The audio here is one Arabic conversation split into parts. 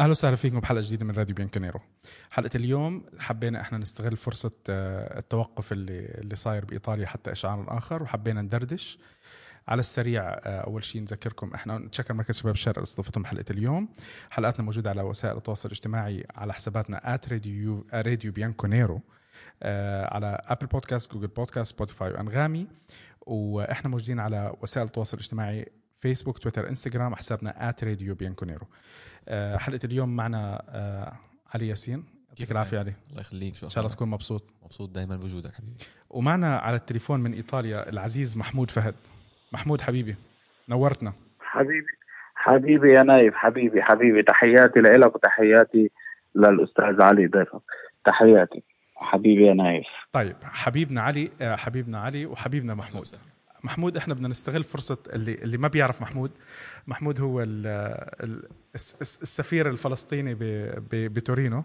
أهلا وسهلا فيكم بحلقة جديدة من راديو بيانكونيرو. حلقة اليوم حبينا إحنا نستغل فرصة التوقف اللي صاير بإيطاليا حتى إشعار آخر، وحبينا ندردش على السريع. أول شيء نذكركم إحنا نتشكر مركز شباب الشرق لاستضافتهم حلقة اليوم. حلقاتنا موجودة على وسائل التواصل الاجتماعي على حساباتنا @راديو بيانكونيرو، على أبل بودكاست، جوجل بودكاست، سبوتيفاي وأنغامي. وإحنا موجودين على وسائل التواصل الاجتماعي فيسبوك، تويتر، انستغرام، حسابنا @راديو بيانكونيرو. حلقة اليوم معنا علي ياسين. يعطيك العافية علي. الله يخليك. إن شاء الله تكون مبسوط دايما بوجودك حبيبي. ومعنا على التليفون من إيطاليا العزيز محمود فهد. محمود حبيبي نورتنا. حبيبي يا نايف، حبيبي تحياتي لك وتحياتي للأستاذ علي ضيفك. تحياتي حبيبي يا نايف. طيب حبيبنا علي وحبيبنا محمود احنا بدنا نستغل فرصة اللي ما بيعرف محمود هو السفير الفلسطيني بتورينو.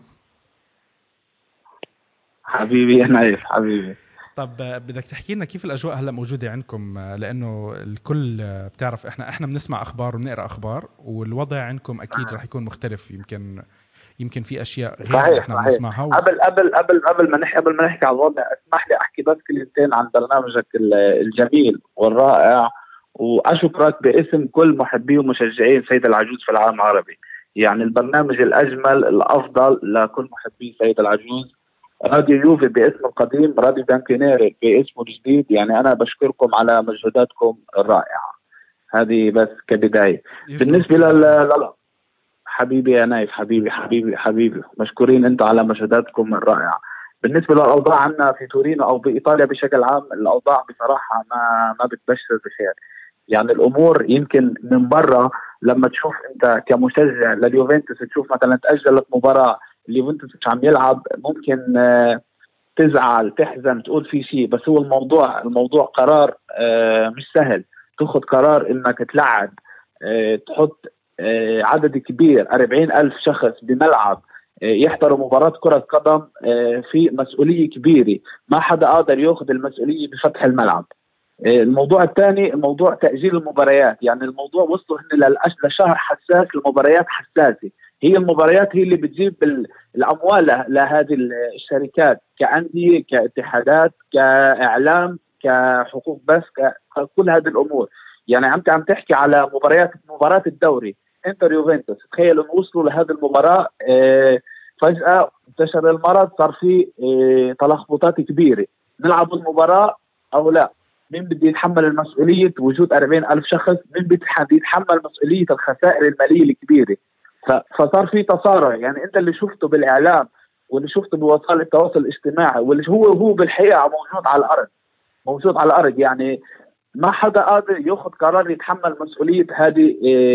حبيبي يا نايف حبيبي. طب بدك تحكي لنا كيف الأجواء هلأ موجودة عندكم، لأنه الكل بتعرف احنا بنسمع أخبار وبنقرأ أخبار، والوضع عندكم أكيد رح يكون مختلف. يمكن في أشياء غير اللي احنا بنسمعها. قبل ما نحكي على الوضع، اسمح لي أحكي بس كلمتين عن برنامجك الجميل والرائع، وأشكرك باسم كل محبي ومشجعين سيد العجوز في العالم العربي. يعني البرنامج الأجمل الأفضل لكل محبي سيد العجوز. راديو يوفي باسم القديم، راديو بيانكونيرو باسمه الجديد. يعني أنا بشكركم على مجهوداتكم الرائعة. هذه بس كبداية. بالنسبة حبيبي يا نايف، حبيبي مشكورين انتم على مجهوداتكم الرائعة. بالنسبة للأوضاع عنا في تورينو أو بإيطاليا بشكل عام، الأوضاع بصراحة ما بتبشر بخير. يعني الأمور يمكن من برا لما تشوف أنت كمشجع لليوفنتوس، تشوف مثلا تأجلت مباراة اليوفنتوس مش عم يلعب، ممكن تزعل تحزن تقول في شيء، بس هو الموضوع قرار مش سهل. تأخذ قرار إنك تلعب، تحط عدد كبير 40,000 شخص بملعب يحضروا مباراة كرة قدم، في مسؤولية كبيرة. ما حدا قادر يأخذ المسؤولية بفتح الملعب. الموضوع الثاني موضوع تأجيل المباريات. يعني الموضوع وصلوا هن لشهر حساس، المباريات حساسة. هي المباريات هي اللي بتجيب الأموال لهذه الشركات كأندية، كاتحادات، كإعلام، كحقوق بث، كل هذه الأمور. يعني عم تحكي على مباراة الدوري انتر يوفنتوس. تخيل انه وصلوا لهذه المباراة، فجأة انتشر المرض، صار في تلخبطات كبيرة. نلعب المباراة او لا؟ مين بده يتحمل المسؤولية وجود 40,000 شخص؟ مين بده يتحمل مسؤولية الخسائر المالية الكبيرة؟ فصار في تصارع. يعني انت اللي شفته بالاعلام واللي شفته بوسائل التواصل الاجتماعي واللي هو بالحقيقة موجود على الارض. يعني ما حدا قادر ياخذ قرار يتحمل مسؤولية هذه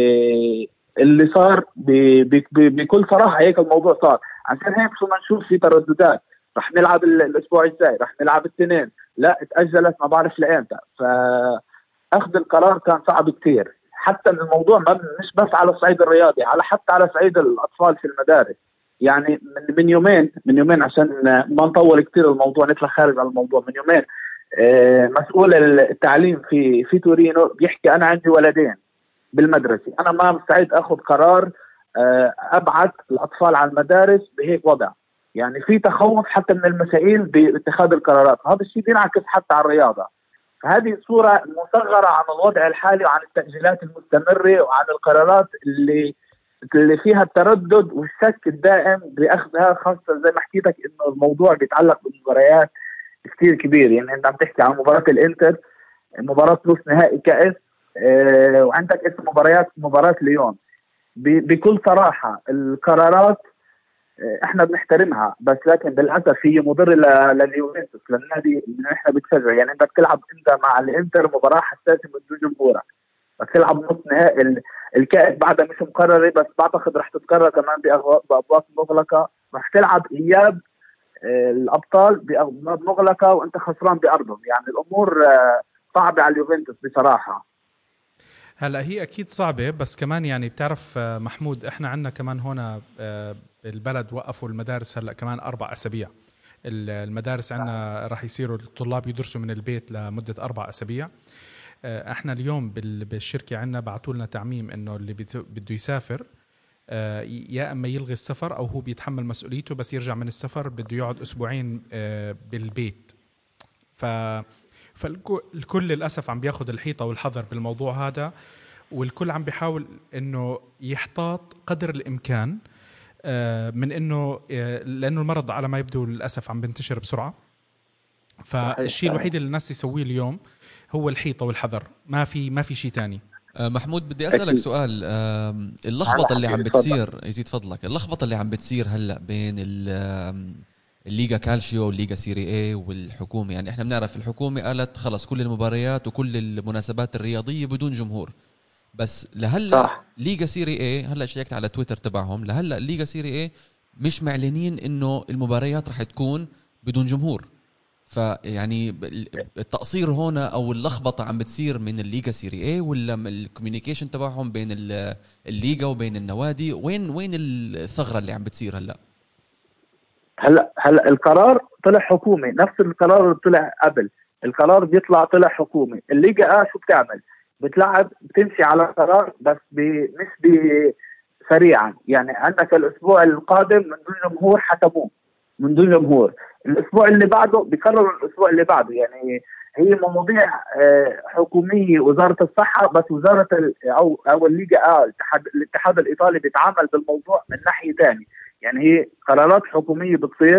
اللي صار. بكل صراحة هيك الموضوع صار. عشان هيك شو ما نشوف في ترددات، رح نلعب الأسبوع الجاي، رح نلعب الاثنين، لا اتأجلت ما بعرف لأمتى. فأخذ القرار كان صعب كتير. حتى الموضوع مش بس على الصعيد الرياضي، حتى على صعيد الأطفال في المدارس. يعني من يومين عشان ما نطول كتير الموضوع، نطلع خارج على الموضوع. من يومين مسؤول التعليم في تورينو بيحكي أنا عندي ولدين بالمدرسة، أنا ما مستعد أخذ قرار أبعث الأطفال على المدارس بهيك وضع. يعني في تخوف حتى من المسائل باتخاذ القرارات. هذا الشيء بينعكس حتى على الرياضة. فهذه صورة مصغرة عن الوضع الحالي وعن التأجيلات المستمرة وعن القرارات اللي فيها التردد والشك الدائم بأخذها، خاصة زي ما حكيتك إنه الموضوع بيتعلق بالمباريات كتير كبير. يعني انت عم تحكي عن مباراة الانتر، مباراة نص نهائي كأس، وعندك مباراة ليون. بكل صراحة القرارات احنا بنحترمها، بس لكن بالأسف هي مضرة لليوفنتوس، للنادي اللي احنا بتشجعه. يعني انت بتلعب انت مع الانتر مباراة حساسة من جمهورك، بتلعب نص نهائي الكأس بعدها مش مقررة، بس بعتقد رح تتقرر كمان بأبواب مغلقة. رح تلعب إياب الأبطال بأبواب مغلقة وأنت خسران بأرضهم. يعني الأمور صعبة على اليوفنتوس بصراحة. هلا هي أكيد صعبة، بس كمان يعني بتعرف محمود، إحنا عنا كمان هنا البلد وقفوا المدارس هلا كمان 4 أسابيع. المدارس عنا راح يصيروا الطلاب يدرسوا من البيت لمدة 4 أسابيع. احنا اليوم بالشركة عنا بعتوا لنا تعميم انه اللي بده يسافر يا اما يلغي السفر او هو بيتحمل مسؤوليته، بس يرجع من السفر بده يقعد اسبوعين بالبيت. فالكل للاسف عم بياخذ الحيطه والحذر بالموضوع هذا، والكل عم بيحاول انه يحتاط قدر الامكان من انه لانه المرض على ما يبدو للاسف عم بينتشر بسرعه. فالشيء الوحيد اللي الناس يسويه اليوم هو الحيطه والحذر، ما في شيء تاني. محمود بدي أسألك سؤال. اللخبطة اللي عم بتصير، يزيد فضلك، اللخبطة اللي عم بتصير هلأ بين الليغا كالشيو والليغا سيري اي والحكومة. يعني احنا بنعرف الحكومة قالت خلص كل المباريات وكل المناسبات الرياضية بدون جمهور، بس لهلأ ليغا سيري اي، هلأ شيكت على تويتر تبعهم، لهلأ الليغا سيري اي مش معلنين انه المباريات رح تكون بدون جمهور. فيعني التقصير هنا او اللخبطه عم بتصير من الليغا سيري اي ولا الكوميونيكيشن تبعهم بين الليغا وبين النوادي؟ وين الثغره اللي عم بتصير هلا القرار طلع حكومي، نفس القرار اللي طلع قبل. القرار بيطلع طلع حكومي. الليغا شو بتعمل؟ بتلعب، بتمشي على قرار بس بنسبه سريعا. يعني عندك الاسبوع القادم من دون جمهور، حسبوه من دون جمهور. الاسبوع اللي بعده بيقرروا الاسبوع اللي بعده. يعني هي مواضيع حكوميه، وزاره الصحه بس، وزاره او الليغا الاتحاد الايطالي بيتعامل بالموضوع من ناحيه ثانيه. يعني هي قرارات حكوميه بتصير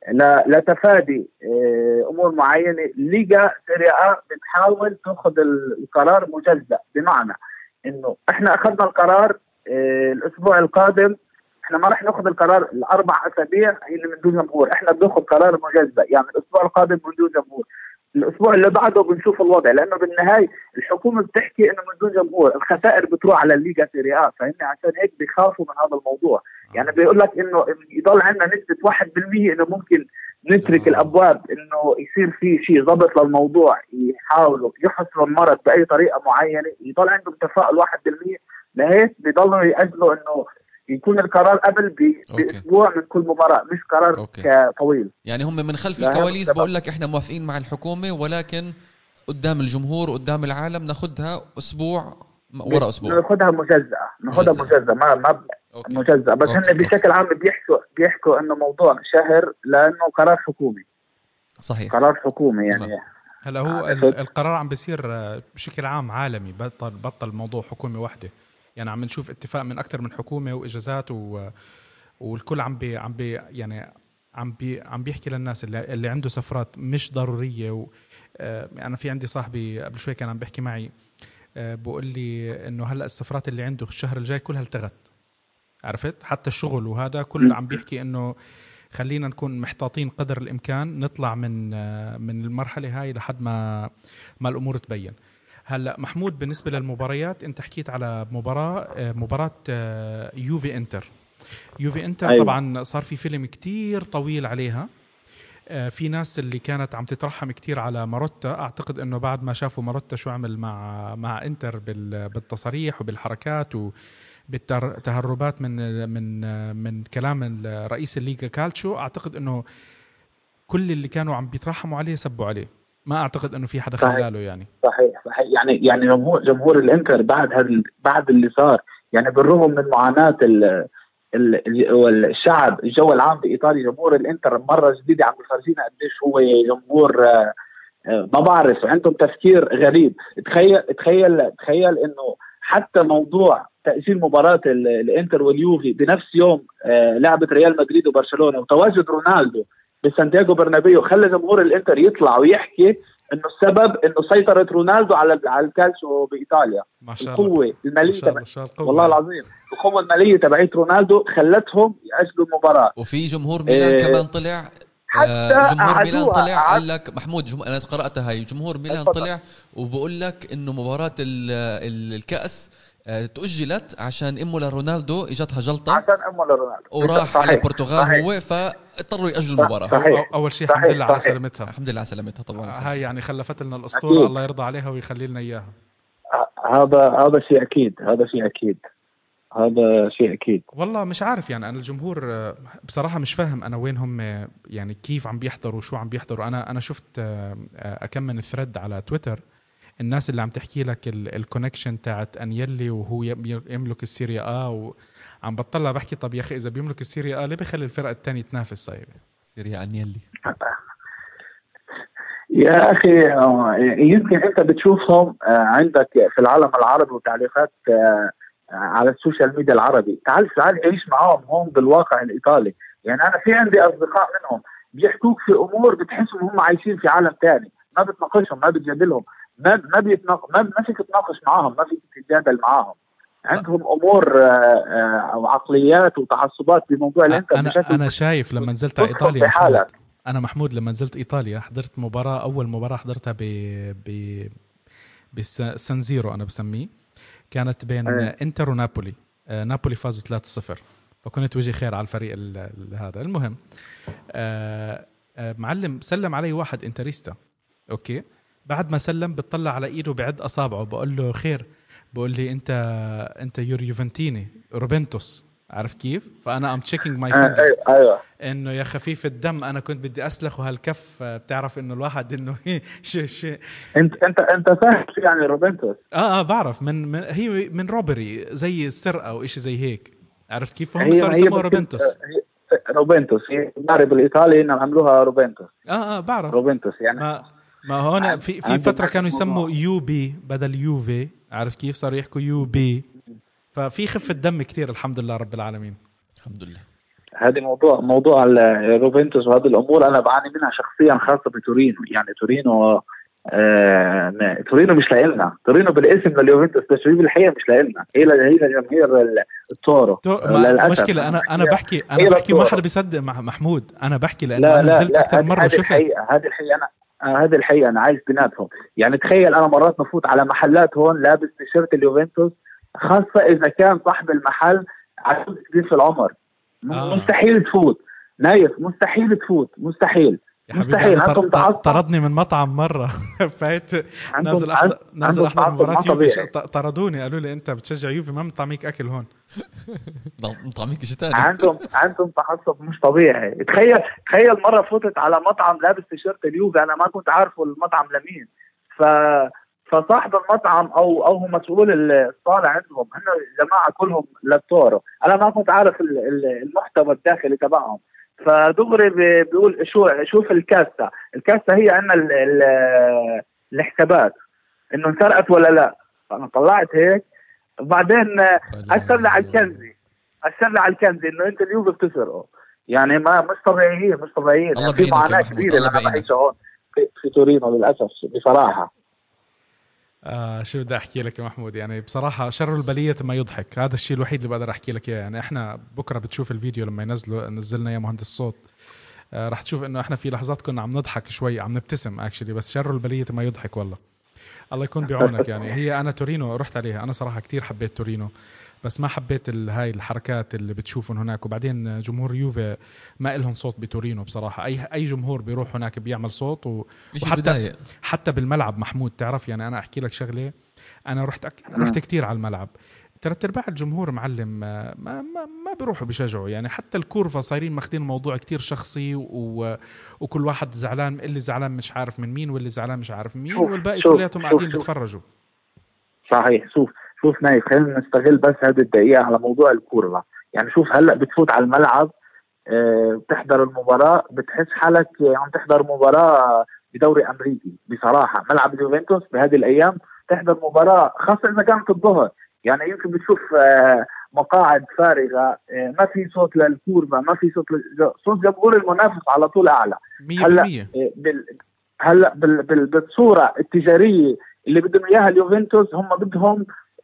لتفادي امور معينه. الليغا سيريا A بتحاول تاخذ القرار مجزأ، بمعنى انه احنا اخذنا القرار الاسبوع القادم، احنا ما رح ناخذ القرار الاربع اسابيع اللي من دون جمهور، احنا بناخذ قرار مجزأ. يعني الاسبوع القادم من دون جمهور، الاسبوع اللي بعده بنشوف الوضع. لانه بالنهايه الحكومه بتحكي انه من دون جمهور الخسائر بتروح على الليغا سيريا A، فهن عشان هيك بيخافوا من هذا الموضوع. يعني بيقول لك انه يضل عندنا نسبه 1% انه ممكن نترك الابواب، انه يصير في شيء ضبط للموضوع، يحاولوا يحصروا المرض باي طريقه معينه، يضل عندهم تفاؤل 1%. لهيك بيضلوا يأجلوا انه يكون القرار قبل باسبوع من كل مباراه، مش قرار طويل. يعني هم من خلف الكواليس بقول لك احنا موافقين مع الحكومه، ولكن قدام الجمهور قدام العالم ناخدها اسبوع ورا اسبوع، ناخدها مجزأة ما مجزأة. بس هن بشكل عام بيحكوا انه موضوع شهر لانه قرار حكومي. صحيح، قرار حكومي. يعني هلا هو القرار عم بيصير بشكل عام عالمي، بطل موضوع حكومة واحدة. يعني عم نشوف اتفاق من أكثر من حكومة وإجازات والكل عم بيحكي للناس اللي عنده سفرات مش ضرورية. أنا في عندي صاحبي قبل شوي كان عم بيحكي معي، بقول لي إنه هلأ السفرات اللي عنده الشهر الجاي كلها التغت، عرفت؟ حتى الشغل وهذا كله عم بيحكي إنه خلينا نكون محتاطين قدر الإمكان، نطلع من المرحلة هاي لحد ما الأمور تبين. هلا محمود، بالنسبة للمباريات أنت حكيت على مباراة يوفي إنتر. أيوة. طبعا صار في فيلم كتير طويل عليها. في ناس اللي كانت عم تترحم كتير على ماروتا، أعتقد أنه بعد ما شافوا ماروتا شو عمل مع إنتر بالتصاريح وبالحركات بالتهربات من كلام رئيس الليغا كالتشو، أعتقد أنه كل اللي كانوا عم بيترحموا عليه سبوا عليه. ما أعتقد أنه في حدا خلاله. يعني صحيح. يعني جمهور الانتر بعد اللي صار، يعني بالرغم من معاناة الشعب، الجو العام بإيطاليا، جمهور الانتر مرة جديدة عم بيفرجينا قديش هو جمهور ما بعرف، عندهم تفكير غريب. تخيل انه حتى موضوع تأجيل مباراة الانتر واليوفي بنفس يوم لعبة ريال مدريد وبرشلونة، وتواجد رونالدو بسانتياغو برنابيو، خلى جمهور الانتر يطلع ويحكي انه السبب انه سيطرة رونالدو على الكالشيو بايطاليا. القوة المالية والله العظيم، القوة المالية تبعت رونالدو خلتهم يأجلوا المباراة. وفي جمهور ميلان كمان طلع، جمهور ميلان طلع قال لك محمود، انا قرأتها هاي، جمهور ميلان طلع وبقول لك انه مباراة الكأس تأجلت عشان امه لرونالدو اجتها جلطة، عشان امه لرونالدو وراح على البرتغال هو، فاضطروا يأجلوا المباراة. اول شيء الحمد لله على سلامتها. الحمد لله على سلامتها طبعا. هاي يعني خلفت لنا الأسطورة، الله يرضى عليها ويخلي لنا اياها. هذا شيء اكيد. والله مش عارف، يعني انا الجمهور بصراحة مش فاهم انا وين هم، يعني كيف عم بيحضروا، شو عم بيحضروا. انا شفت كم من الثريد على تويتر، الناس اللي عم تحكي لك الكونكشن تاعت أنيلي وهو يملك السيريا A عم بطلع بحكي طب يا اخي اذا بيملك السيريا ليه بخلي الفرقه الثانيه تنافس؟ طيب سيريا انيلي يا أخي يمكن أنت بتشوفهم عندك في العالم العربي وتعليقات على السوشيال ميديا العربي. تعال عيش معاهم هون بالواقع الإيطالي. يعني أنا في عندي أصدقاء منهم بيحكوك في أمور بتحسهم هم عايشين في عالم تاني، ما بتناقشهم، ما بتجادلهم، ما فيك تناقش معاهم، ما فيك تتجادل معاهم. عندهم أمور أو عقليات وتعصبات بموضوع اللي أنت أنا شايف لما نزلت على إيطاليا محمود، أنا محمود لما نزلت إيطاليا حضرت مباراة، أول مباراة حضرتها بسانزيرو أنا بسميه، كانت بين إنتر ونابولي. نابولي فازوا 3-0، فكنت وجه خير على الفريق هذا. المهم معلم سلم علي واحد انتريستا، أوكي، بعد ما سلم بتطلع على إيده بعد أصابعه، بقول له خير، بقول لي أنت يوفنتيني روبنتوس، عرفت كيف؟ فأنا I'm checking my fingers. أيوة. إنه يا خفيف الدم أنا كنت بدي أسلخ وهالكف، بتعرف إنه الواحد إنه أنت فاهم يعني روبنتوس؟ بعرف هي من روبري، زي السرقة أو إشي زي هيك، عرفت كيف؟ فهم صار يسموها روبنتوس. روبنتوس هي الضارب الإيطالي إنهم عملوها روبنتوس. بعرف روبنتوس يعني ما هون في فترة كانوا يسموا يو بي بدل يوفي، عرفت كيف؟ صاروا يحكوا يو بي، ففي خفة دم كتير الحمد لله رب العالمين. الحمد لله. هذه موضوع الروبنتوس وهذه الأمور أنا بعاني منها شخصيا، خاصة بتورينو. يعني تورينو مش لاقلنا، تورينو بالاسم لليوفنتوس بس هي بالحقيقة مش لاقلنا، هي جماهير التورو. المشكلة أنا بحكي ما حدا بيصدق محمود، أنا بحكي لأنه أنا نزلت أكثر مرة وشفت. هذه الحقيقة أنا عايش بيناتهم. يعني تخيل أنا مرات نفوت على محلات هون لابس تيشيرت اليوفنتوس، خاصة إذا كان صاحب المحل عجوز كبير في العمر. مستحيل تفوت نايف، مستحيل يا حبيبي. طردني من مطعم مرة فايت نازل أحضر مباراة يوفي، طردوني قالوا لي أنت بتشجع يوفي ما مطعميك أكل هون. مطعميك شيء ثاني. عندهم تعصب مش طبيعي. تخيل مرة فوتت على مطعم لابس تيشيرت اليوفي، أنا ما كنت عارفه المطعم لمين، فصاحب المطعم او هو مسؤول الصالة عندهم، هن جماعة كلهم للتورو، انا ما كنت عارف المحتوى الداخلي تبعهم. فدغري بيقول شوف الكاسة هي عندنا الحسابات انه انسرقت ولا لا. فانا طلعت هيك، وبعدين اشر لي على الكنزي انه انت اليوم بتسرقه. يعني ما مش طبيعيين يعني في معاناة كبيرة اللي انا بعيشها هون في تورينو للاسف بصراحة. شو بدي أحكي لك يا محمود، يعني بصراحة شر البلية ما يضحك، هذا الشيء الوحيد اللي بقدر أحكي لك إياه. يعني إحنا بكرة بتشوف الفيديو لما نزلنا يا مهندس الصوت، رح تشوف إنه إحنا في لحظات كنا عم نضحك شوي، عم نبتسم أكشلي، بس شر البلية ما يضحك والله. الله يكون بعونك. يعني هي أنا تورينو رحت عليها، أنا صراحة كتير حبيت تورينو، بس ما حبيت هاي الحركات اللي بتشوفون هناك. وبعدين جمهور يوفي ما إلهم صوت بتورينو بصراحة. أي جمهور بيروح هناك بيعمل صوت حتى بالملعب محمود. تعرف يعني أنا أحكي لك شغلة، أنا رحت كتير على الملعب، 3/4 الجمهور معلم ما بيروحوا بيشجعوا. يعني حتى الكورفة صايرين ماخدين الموضوع كتير شخصي، وكل واحد زعلان، اللي زعلان مش عارف من مين، واللي زعلان مش عارف من مين، والباقي كلياتهم قاعدين بيتفرجوا. صحيح. شوف نايف، خلينا نستغل بس هذه الدقيقة على موضوع الكورة. يعني شوف هلأ بتفوت على الملعب بتحضر المباراة، بتحس حالك عم تحضر مباراة بدوري أمريكي. بصراحة ملعب اليوفنتوس بهذه الأيام تحضر مباراة، خاصة إذا كانت الظهر. يعني يمكن بتشوف مقاعد فارغة، ما في صوت للكورة، ما في صوت جمهور المنافس على طول أعلى. 100%. هلأ بالصورة التجارية اللي بدهم إياها اليوفنتوس، هم بدهم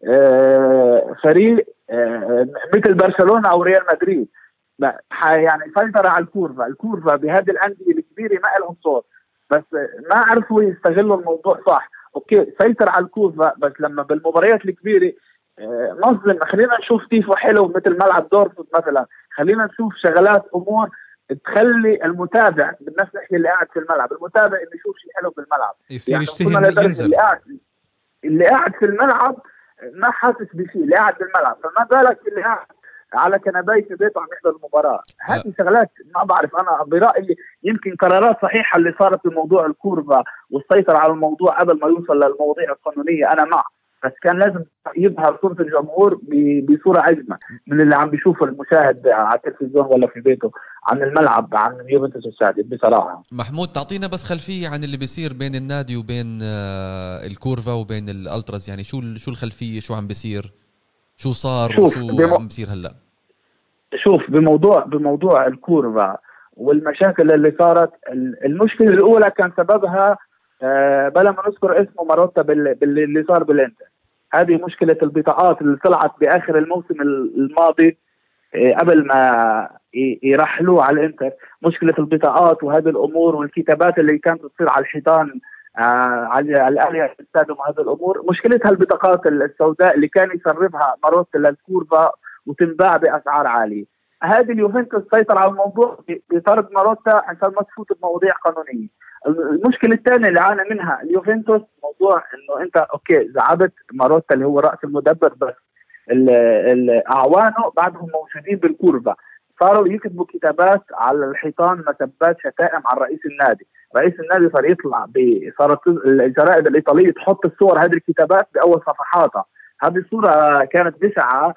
فريق مثل برشلونة أو ريال مدريد، يعني سيطرة على الكورة بهذه الأندية الكبيرة ما لهم صوت، بس ما عرفوا يستغلوا الموضوع صح. أوكي سيطر على الكورة، بس لما بالمباريات الكبيرة نظم، خلينا نشوف تيفو حلو مثل ملعب دورتموند مثلا، خلينا نشوف شغلات أمور تخلي المتابع، بالنفس نحكي اللي قاعد في الملعب، المتابع اللي يشوف شيء حلو بالملعب يصير يعني يشتهي ينزل. اللي قاعد في الملعب ما حاسس بشيء، اللي قاعد بالملعب، فما بالك اللي قاعد على كنباي في بيته عم يحضر المباراة. هذه شغلات ما بعرف، أنا برأيي يمكن قرارات صحيحة اللي صارت بموضوع الكورة والسيطرة على الموضوع قبل ما يوصل للمواضيع القانونية، أنا مع، بس كان لازم يظهر صورة الجمهور بصورة أجمل من اللي عم بيشوفه المشاهد على التلفزيون ولا في بيته عن الملعب عن يوفنتوس السادس بصراحة. محمود تعطينا بس خلفية عن اللي بيصير بين النادي وبين الكورفا وبين الالتراس، يعني شو الخلفية، شو عم بيصير، شو صار وشو عم بيصير هلا. شوف بموضوع الكورفا والمشاكل اللي صارت، المشكلة الأولى كان سببها بلا ما نذكر اسمه ماروتا باللي صار بالانتر. هذه مشكلة البطاقات اللي طلعت بآخر الموسم الماضي قبل ما يرحلوا على الانتر. مشكلة البطاقات وهذه الأمور والكتابات اللي كانت تصير على الحيطان على الآلية في الاستاديوم وهذه الأمور. مشكلتها البطاقات السوداء اللي كان يسربها ماروتا للكورفا وتنباع بأسعار عالية. هذه اليوفنتوس سيطر على الموضوع بطرد ماروتا عشان ما تفوت بمواضيع قانونية. المشكلة الثانية اللي عانى منها اليوفنتوس موضوع انه انت اوكي زعبت ماروتا اللي هو رأس المدبر، بس اعوانه بعدهم موجودين بالكورفا صاروا يكتبوا كتابات على الحيطان، مسبات شتائم على رئيس النادي. رئيس النادي صار يطلع صارت الجرائد الإيطالية تحط الصور هذه الكتابات بأول صفحاتها. هذه الصورة كانت بشعة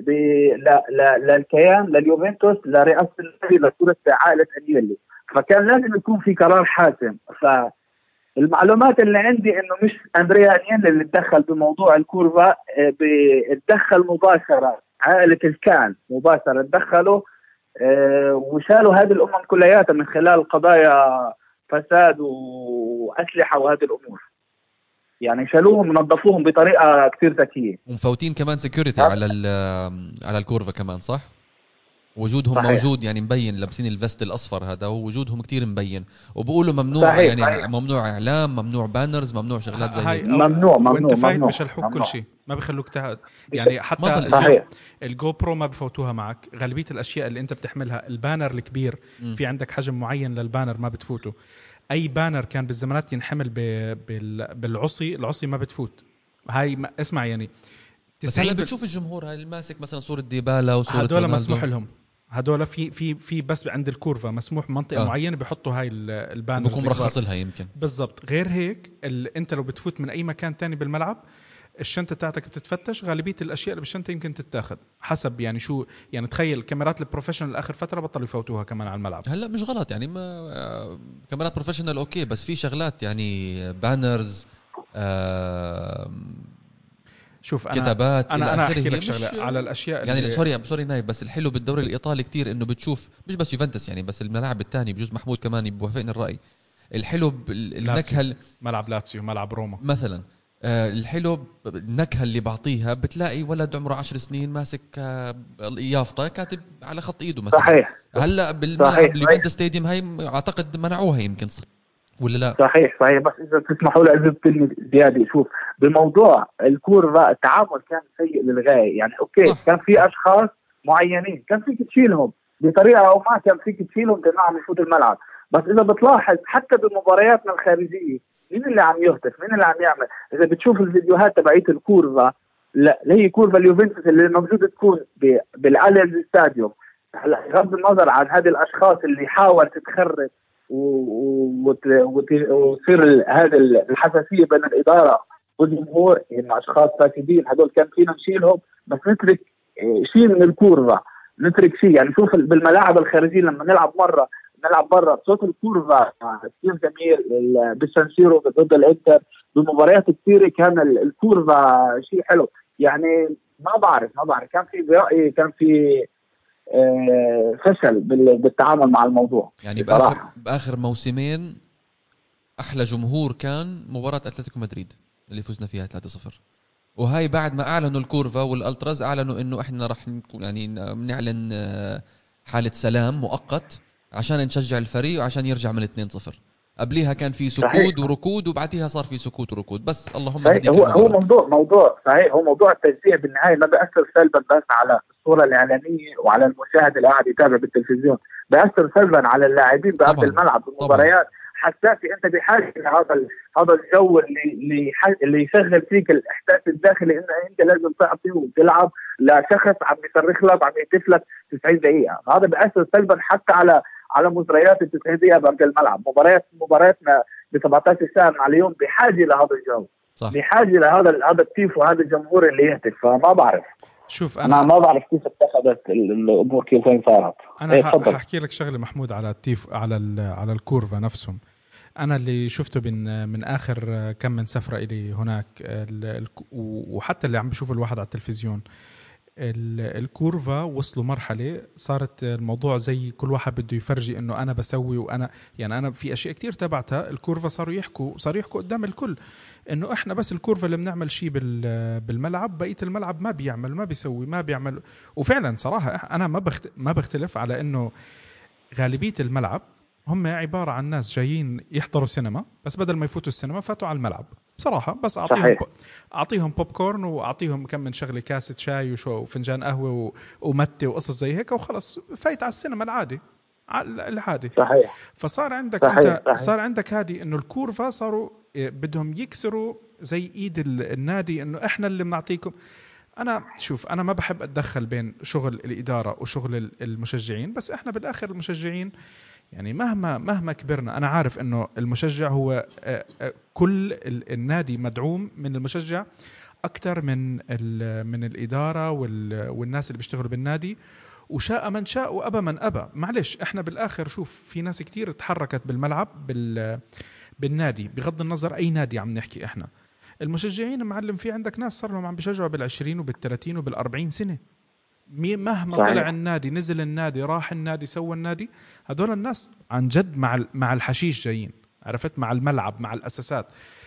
للكيان لليوفنتوس لرئاسة النادي لصورة عائلة أنيلي، فكان لازم يكون في قرار حاسم. فالمعلومات اللي عندي انه مش اندريا انيلي اللي تدخل بموضوع الكورفا، بتدخل مباشرة عائلة الكان مباشرة تدخلوا وشالوا هذه الأمم كلياتها من خلال قضايا فساد وأسلحة وهذه الأمور. يعني شالوهم ونظفوهم بطريقة كتير ذكية، ومفوتين كمان سيكوريتي على الكورفا كمان، صح؟ وجودهم صحيح. موجود يعني مبين، لابسين الفست الأصفر هذا ووجودهم كتير مبين. وبقولوا ممنوع صحيح. يعني صحيح. ممنوع إعلام، ممنوع بانرز، ممنوع شغلات زي هيك. ممنوع وانت فايت ممنوع بشلحوك ممنوع. كل شيء، ما بيخلوك يعني حتى صحيح. الجو برو ما بفوتوها معك. غالبية الأشياء اللي أنت بتحملها، البانر الكبير في عندك حجم معين للبانر ما بتفوته. أي بانر كان بالزمانات ينحمل العصي ما بتفوت. هاي اسمع يعني بس هلا بتشوف الجمهور هاي الماسك مثلا صورة ديبالا وصورة هدول رونالدو، مسموح لهم. هدول في بس عند الكورفا مسموح منطقة معينة بيحطوا هاي البانر، بكون مرخص لها يمكن. بالضبط. غير هيك انت لو بتفوت من اي مكان تاني بالملعب الشنطة تاعتك بتتفتش. غالبية الاشياء اللي بالشنطة يمكن تتاخد حسب يعني شو يعني. تخيل كاميرات البروفيشنال اخر فترة بطلوا يفوتوها كمان على الملعب. هلا مش غلط يعني، ما كاميرات بروفيشنال اوكي، بس في شغلات يعني بانرز شوف أنا كتابات أنا أحكي لك مش شغلة على الأشياء يعني اللي سوري نايف. بس الحلو بالدوري الإيطالي كتير إنه بتشوف مش بس يوفنتوس يعني، بس الملاعب التاني بجوز محمود كمان بوافقني الرأي. الحلو النكهة ملعب لاتسيو، ملعب روما مثلا، الحلو النكهة اللي بعطيها بتلاقي ولد عمره 10 سنين ماسك يافطة كاتب على خط إيده مثلا. صحيح. هلا بالملعب اليوفنتوس ستاديوم هاي أعتقد منعوها يمكن، صح ولا لا؟ صحيح. بس إذا تسمحوا لي أزيد كلمة زيادة. شوف بموضوع الكورة التعامل كان سيء للغاية. يعني أوكي صح. كان في أشخاص معينين كان فيك تشيلهم بطريقة أو ما كان فيك تشيلهم تمنعهم يفوت الملعب. بس إذا بتلاحظ حتى بمبارياتنا الخارجية مين اللي عم يهتف، مين اللي عم يعمل. إذا بتشوف الفيديوهات تبعيت الكورة، لا هي كورة اليوفنتوس اللي موجودة تكون بالأليانز ستاديوم، بغض النظر عن هذه الأشخاص اللي حاول تتخرج وتصير هذا الحساسية بين الإدارة والجمهور إن أشخاص فاسدين هذول كان فينا نشيلهم. بس نترك شيء من الكورة، نترك شيء. يعني شوف بالملاعب الخارجية لما نلعب برا صوت الكورة كثير جميل. بالسانسيرو ضد الانتر بمباريات كثيرة كان الكورة شيء حلو. يعني ما بعرف كان في برأيي كان في فشل بالتعامل مع الموضوع يعني. بآخر موسمين أحلى جمهور كان مباراة أتلتيكو مدريد اللي فزنا فيها 3-0، وهاي بعد ما أعلنوا الكورفا والألتراز أعلنوا إنه إحنا رح يعني نعلن حالة سلام مؤقت عشان نشجع الفريق وعشان يرجع من 2-0. قبليها كان في سكوت صحيح. وركود، وبعديها صار في سكوت وركود. بس اللهم هو موضوع صحيح. هو موضوع التشجيع بالنهاية ما بيأثر سلبا بس على الصورة الإعلانية وعلى المشاهد اللي قاعد يتابع بالتلفزيون، بيأثر سلبا على اللاعبين بأرض الملعب بالمباريات حساسة. أنت بحاجة هذا الجو اللي يشغل فيك الإحساس الداخلي إن أنت لازم تعطي وتلعب لشخص عم يصرخ لك عم يهتف لك 90 دقيقة. هذا بيأثر سلبا حتى على مجريات ال90 دقيقة بأرض الملعب. مبارياتنا ب 17 ساعة على اليوم بحاجة لهذا الجو. صح. بحاجه لهذا التيف وهذا الجمهور اللي يهتف. فما بعرف، شوف انا ما بعرف كيف اتخذت الامور، كيف وين صارت. انا هحكي لك شغله محمود على التيف، على الكورفا نفسهم. انا اللي شفته من اخر كم من سفره الي هناك، وحتى اللي عم بشوف الواحد على التلفزيون، الكورفا وصلوا مرحله صارت الموضوع زي كل واحد بده يفرجي انه انا بسوي، وانا يعني انا في اشياء كتير تبعتها الكورفا صاروا يحكوا قدام الكل انه احنا بس الكورفا اللي بنعمل شيء بالملعب، بقيه الملعب ما بيعمل، ما بيسوي، ما بيعمل. وفعلا صراحه انا ما بختلف على انه غالبيه الملعب هم عباره عن ناس جايين يحضروا سينما، بس بدل ما يفوتوا السينما فاتوا على الملعب بصراحه. بس اعطيهم بوب كورن، واعطيهم كم من شغله، كاسه شاي وفنجان قهوه ومتة وقصص زي هيك، وخلص فايت على السينما العادي. صحيح. فصار عندك صحيح. صار عندك هذه انه الكورفا صاروا بدهم يكسروا زي ايد النادي، انه احنا اللي بنعطيكم. انا شوف، انا ما بحب اتدخل بين شغل الاداره وشغل المشجعين، بس احنا بالاخر المشجعين يعني مهما كبرنا، أنا عارف إنه المشجع هو كل النادي مدعوم من المشجع أكتر من الإدارة والناس اللي بيشتغلوا بالنادي، وشاء من شاء وأبى من أبى. معلش إحنا بالآخر شوف، في ناس كتير تحركت بالملعب بالنادي، بغض النظر أي نادي عم نحكي إحنا. المشجعين معلم، في عندك ناس صار لهم عم بيشجعوا بال20 وبال30 وبال40 سنة، مهما صحيح. طلع النادي، نزل النادي، راح النادي، سوى النادي، هذول الناس عن جد مع الحشيش جايين، عرفت، مع الملعب، مع الأساسات.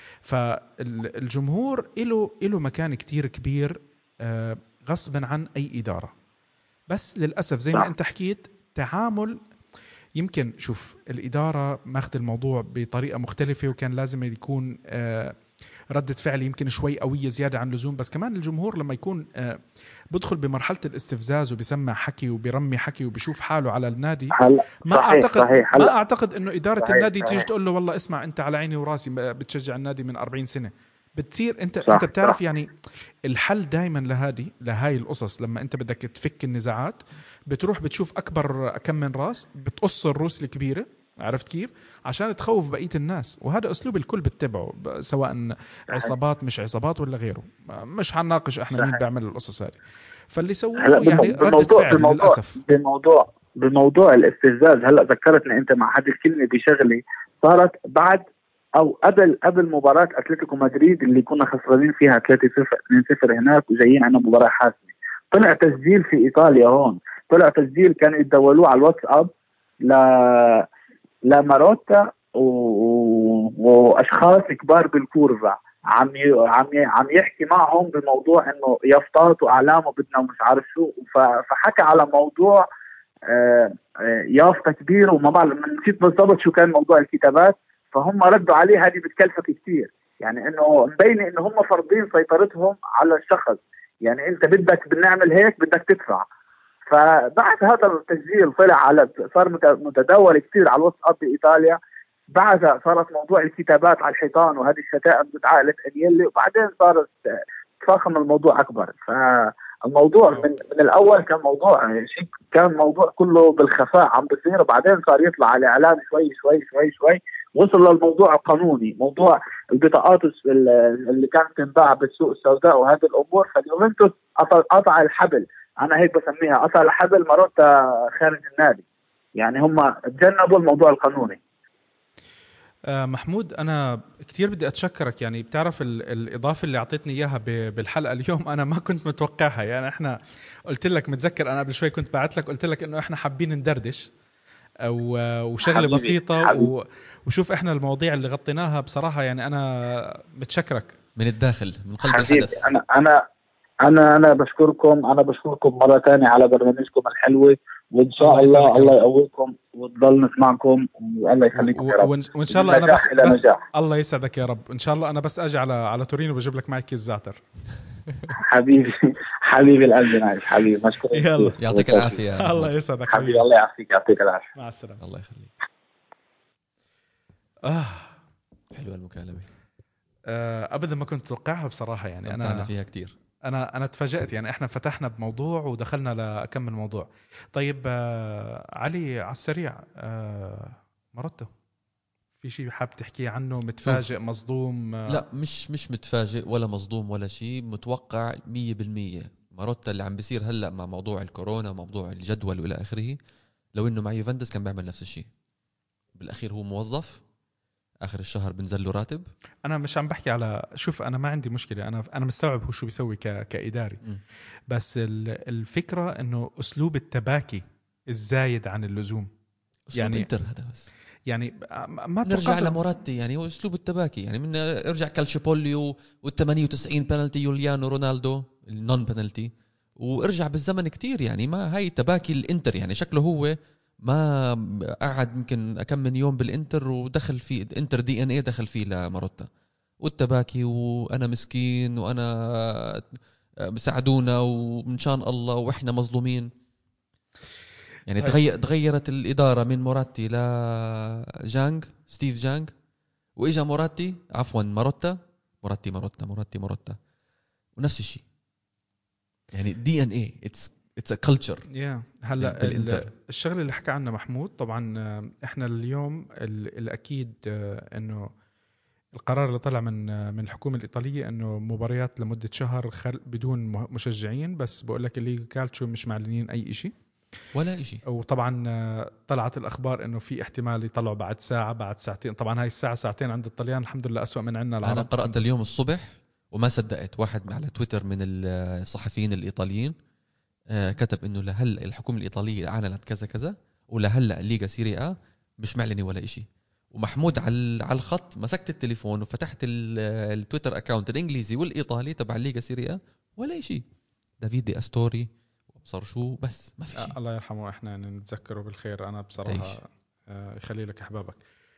فالجمهور له مكان كتير كبير غصبا عن أي إدارة. بس للأسف زي ما أنت حكيت، تعامل يمكن، شوف الإدارة ماخذ الموضوع بطريقة مختلفة، وكان لازم يكون ردة فعل يمكن شوي قوية زيادة عن اللزوم. بس كمان الجمهور لما يكون بدخل بمرحلة الاستفزاز وبيسمع حكي وبيرمي حكي وبيشوف حاله على النادي، ما أعتقد إنه إدارة النادي تيجي تقول له والله اسمع أنت على عيني وراسي بتشجع النادي من 40 سنة. بتصير أنت بتعرف يعني الحل دايما لهاي القصص. لما أنت بدك تفك النزاعات، بتروح بتشوف أكبر كم من راس، بتقص الروس الكبيرة، عرفت كيف، عشان تخوف بقية الناس. وهذا أسلوب الكل بتتبعه، سواء عصابات مش عصابات ولا غيره. مش هنناقش احنا مين بيعمل القصص هذه. فاللي سووه يعني ردة فعل للأسف. بموضوع الاستفزاز، هلأ ذكرتني أنت مع هذه الكلمة بشغلي صارت بعد أو قبل مباراة أتلتيكو مدريد اللي كنا خسرانين فيها 3-0 هناك، وجايين عنا مباراة حاسمة. طلع تسجيل في إيطاليا، هون طلع تسجيل كانوا يتداولوه على الواتساب لماروتا واشخاص كبار بالكورفا، عم يحكي معهم بموضوع انه يافطات واعلام وبدنا ومش عارف شو. فحكى على موضوع يافطه كبيره، وما بعرف، نسيت بالضبط شو كان موضوع الكتابات. فهم ردوا عليه هذه بتكلفك كتير، يعني انه مبين انه هم فرضين سيطرتهم على الشخص، يعني انت بدك بنعمل هيك بدك تدفع. فبعد هذا التسجيل طلع صار متداول كثير على الواتساب بإيطاليا. بعدها صارت موضوع الكتابات على الحيطان وهذه الشتائم ضد عائلة أنيلي، وبعدين صارت تفاقم الموضوع أكبر. فالموضوع من الأول كان موضوع كله بالخفاء عم بصير، وبعدين صار يطلع على إعلام شوي شوي شوي شوي، وصل للموضوع القانوني، موضوع البطاقات اللي كانت تنباع بالسوق السوداء وهذه الأمور. فاليوفنتوس قطع الحبل، أنا هيك بسميها، قطع الحبل ماروتا خارج النادي، يعني هم تجنبوا الموضوع القانوني. محمود، أنا كتير بدي أتشكرك. يعني بتعرف الإضافة اللي أعطيتني إياها بالحلقة اليوم أنا ما كنت متوقعها. يعني إحنا قلت لك، متذكر أنا قبل شوي كنت بعت لك قلت لك إنه إحنا حابين ندردش وشغلة حبيبي. بسيطة حبيبي. وشوف إحنا المواضيع اللي غطيناها بصراحة، يعني أنا متشكرك من الداخل، من قلب حبيبي. الحدث. أنا بشكركم مرة تانية على برنامجكم الحلوة، وإن شاء الله يقويكم وتضل نسمعكم، والله يخليكم يا رب. وإن شاء الله أنا بس الله يسعدك يا رب. إن شاء الله أنا بس أجي على تورينو بجيب لك معي كيس زعتر. حبيبي القلب نايف، حبيبي مشكور. يلا يعطيك العافية. الله يسعدك حبيبي. الله يعافيك، يعطيك العافية. مع السلامة. الله يخليك. حلوة المكالمة. أبدا ما كنت أتوقعها بصراحة. يعني أنا فيها كتير. أنا تفاجأت. يعني إحنا فتحنا بموضوع ودخلنا لأكمل موضوع. طيب علي، على السريع، مرته في شيء حاب تحكي عنه؟ متفاجئ، مصدوم؟ لا مش متفاجئ ولا مصدوم ولا شيء، متوقع 100%. ماروتا اللي عم بيصير هلا مع موضوع الكورونا، موضوع الجدول والى اخره، لو انه مع يوفنتوس كان بيعمل نفس الشيء. بالاخير هو موظف، اخر الشهر بنزل له راتب. انا مش عم بحكي على، شوف انا ما عندي مشكله، انا مستوعب هو شو بيسوي كاداري. بس الفكره انه اسلوب التباكي الزايد عن اللزوم، يعني انتر هذا بس. يعني ما نرجع لموراتي، يعني هو اسلوب التباكي، يعني من ارجع كالشيبوليو وال98 بنالتي يوليانو رونالدو النون بنالتي، وارجع بالزمن كتير. يعني ما هاي تباكي الانتر، يعني شكله هو ما قعد يمكن كم من يوم بالانتر ودخل في انتر دي ان ايه دخل فيه لماروتا، والتباكي وانا مسكين وانا بساعدونا ومن شان الله واحنا مظلومين. يعني تغيرت الإدارة من موراتي لجانج، ستيف جانج، وإجا موراتي، عفوا ماروتا، موراتي ونفس الشيء. يعني دي ان ايه، اتس ا كلتشر. هلا الشغله اللي حكى عنها محمود، طبعا احنا اليوم الاكيد انه القرار اللي طلع من الحكومه الايطاليه انه مباريات لمده شهر بدون مشجعين، بس بقول لك الليغا كالتشيو مش معلنين اي شيء ولا إشي. وطبعا طلعت الأخبار إنه في احتمال يطلعوا بعد ساعة بعد ساعتين. طبعا هاي الساعة ساعتين عند الطليان الحمد لله أسوأ من عندنا العرب. أنا قرأت اليوم الصبح وما صدقت، واحد على تويتر من الصحفيين الإيطاليين كتب إنه لهلا الحكومة الإيطالية أعلنت كذا كذا، ولهلا الليغا سيريا مش معلنة ولا إشي. ومحمود على الخط مسكت التليفون وفتحت التويتر أكاونت الإنجليزي والإيطالي تبع الليغا سيريا، ولا إشي. دافيد دي أستوري صار شو، بس ما في شيء. الله يرحمه، احنا نتذكره بالخير. انا بصراحه يخلي لك احبابك.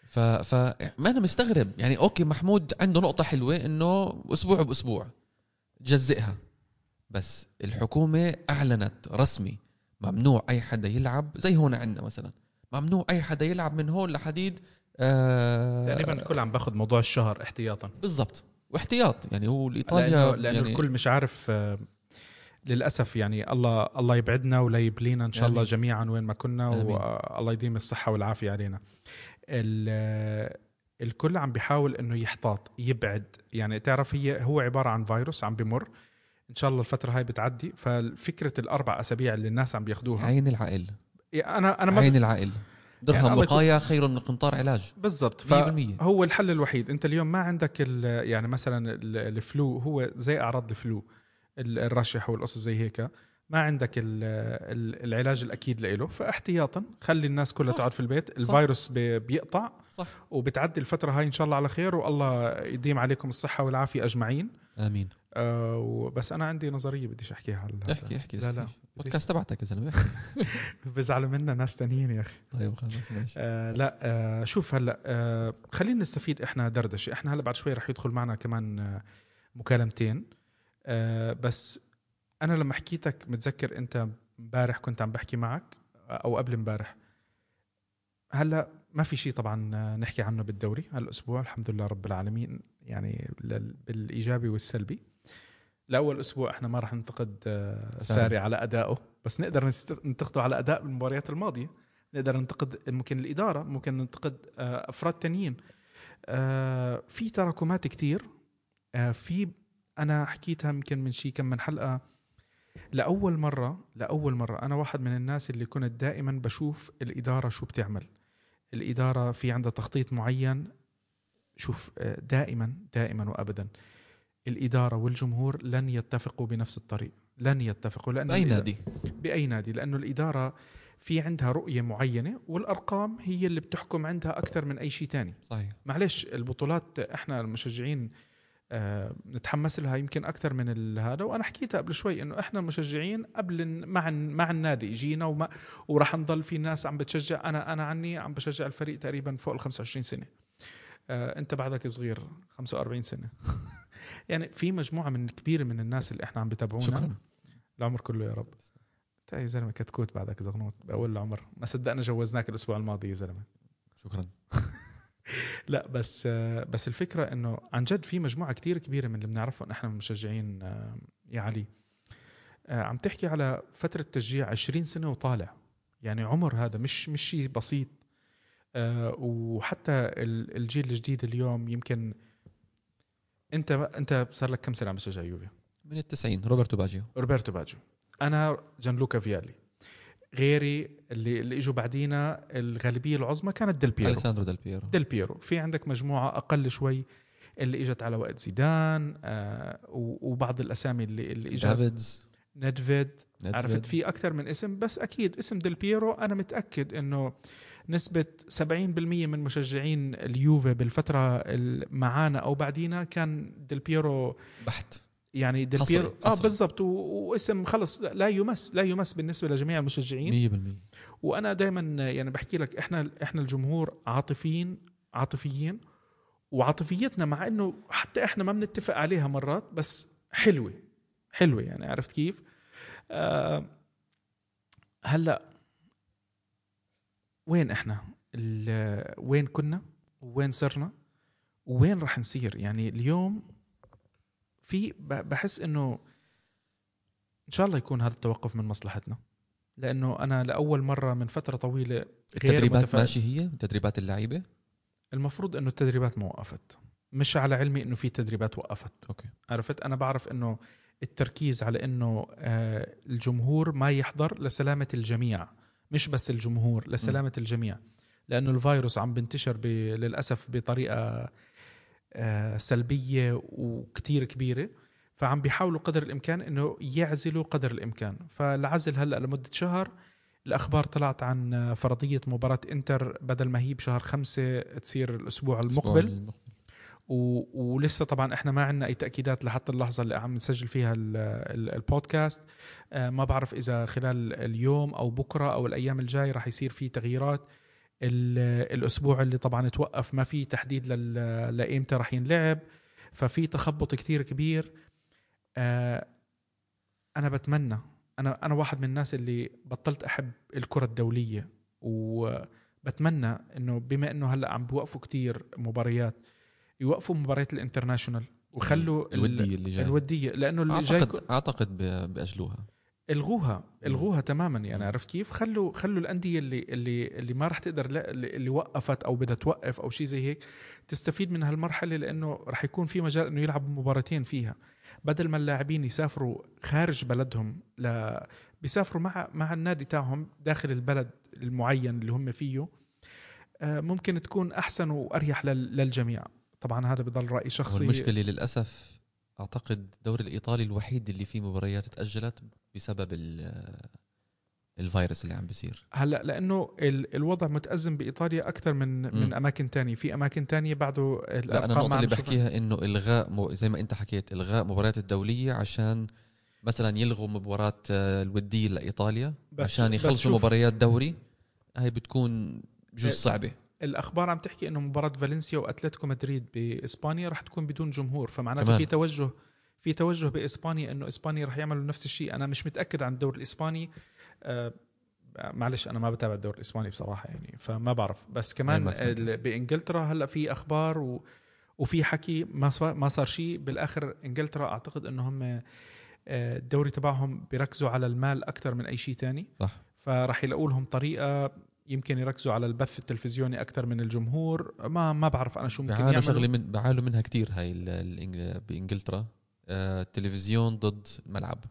ما انا مستغرب يعني. اوكي محمود عنده نقطه حلوه انه اسبوع باسبوع جزئها، بس الحكومه اعلنت رسمي ممنوع اي حدا يلعب، زي هون عندنا مثلا ممنوع اي حدا يلعب من هون لحديد تقريبا الكل عم باخذ موضوع الشهر احتياطا. بالضبط، واحتياط يعني هو الايطاليا لأنه يعني الكل مش عارف للأسف. يعني الله يبعدنا ولا يبلينا إن شاء الله جميعا وين ما كنا، والله يديم الصحة والعافية علينا. الكل عم بيحاول إنه يحتاط يبعد. يعني تعرف هو عبارة عن فيروس عم بمر، إن شاء الله الفترة هاي بتعدي. فالفكرة الأربع أسابيع اللي الناس عم بياخدوها، عين العقل، أنا عين العقل، درهم يعني وقاية خير من قنطار علاج. بالضبط. فهو الحل الوحيد. أنت اليوم ما عندك يعني مثلا الفلو، هو زي أعراض الفلو، الرشح والقصص زي هيك، ما عندك العلاج الأكيد له. فاحتياطا خلي الناس كلها تقعد في البيت. الفيروس بيقطع صح. وبتعدي الفترة هاي إن شاء الله على خير، والله يديم عليكم الصحة والعافية أجمعين. آمين. بس أنا عندي نظرية بديش أحكيها. احكي لا بودكاست تبعتك يا زلمة. بزعلوا منا ناس تانيين يا أخي. طيب خلاص ماشي. لا شوف هلا خلينا نستفيد إحنا دردش. إحنا هلا بعد شوي رح يدخل معنا كمان مكالمتين. بس أنا لما حكيتك متذكر أنت مبارح كنت عم بحكي معك أو قبل مبارح. هلأ ما في شيء طبعا نحكي عنه بالدوري هالأسبوع الحمد لله رب العالمين، يعني بالإيجابي والسلبي. لأول أسبوع إحنا ما رح ننتقد ساري على أدائه، بس نقدر ننتقده على أداء المباريات الماضية. نقدر ننتقد ممكن الإدارة، ممكن ننتقد أفراد تانيين. في تراكمات كتير. في أنا حكيتها يمكن من شيء كم من حلقة. لأول مرة أنا واحد من الناس اللي كنت دائما بشوف الإدارة شو بتعمل. الإدارة في عندها تخطيط معين. شوف دائما وأبدا الإدارة والجمهور لن يتفقوا بنفس الطريق، لن يتفقوا. بأي نادي، لأنه الإدارة في عندها رؤية معينة، والأرقام هي اللي بتحكم عندها أكثر من أي شيء تاني. صحيح. معلش البطولات إحنا المشجعين نتحمس لها يمكن أكثر من هذا. وأنا حكيتها قبل شوي إنه إحنا المشجعين قبل مع النادي جينا ورح نضل في ناس عم بتشجع. أنا عني عم بشجع الفريق تقريبا فوق 25 سنة. أنت بعدك صغير 45 سنة. يعني في مجموعة من كبيرة من الناس اللي إحنا عم بتابعونا. شكرا. العمر كله يا رب. يا زلمة كتكوت بعدك زغنوط بأول العمر. ما صدقنا جوزناك الأسبوع الماضي يا زلمة. شكرا. لا بس الفكرة إنه عن جد في مجموعة كتير كبيرة من اللي بنعرفهم إحنا مشجعين يا علي. عم تحكي على فترة تشجيع 20 سنة وطالع. يعني عمر هذا مش شيء بسيط. وحتى الجيل الجديد اليوم يمكن انت صار لك كم سنه عم تشجع يوفي؟ من ال90 روبرتو باجيو. انا جانلوكا فيالي. غيري اللي اجوا بعدينا الغالبيه العظمى كانت أليساندرو ديل بيرو. في عندك مجموعه اقل شوي اللي اجت على وقت زيدان، وبعض الاسامي اللي اجت ندفيد. عرفت في اكثر من اسم، بس اكيد اسم ديل بيرو انا متاكد انه نسبة 70% من مشجعين اليوفي بالفترة معانا أو بعدينا كان ديل بيرو بحت. يعني ديل بيرو بالضبط، واسم خلص لا يمس بالنسبة لجميع المشجعين 100%. وأنا دايما يعني بحكي لك إحنا الجمهور عاطفيين وعاطفيتنا مع إنه حتى إحنا ما بنتفق عليها مرات، بس حلوة يعني. عرفت كيف؟ هلأ وين احنا؟ وين كنا وين صرنا وين راح نصير؟ يعني اليوم في بحس انه ان شاء الله يكون هذا التوقف من مصلحتنا، لانه انا لاول مره من فتره طويله التدريبات ماشي، هي تدريبات اللعيبه المفروض انه التدريبات ما وقفت. مش على علمي انه في تدريبات وقفت. اوكي. عرفت، انا بعرف انه التركيز على انه الجمهور ما يحضر لسلامه الجميع، مش بس الجمهور، لسلامه الجميع، لأنه الفيروس عم بنتشر للأسف بطريقة سلبية وكتير كبيرة، فعم بيحاولوا قدر الإمكان إنه يعزلوا قدر الإمكان. فالعزل هلأ لمدة شهر. الأخبار طلعت عن فرضية مباراة إنتر بدل ما هي بشهر 5 تصير الأسبوع المقبل. ولسه طبعا احنا ما عندنا اي تأكيدات لحتى اللحظة اللي عم نسجل فيها البودكاست. ما بعرف اذا خلال اليوم او بكرة او الايام الجاي راح يصير في تغييرات. الاسبوع اللي طبعا توقف ما في تحديد لإمتى راح ينلعب، ففي تخبط كتير كبير. انا بتمنى، انا واحد من الناس اللي بطلت احب الكرة الدولية، وبتمنى انه بما انه هلا عم بوقفوا كتير مباريات، يوقفوا مباريات الانترناشونال وخلوا الودية اللي جاي. الودية، لانه اللي اعتقد بأجلوها، الغوها تماما يعني. عرفت كيف؟ خلوا الأندية اللي ما راح تقدر، اللي وقفت او بدها توقف او شيء زي هيك، تستفيد من هالمرحله، لانه راح يكون في مجال انه يلعبوا مباراتين فيها، بدل ما اللاعبين يسافروا خارج بلدهم، بيسافروا مع النادي تاعهم داخل البلد المعين اللي هم فيه. ممكن تكون احسن واريح للجميع. طبعا هذا بضل رأي شخصي. والمشكله للاسف اعتقد الدوري الايطالي الوحيد اللي فيه مباريات تاجلت بسبب الفيروس اللي عم بيصير هلا، لانه الوضع متأزم بايطاليا اكثر من اماكن تانية. في اماكن تانية بعده لا، انا النقطه اللي بحكيها انه الغاء زي ما انت حكيت، الغاء مباريات الدوليه عشان مثلا يلغوا مباراه الوديه لايطاليا عشان يخلصوا مباريات دوري. هاي بتكون جزء صعبه. الاخبار عم تحكي انه مباراه فالنسيا واتلتيكو مدريد باسبانيا راح تكون بدون جمهور، فمعناته كمان في توجه باسبانيا انه اسبانيا راح يعملوا نفس الشيء. انا مش متاكد عن الدوري الاسباني، معلش انا ما بتابع الدوري الاسباني بصراحه يعني، فما بعرف. بس كمان بانجلترا هلا في اخبار وفي حكي ما صار شيء بالاخر. انجلترا اعتقد انه هم الدوري تبعهم بيركزوا على المال اكثر من اي شيء تاني، صح. فراح يلاقوا لهم طريقه، يمكن يركزوا على البث التلفزيوني أكثر من الجمهور. ما بعرف أنا شو ممكن يعملوا. شغلة بعالوا منها كتير هاي بإنجلترا، تلفزيون ضد ملعب.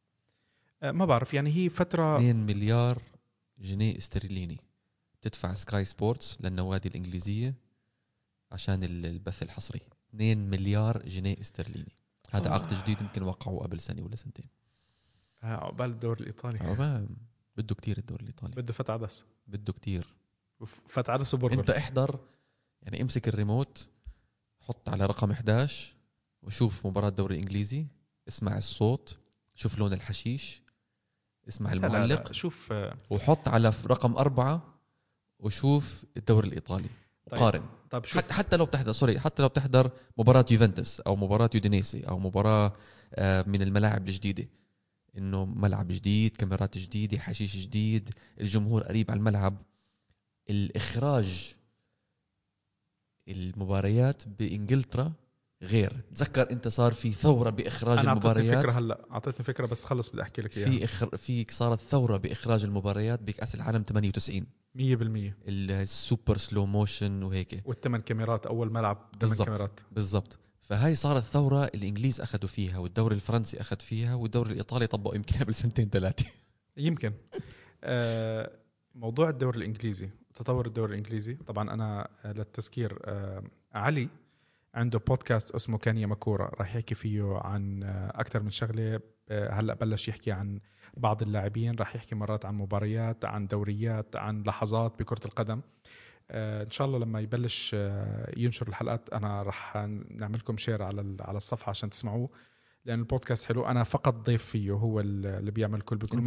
ما بعرف يعني، هي فترة 2 مليار جنيه استرليني تدفع سكاي سبورتس للنوادي الإنجليزية عشان البث الحصري. 2 مليار جنيه استرليني. هذا عقد جديد يمكن وقعوه قبل سنة ولا سنتين. عقبال الدوري الإيطالي. بده كتير الدوري الإيطالي، بده فتح عدس، بده كتير فتح عدس وبرجر. انت احضر يعني، امسك الريموت، حط على رقم 11 وشوف مباراة الدوري الإنجليزي، اسمع الصوت، شوف لون الحشيش، اسمع المعلق. لا. شوف وحط على رقم 4 وشوف الدوري الإيطالي وقارن. طيب شوف، حتى لو بتحضر مباراة يوفنتوس أو مباراة يودينيسي أو مباراة من الملاعب الجديدة، إنه ملعب جديد، كاميرات جديدة، حشيش جديد، الجمهور قريب على الملعب، الإخراج، المباريات بإنجلترا غير. تذكر انت صار في ثوره باخراج انا المباريات. فكره هلا اعطيتني فكره بس خلص بدي احكي لك اياها. في صارت ثوره باخراج المباريات بكاس العالم 98 100% السوبر سلو موشن وهيك. والثمان كاميرات اول ملعب 8 كاميرات بالضبط. فهاي صارت ثوره الانجليز اخذوا فيها والدوري الفرنسي اخذ فيها والدوري الايطالي طبقوا يمكن قبل 2-3 يمكن. موضوع الدوري الانجليزي تطور الدوري الانجليزي طبعا انا للتذكير علي عنده بودكاست اسمه كان يا مكورة راح يحكي فيه عن أكثر من شغلة. هلأ بلش يحكي عن بعض اللاعبين راح يحكي مرات عن مباريات عن دوريات عن لحظات بكرة القدم. إن شاء الله لما يبلش ينشر الحلقات أنا راح نعملكم شير على الصفحة عشان تسمعوه لأن البودكاست حلو. أنا فقط ضيف فيه هو اللي بيعمل كل بيكون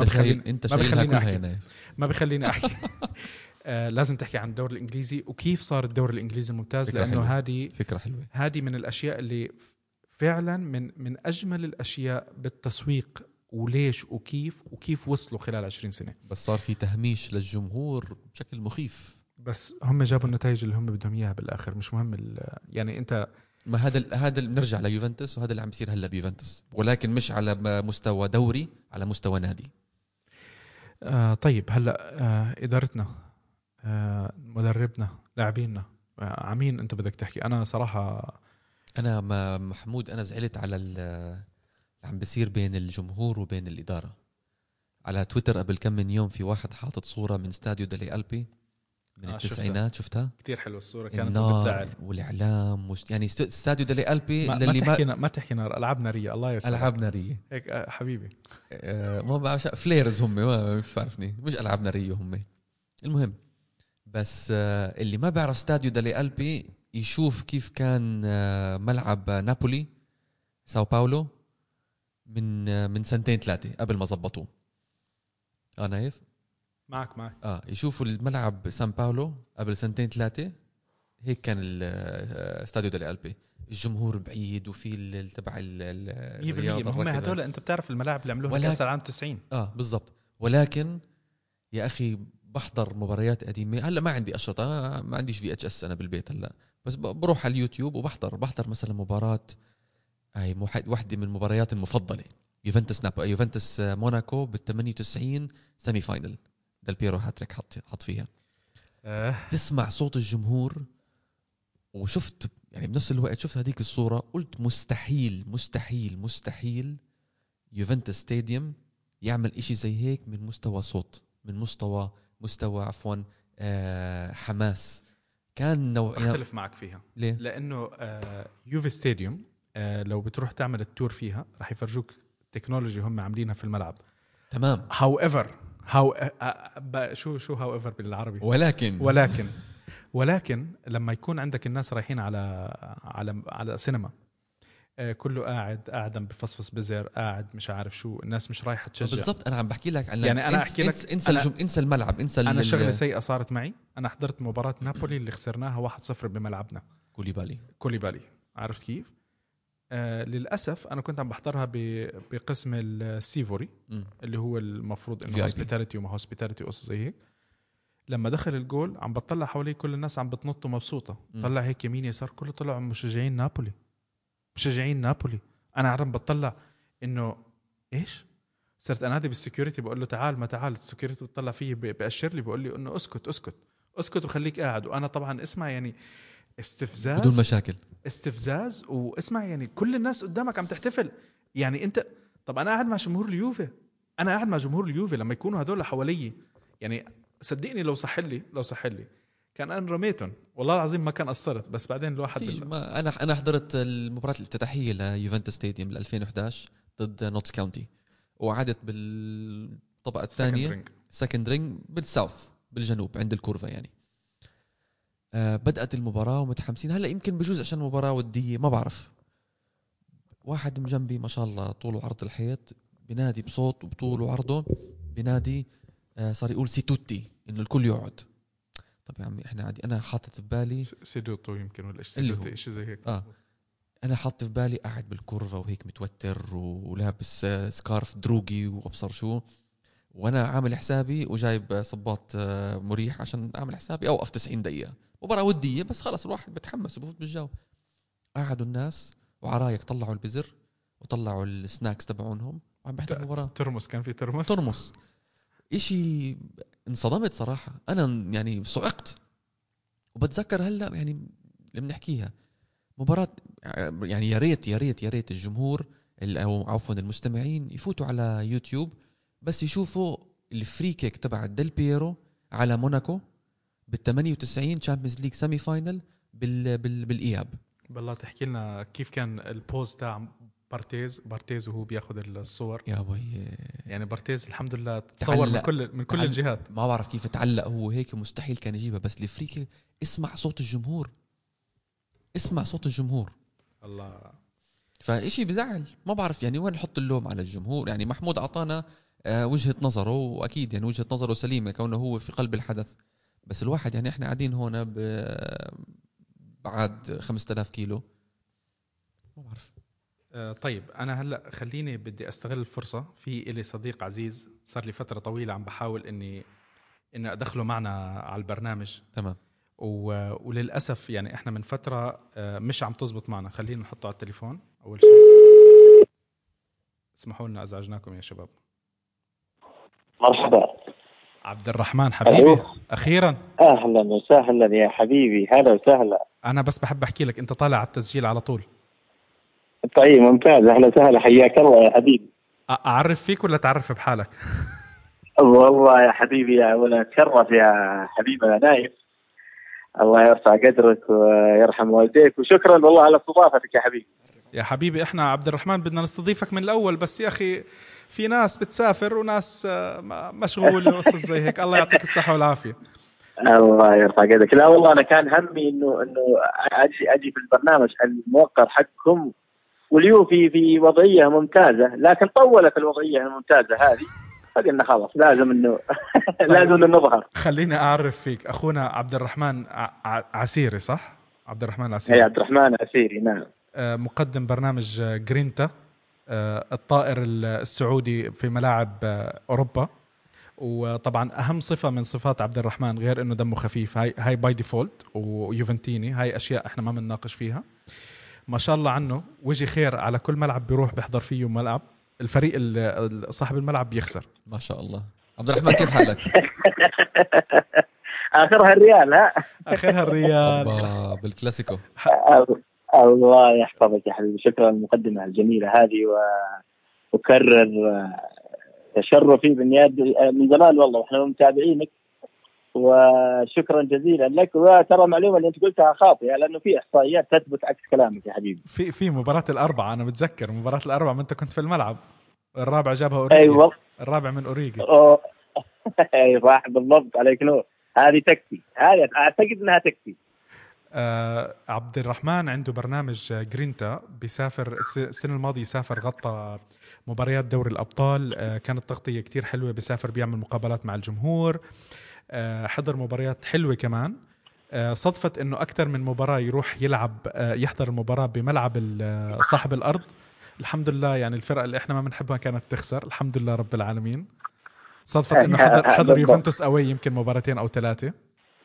ما بيخليني أحكي لازم تحكي عن الدوري الإنجليزي وكيف صار الدوري الإنجليزي الممتاز لأنه هذه فكرة حلوة. هذه من الأشياء اللي فعلا من أجمل الأشياء بالتسويق وليش وكيف وصلوا خلال 20 سنة. بس صار في تهميش للجمهور بشكل مخيف. بس هم جابوا النتائج اللي هم بدهم إياها بالآخر مش مهم يعني أنت ما هذا نرجع ليوفنتوس وهذا اللي عم بيصير هلا بيوفنتوس ولكن مش على مستوى دوري على مستوى نادي. طيب هلا إدارتنا مدربنا لاعبيننا عمين انت بدك تحكي. انا صراحه انا محمود انا زعلت على اللي عم بيصير بين الجمهور وبين الاداره. على تويتر قبل كم من يوم في واحد حاطط صوره من استاديو دالي ألبي من التسعينات. شفتها كتير حلوه الصوره كانت بتزعل والاعلام يعني استاديو دالي ألبي ما تحكي نار العاب ناريه الله يسلمك العاب ناريه هيك حبيبي ما بعرف فليرز هم مش بعرفني مش العاب ناريه هم. المهم بس اللي ما بيعرف استاديو دالي ألبي يشوف كيف كان ملعب نابولي ساو باولو من 2-3 قبل ما زبطوه. نايف معك يشوفوا الملعب سان باولو قبل 2-3 هيك كان استاديو دالي ألبي. الجمهور بعيد وفي تبع الرياضه هم هذول انت بتعرف الملاعب اللي عملوها كاس العالم 90 بالضبط. ولكن يا اخي بحضر مباريات قديمه هلا ما عندي اشرطه ما عنديش VHS انا بالبيت هلا بس بروح على اليوتيوب وبحضر مثلا مباراه هاي واحده من المباريات المفضله يوفنتوس موناكو بال98 سيمي فاينل ديل بيرو هاتريك حط فيها. تسمع صوت الجمهور وشفت يعني بنفس الوقت شفت هذيك الصوره قلت مستحيل مستحيل مستحيل يوفنتوس ستاديوم يعمل إشي زي هيك من مستوى صوت من مستوى عفوا حماس. كان نوع اختلف معك فيها. ليه؟ لأنه يوفي ستاديوم لو بتروح تعمل التور فيها راح يفرجوك تكنولوجي هم عاملينها في الملعب تمام. شو however بالعربي ولكن لما يكون عندك الناس رايحين على سينما كله قاعد بفصفص بزر قاعد مش عارف شو الناس مش رايحه تشجع بالضبط. انا عم بحكي لك يعني انا احكي لك انسى الملعب انا شغله سيئه صارت معي. انا حضرت مباراه نابولي اللي خسرناها 1-0 بملعبنا كوليبالي عرفت كيف. للاسف انا كنت عم بحضرها بقسم السيفوري اللي هو المفروض انه هوسبيتاليتي وما هوسبيتاليتي قصه زي هيك. لما دخل الجول عم بطلع حوالي كل الناس عم بتنط مبسوطه طلع هيك يمين يسار كله طلعوا مشجعين نابولي. انا عم بطلع انه ايش صرت انادي بالسكيورتي بقول له تعال ما تعال. السكيورتي بتطلع فيه بأشر لي بقول لي انه اسكت وخليك قاعد. وانا طبعا اسمع يعني استفزاز بدون مشاكل استفزاز واسمع يعني كل الناس قدامك عم تحتفل يعني انت. طب انا قاعد مع جمهور اليوفي لما يكونوا هذول حوالي يعني صدقني لو صح لي كان انا رميتهم والله العظيم ما كان قصرت. بس بعدين الواحد انا حضرت المباراه الافتتاحيه ليوفنتوس ستاديوم 2011 ضد نوتس كاونتي وقعدت بالطبقه الثانيه سكند رينج بالساوث بالجنوب عند الكورفا يعني. بدأت المباراة ومتحمسين. هلأ يمكن بجوز عشان مباراة ودية ما بعرف. واحد من جنبي ما شاء الله طوله عرض الحيط بنادي بصوت وبطوله وعرضه بنادي صار يقول سيتوتي إنه الكل يقعد. طب يا عمي إحنا عادي. أنا حاطط في بالي سيدوتو يمكن ولا سيدوتي إيش زي هيك. أنا حاطط في بالي قاعد بالكورفة وهيك متوتر ولابس سكارف دروجي وأبصر شو وأنا عامل حسابي وجايب صباط مريح عشان أعمل حسابي أوقف 90 دقيقة مباراة ودية بس خلاص الواحد بتحمس وبفوت بالجو. قعدوا الناس وعرايك طلعوا البزر وطلعوا السناكس تبعونهم وعم بيحضر المباراة. ترمس، كان في ترمس. إشي انصدمت صراحة، أنا يعني صعقت. وبتذكر هلا يعني اللي بنحكيها مباراة، يعني يا ريت الجمهور أو عفوا المستمعين يفوتوا على يوتيوب بس يشوفوا الفري كيك تبع ديل بيرو على موناكو بال98 تشامبيونز ليج سيمي فاينل بالإياب. بالله تحكي لنا كيف كان البوز تاع بارتيز وهو بياخذ الصور يا بي، يعني بارتيز الحمد لله تصور من كل الجهات. ما بعرف كيف تعلق هو هيك، مستحيل كان يجيبها. بس الفريكي اسمع صوت الجمهور، الله. فإشي بزعل. ما بعرف يعني وين نحط اللوم على الجمهور. يعني محمود أعطانا وجهة نظره، وأكيد يعني وجهة نظره سليمة كونه هو في قلب الحدث. بس الواحد يعني إحنا قاعدين هنا بعد 5000 كيلو، ما بعرف. طيب أنا هلأ خليني بدي أستغل الفرصة. في إلي صديق عزيز صار لي فترة طويلة عم بحاول إني أدخله معنا على البرنامج. تمام. وللأسف يعني إحنا من فترة مش عم تزبط معنا. خلينا نحطه على التليفون أول شيء. اسمحوا لنا أزعجناكم يا شباب. مرحبا عبد الرحمن حبيبي. أخيرا أهلا وسهلا يا حبيبي، هلا وسهلا. أنا بس بحب أحكي لك أنت طالع على التسجيل على طول. طيب ممتاز، أهلا وسهلا، حياك الله يا حبيبي. أعرف فيك ولا تعرف بحالك؟ والله يا حبيبي يا ولا تشرف يا حبيبي يا نايف، الله يرفع قدرك ويرحم والديك، وشكرا والله على استضافتك يا حبيبي. يا حبيبي احنا عبد الرحمن بدنا نستضيفك من الأول، بس يا أخي في ناس بتسافر وناس مشغولة وقصص زي هيك. الله يعطيك الصحة والعافية. الله يرفع قدرك. لا والله أنا كان همي إنه أجي في البرنامج الموقر حقكم، واليوم في وضعية ممتازة، لكن طولت الوضعية الممتازة هذه، فقلنا خلاص لازم إنه لازم نظهر. خليني أعرف فيك أخونا عبد الرحمن عسيري، صح؟ عبد الرحمن العسيري. يا عبد الرحمن عسيري، نعم. مقدم برنامج جرينتا، الطائر السعودي في ملاعب أوروبا. وطبعا أهم صفة من صفات عبد الرحمن غير إنه دمه خفيف، هاي باي ديفولت، ويوفنتيني، هاي أشياء إحنا ما بنناقش فيها. ما شاء الله عنه وجه خير على كل ملعب بيروح بيحضر فيه ملعب، الفريق صاحب الملعب بيخسر. ما شاء الله. عبد الرحمن كيف حالك؟ آخرها الريال. ها آخرها الريال بالكلاسيكو. الله يحفظك يا حبيبي، شكرا المقدمة الجميلة هذه، وأكرر تشرفي بالنياد من زمان والله، وإحنا متابعينك، وشكرا جزيلا لك. وترى معلومة اللي أنت قلتها خاطئة، لأنه في إحصائيات تثبت عكس كلامك يا حبيبي. في مباراة الأربعة، أنا متذكر مباراة الأربعة ما أنت كنت في الملعب، الرابع جابها أوريجي. أيوة. الرابع من أوريجي. أي صح بالضبط، عليك نور. هذه تكفي، هذه أعتقد أنها تكفي. عبد الرحمن عنده برنامج جرينتا، بيسافر السنة الماضية سافر غطى مباريات دوري الأبطال، كانت تغطية كتير حلوة، بيسافر بيعمل مقابلات مع الجمهور، حضر مباريات حلوة كمان. صدفت انه اكثر من مباراة يروح يلعب يحضر المباراة بملعب صاحب الارض. الحمد لله يعني الفرقة اللي احنا ما بنحبها كانت تخسر، الحمد لله رب العالمين. صدفت انه حضر يوفنتوس اوي يمكن مباراتين او 3.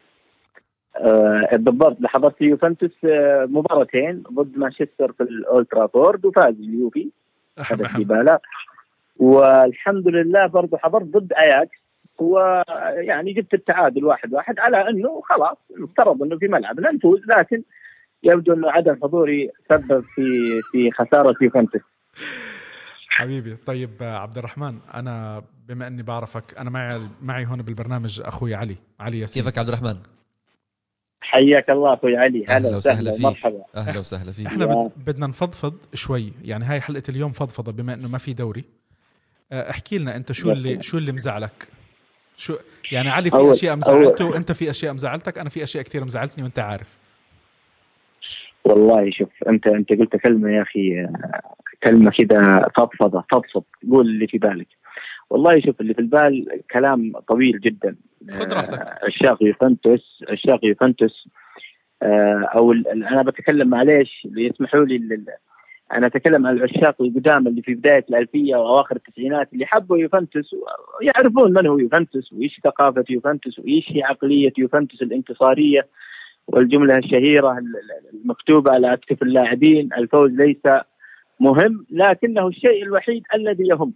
بالضبط، حضرت يوفنتوس مباراتين ضد مانشستر في الأولترافورد وفاز اليوفي، هذا في بالك. والحمد لله برضو حضرت ضد اياكس، ويعني جبت التعادل 1-1 على انه خلاص مفترض انه في ملعبنا نفوز، لكن يبدو انه عدم حضوري سبب في خسارة يوفنتوس. حبيبي طيب عبد الرحمن، انا بما اني بعرفك، انا معي هون بالبرنامج اخوي علي ياسين. كيفك عبد الرحمن؟ حياك الله اخوي علي، اهلا وسهلا فيك. مرحبا. اهلا وسهلا فيك. احنا بدنا نفضفض شوي، يعني هاي حلقة اليوم فضفضة بما انه ما في دوري. احكي لنا انت شو اللي مزعلك، شو يعني علي في اشياء مزعلته وانت في اشياء مزعلتك، انا في اشياء كثير مزعلتني وانت عارف. والله شوف، انت قلت كلمه يا اخي، كلمه كده فضفض، قول اللي في بالك. والله شوف، اللي في البال كلام طويل جدا. خذ راحتك. عشاق يوفنتوس او انا بتكلم، معليش يسمحوا لي، أنا أتكلم عن العشاق القدامى اللي في بداية الألفية وأواخر التسعينات، اللي حبوا يوفنتوس ويعرفون من هو يوفنتوس وإيش ثقافة يوفنتوس وإيش هي عقلية يوفنتوس الانتصارية والجملة الشهيرة المكتوبة على أكتاف اللاعبين: الفوز ليس مهم لكنه الشيء الوحيد الذي يهم.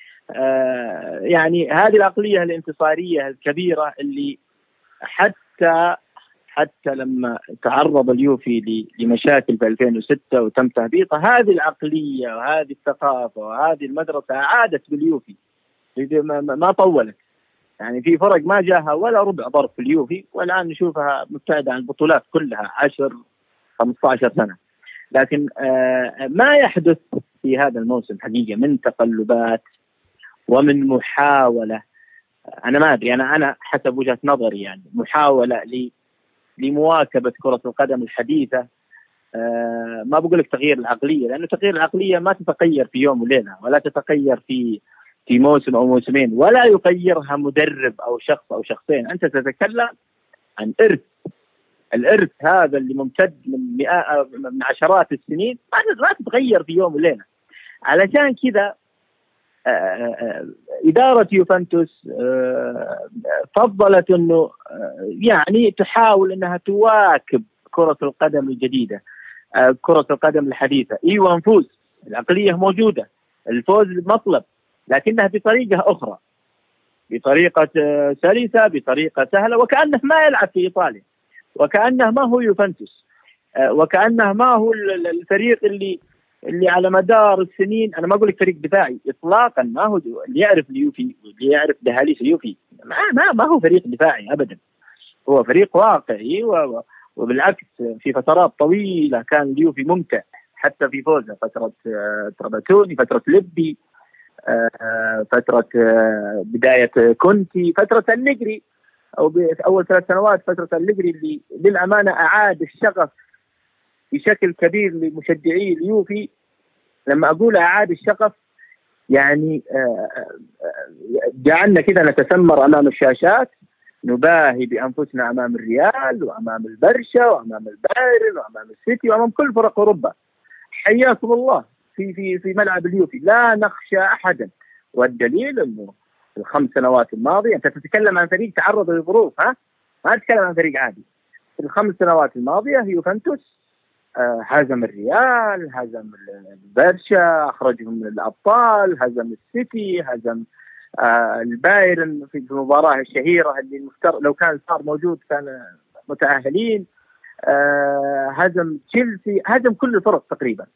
يعني هذه العقلية الانتصارية الكبيرة اللي حتى لما تعرض اليوفي لمشاكل في 2006 وتم تهبيطه، هذه العقلية وهذه الثقافة وهذه المدرسة عادت باليوفي، ما طولت. يعني في فرق ما جاها ولا ربع ضرب في اليوفي، والآن نشوفها مبتعدة عن البطولات كلها 10-15 سنة. لكن ما يحدث في هذا الموسم حقيقة من تقلبات ومن محاولة، أنا ما أدري، أنا حسب وجهة نظري يعني محاولة لمواكبة كرة القدم الحديثة. ما بقول لك تغيير العقلية، لأنه تغيير العقلية ما تتغير في يوم وليلة، ولا تتغير في موسم أو موسمين، ولا يغيرها مدرب أو شخص أو شخصين. أنت تتكلم عن الإرث هذا اللي ممتد من عشرات السنين، ما تتغير في يوم وليلة. علشان كذا إدارة يوفنتوس فضلت أنه يعني تحاول أنها تواكب كرة القدم الجديدة، كرة القدم الحديثة. أيوة نفوز، العقلية موجودة، الفوز مطلب، لكنها بطريقة أخرى، بطريقة سلسة، بطريقة سهلة، وكأنه ما يلعب في إيطاليا، وكأنه ما هو يوفنتوس، وكأنه ما هو الفريق اللي على مدار السنين. أنا ما أقول لك فريق دفاعي إطلاقا، ما هو اللي يعرف اليوفي واللي يعرف دهاليز اليوفي ما هو فريق دفاعي أبدا، هو فريق واقعي. وبالعكس في فترات طويلة كان اليوفي ممتع، حتى في فوزه، فترة تراباتوني، فترة ليبي، فترة بداية كونتي، فترة أليجري، أو أول 3 سنوات فترة أليجري اللي للأمانة أعاد الشغف بشكل كبير لمشجعي اليوفي. لما أقول أعاد الشغف يعني جعلنا كذا نتسمر أمام الشاشات، نباهي بأنفسنا أمام الريال وأمام البرشا وأمام البايرن وأمام السيتي وأمام كل فرق أوروبا. حياكم الله في ملعب اليوفي، لا نخشى أحدا. والدليل أنه في ال5 سنوات الماضية، أنت تتكلم عن فريق تعرض لظروف، ما تتكلم عن فريق عادي. في ال5 سنوات الماضية يوفنتوس هزم الريال، هزم البرشا، أخرجهم من الأبطال، هزم السيتي، هزم البايرن في المباراة الشهيرة اللي المفترض لو كان صار موجود كان متأهلين، هزم تشيلسي، هزم كل الفرق تقريبا.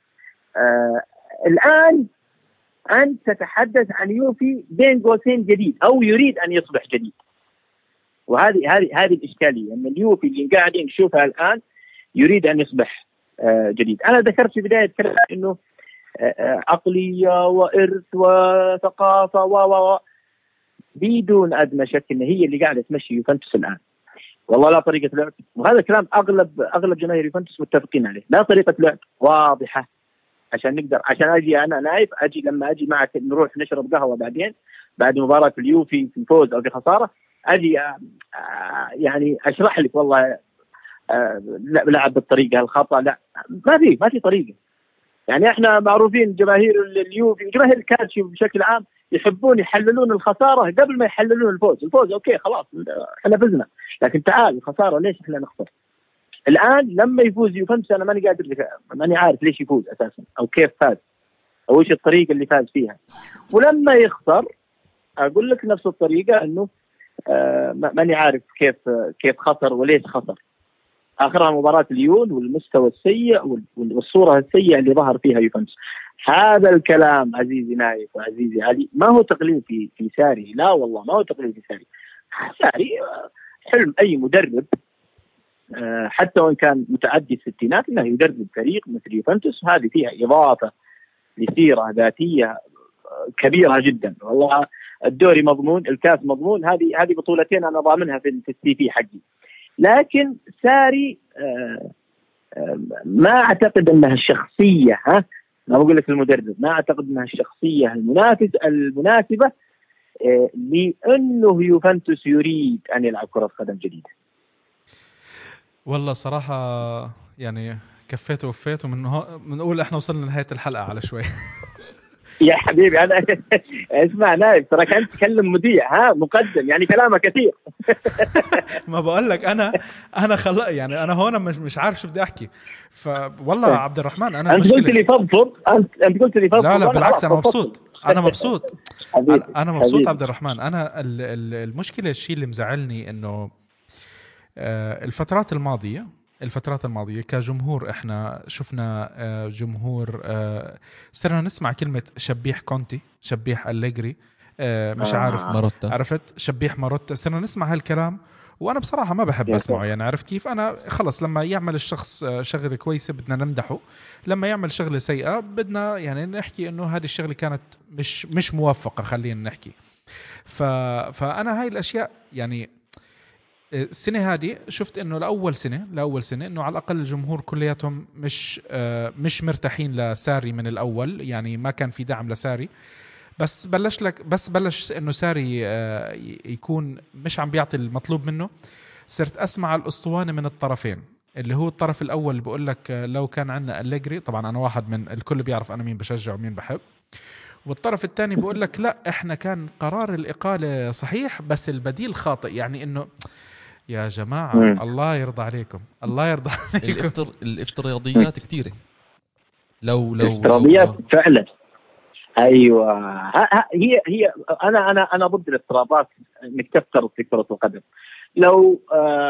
الآن أنت تتحدث عن يوفي بين قوسين جديد، أو يريد أن يصبح جديد. وهذه الإشكالية، أن اليوفي اللي قاعدين نشوفها الآن يريد أن يصبح جديد. أنا ذكرت في بداية كلامي أنه عقلية وإرث وثقافة بدون أدنى شك أن هي اللي قاعدة تمشي يوفنتوس الآن. والله لا طريقة لعب، وهذا الكلام أغلب جماهير يوفنتوس متفقين عليه، لا طريقة لعب واضحة عشان أجي أنا نايف، لما أجي معك نروح نشرب قهوة بعدين بعد مباراة اليوفي في فوز أو في خسارة، أجي يعني أشرح لك والله لعب بالطريقة الخطأ. لا، ما في طريقة. يعني احنا معروفين جماهير اليوفي وجماهير الكالتشيو بشكل عام يحبون يحللون الخسارة قبل ما يحللون الفوز أوكي خلاص احنا فزنا، لكن تعال الخسارة ليش احنا نخسر؟ الآن لما يفوز يوفنتوس أنا ماني عارف ليش يفوز أساسا، أو كيف فاز، أو إيش الطريقة اللي فاز فيها. ولما يخسر أقول لك نفس الطريقة، إنه ماني عارف كيف خسر وليش خسر. آخرها مباراة ليون والمستوى السيء والصورة السيئة اللي ظهر فيها يوفنتوس. هذا الكلام عزيزي نايف وعزيزي علي ما هو تقليل في ساري، لا والله ما هو تقليل في ساري حلم أي مدرب حتى وإن كان متعدي الستينات انه يدرب فريق مثل يوفنتوس. هذه فيها إضافة لسيرة ذاتية كبيرة جدا. والله الدوري مضمون، الكاس مضمون، هذه بطولتين أنا ضامنها في السي في حقي. لكن ساري ما أعتقد أنها الشخصية، ما بقول لك المدرب، ما أعتقد أنها الشخصية المناسبة لأنه يوفنتوس يريد أن يلعب كرة قدم جديدة. والله صراحة يعني كفيت ووفيت، من نقول احنا وصلنا لنهاية الحلقة على شوي. يا حبيبي انا اسمع نايف، ترى كنت تكلم مذيع مقدم، يعني كلامه كثير. ما بقول لك انا خلق يعني انا هون مش عارف شو بدي احكي. فوالله عبد الرحمن انا انت قلت لي فضفض، انت قلت لي فضفض. لا بالعكس انا مبسوط، انا مبسوط. انا مبسوط حبيبي. عبد الرحمن. انا المشكله الشيء اللي مزعلني انه الفترات الماضيه كجمهور احنا شفنا جمهور صرنا نسمع كلمه شبيح كونتي، شبيح أليجري، مش عارف ماروتا، عرفت شبيح ماروتا، صرنا نسمع هالكلام. وانا بصراحه ما بحب اسمعه، يعني عرفت كيف؟ انا خلص لما يعمل الشخص شغله كويسه بدنا نمدحه، لما يعمل شغله سيئه بدنا يعني نحكي انه هذه الشغله كانت مش موفقه، خلينا نحكي. فانا هاي الاشياء يعني السنه هذه شفت انه لاول سنه انه على الاقل الجمهور كلياتهم مش مرتاحين لساري من الاول، يعني ما كان في دعم لساري. بس بلش انه ساري يكون مش عم بيعطي المطلوب منه. صرت اسمع الاسطوانه من الطرفين، اللي هو الطرف الاول بقول لك لو كان عندنا أليجري، طبعا انا واحد من الكل بيعرف انا مين بشجع ومين بحب، والطرف الثاني بقول لك لا احنا كان قرار الاقاله صحيح بس البديل خاطئ. يعني انه يا جماعه الله يرضى عليكم، الله يرضى عليكم. الافتراضيات كثيره. لو افتراضيات فعلا. ايوه هي انا ضد الافتراضات انك تفترض في كرة القدم. لو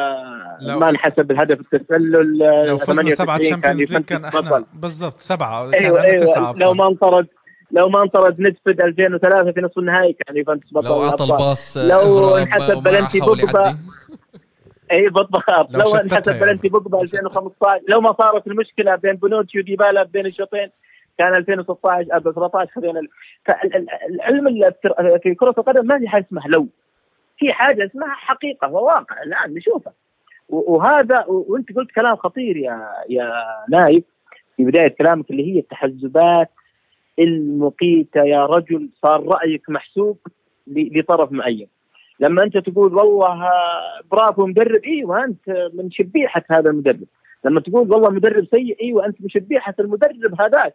ما انحسب الهدف التسلل، لو فزنا 7 تشامبيونز ليج كان احنا بالضبط 7 كان أيوة 9. لو ما انطرد نتفد 2003 في نصف النهائي كان يوفنتوس بطل. لو اعطى الباص لو انحسب بلنتي بوجبا اي بالضبط. لو انحسب بلنتي بوجبا 2015، لو ما صارت المشكله بين بونوتشي وديبالا بين الشوطين كان 2016 أو 17 خلينا. فالعلم في كرة القدم ما في حاجة اسمها لو، في حاجة اسمها حقيقة وواقع الآن نشوفه. وهذا وانت قلت كلام خطير يا نايف في بداية كلامك، اللي هي التحزبات المقيتة. يا رجل صار رأيك محسوب لطرف معين. لما أنت تقول والله برافو مدرب، ايوه أنت من شبيحة هذا المدرب. لما تقول والله مدرب سيء، ايوه أنت من شبيحة المدرب هذاك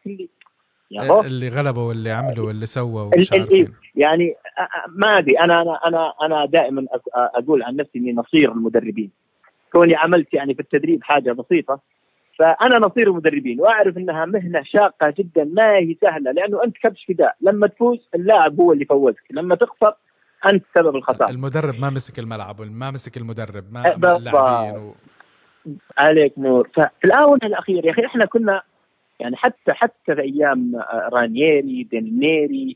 اللي غلبه واللي عمله واللي سوى ومش عارفين. يعني ما أدري، أنا دائما أقول عن نفسي إني نصير المدربين، كوني عملت يعني في التدريب حاجة بسيطة، فأنا نصير المدربين وأعرف أنها مهنة شاقة جدا ما هي سهلة، لأنه أنت كبش فداء. لما تفوز اللاعب هو اللي فوزك، لما تخسر أنت سبب الخسارة. المدرب ما مسك الملعب وما مسك المدرب ما اللاعبين عليك نور. ففي الآونة الأخير يا أخي إحنا كنا يعني حتى في أيام رانييري، دينيري،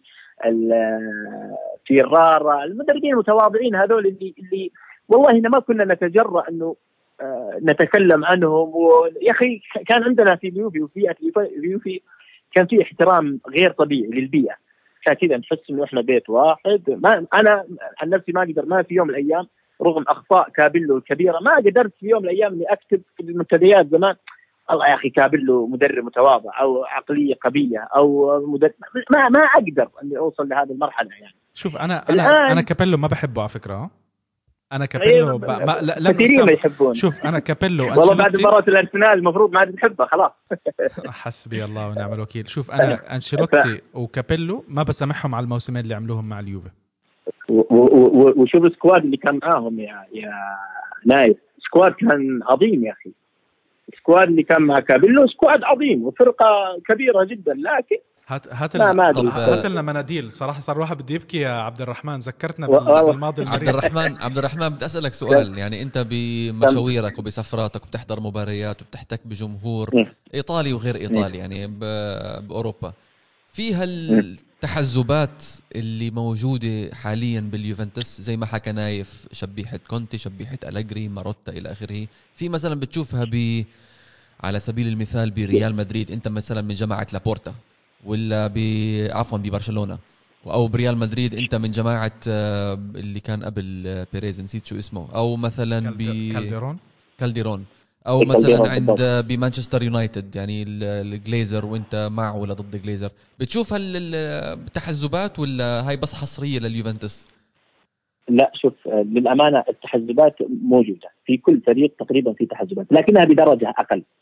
فيرارا، المدربين المتواضعين هذول اللي والله إن ما كنا نتجرأ إنه نتكلم عنهم. ويا أخي كان عندنا في اليوفي وفي اليوفي كان في احترام غير طبيعي للبيئة، عشان كذا نحس إنه إحنا بيت واحد. ما أنا عن نفسي ما في يوم من الأيام رغم أخطاء كابيلو الكبيرة ما قدرت في يوم من الأيام إني أكتب في المنتديات زمان الله يا أخي كابيلو مدرب متواضع أو عقلية قبية أو مدرب. ما أقدر أني أوصل لهذه المرحلة. يعني شوف أنا كابيلو ما بحبه على فكرة. أنا كابيلو كثيرين ما يحبون. شوف أنا كابيلو والله بعد مباراة الأرسنال المفروض ما عاد تحبه خلاص. حسبي الله ونعم الوكيل. شوف أنا أنشيلوتي وكابيلو ما بسامحهم على الموسمين اللي عملوهم مع اليوفي. وشوف السكواد اللي كان معاهم يا نايف، سكواد كان عظيم يا أخي. السكواد اللي كان مع كابيلو سكواد عظيم وفرقة كبيرة جدا، لكن هات لنا مناديل. صراحة صار واحد بده يبكي يا عبد الرحمن، ذكرتنا بالماضي المريض. عبد الرحمن بدي أسألك سؤال. يعني أنت بمشاويرك وبسفراتك وبتحضر مباريات وبتحتك بجمهور إيطالي وغير إيطالي يعني بأوروبا، في هالتحزبات اللي موجودة حاليا باليوفنتوس زي ما حكى نايف، شبيحة كونتي، شبيحة أليجري، ماروتا إلى آخره، في مثلا بتشوفها على سبيل المثال بريال مدريد، أنت مثلا من جماعة لابورتا، ولا ببرشلونة، أو بريال مدريد أنت من جماعة اللي كان قبل بيريز نسيت شو اسمه، أو مثلا كالديرون، أو مثلا عند بمانشستر يونايتد يعني الجليزر وانت مع ولا ضد جليزر. بتشوف التحزبات ولا هاي بس حصرية لليوفنتوس؟ لا شوف للأمانة التحزبات موجودة في كل فريق تقريبا، في تحزبات لكنها بدرجة أقل.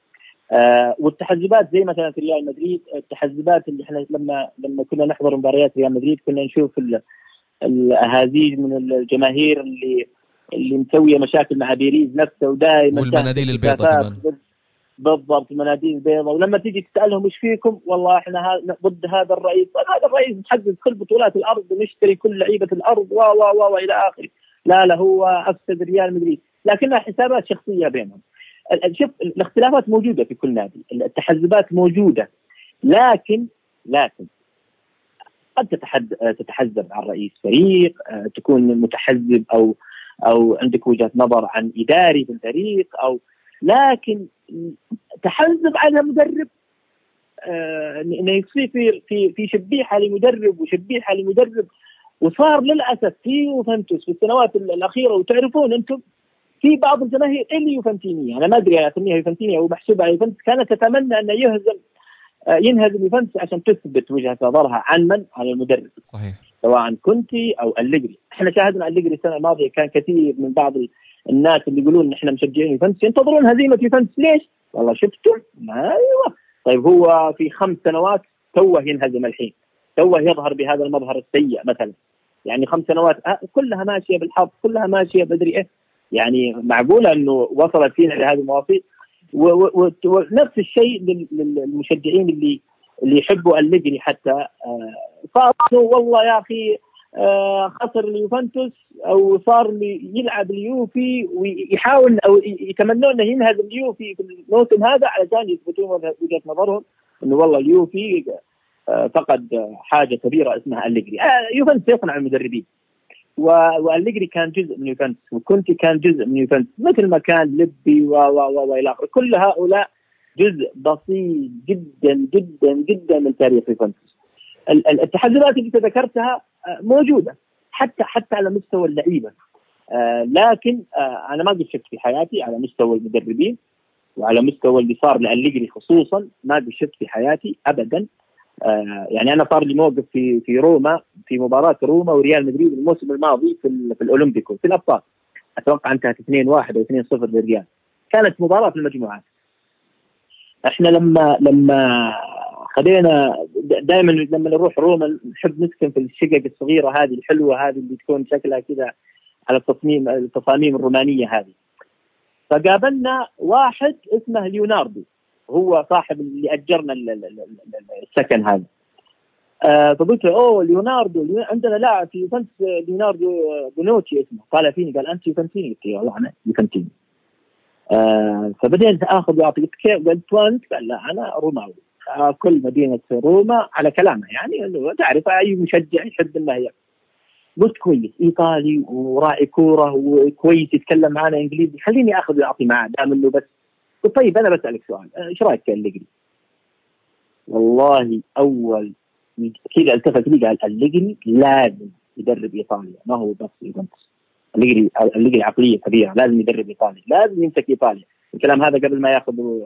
والتحزبات زي مثلا في ريال مدريد، التحزبات اللي احنا لما كنا نحضر مباريات ريال مدريد كنا نشوف الاهازيج من الجماهير اللي مسويه مشاكل مع بيريز نفسه، ودائما والمناديل البيضاء كمان. بالضبط، المناديل البيضاء. ولما تيجي تسالهم ايش فيكم، والله احنا ضد هذا الرئيس، هذا الرئيس محقق كل بطولات الارض ونشتري كل لعيبه الارض و الى اخره. لا هو افسد ريال مدريد، لكنها حسابات شخصيه بينهم. شوف، الاختلافات موجوده في كل نادي، التحزبات موجوده، لكن قد تتحزب عن رئيس فريق، تكون متحزب او عندك وجهة نظر عن اداري في الفريق، لكن تحزب على مدرب، انه يصير في شبيحه لمدرب وشبيحه لمدرب. وصار للاسف في يوفنتوس في السنوات الاخيره، وتعرفون انتم في بعض الجماهير اللي يوفنتينيه، انا ما ادري اسميها يوفنتينيه او محسوبه على يوفنتوس، كانت تتمنى انه ينهزم يوفنتوس عشان تثبت وجهة نظرها عن المدرب. صحيح. سواء كونتي او أليجري. احنا شاهدنا أليجري السنه الماضيه، كان كثير من بعض الناس اللي يقولون احنا مشجعين يوفنتوس ينتظرون هزيمه يوفنتوس. ليش؟ والله شفتم؟ ايوه. طيب هو في 5 سنوات توه ينهزم، الحين توه يظهر بهذا المظهر السيء مثلا. يعني 5 سنوات كلها ماشيه بالحظ، كلها ماشيه بدري ايه. يعني معقوله انه وصلت فينا لهذه المواصيل؟ ونفس الشيء للمشجعين اللي يحبوا أليجري حتى، صاروا والله يا أخي خسر اليوفنتوس أو صار يلعب اليوفي ويحاول أو يتمنون أنه ينهزم اليوفي في الموسم هذا علشان يثبتون وجهة نظرهم أنه والله اليوفي فقد حاجة كبيرة اسمها أليجري. يوفنتوس يصنع المدربين، وأليجري كان جزء من يوفنتوس، وكونتي كان جزء من يوفنتوس، مثل ما كان لبي والى اخره. كل هؤلاء جزء بسيط جدا جدا جدا من تاريخ يوفنتوس. التحديات اللي ذكرتها موجوده حتى على مستوى اللعيبه، لكن انا ما قد شفت في حياتي على مستوى المدربين وعلى مستوى اللي صار لأليجري خصوصا، ما قد شفت في حياتي ابدا. يعني انا صار لي موقف في روما، في مباراه روما وريال مدريد الموسم الماضي في الاولمبيكو في الابطال، اتوقع انتهت 2-1 او 2-0 للريال. كانت مباراه في المجموعات. احنا لما خلينا دائما لما نروح روما نحب نسكن في الشقق الصغيره هذه الحلوه هذه اللي تكون شكلها كذا على التصاميم الرومانيه هذه. فقابلنا واحد اسمه ليوناردو، هو صاحب اللي اجرنا السكن هذا. فقلت له اوه ليوناردو عندنا لاعب في يوفنتوس ليوناردو بونوتشي اسمه. قال فيني، قال انت يوفنتيني؟ قلت له والله انا يوفنتيني. فبدأت اخذ واعطي. كيف؟ قلت وانت؟ قال لا انا روماوي. كل مدينه روما على كلامه، يعني تعرف اي مشجع يحب انه يلعب. قلت كويس، ايطالي وراعي كوره وكويس يتكلم معنا انجليزي، خليني اخذ واعطي معه دام انه بس. قلت طيب انا بسالك سؤال، ايش رايك في أليجري؟ والله اول كذا التفت لي قال أليجري لازم يدرب ايطاليا، ما هو بس يوفنتوس. أليجري عقليه كبيره، لازم يدرب ايطاليا، لازم يمسك ايطاليا. الكلام هذا قبل ما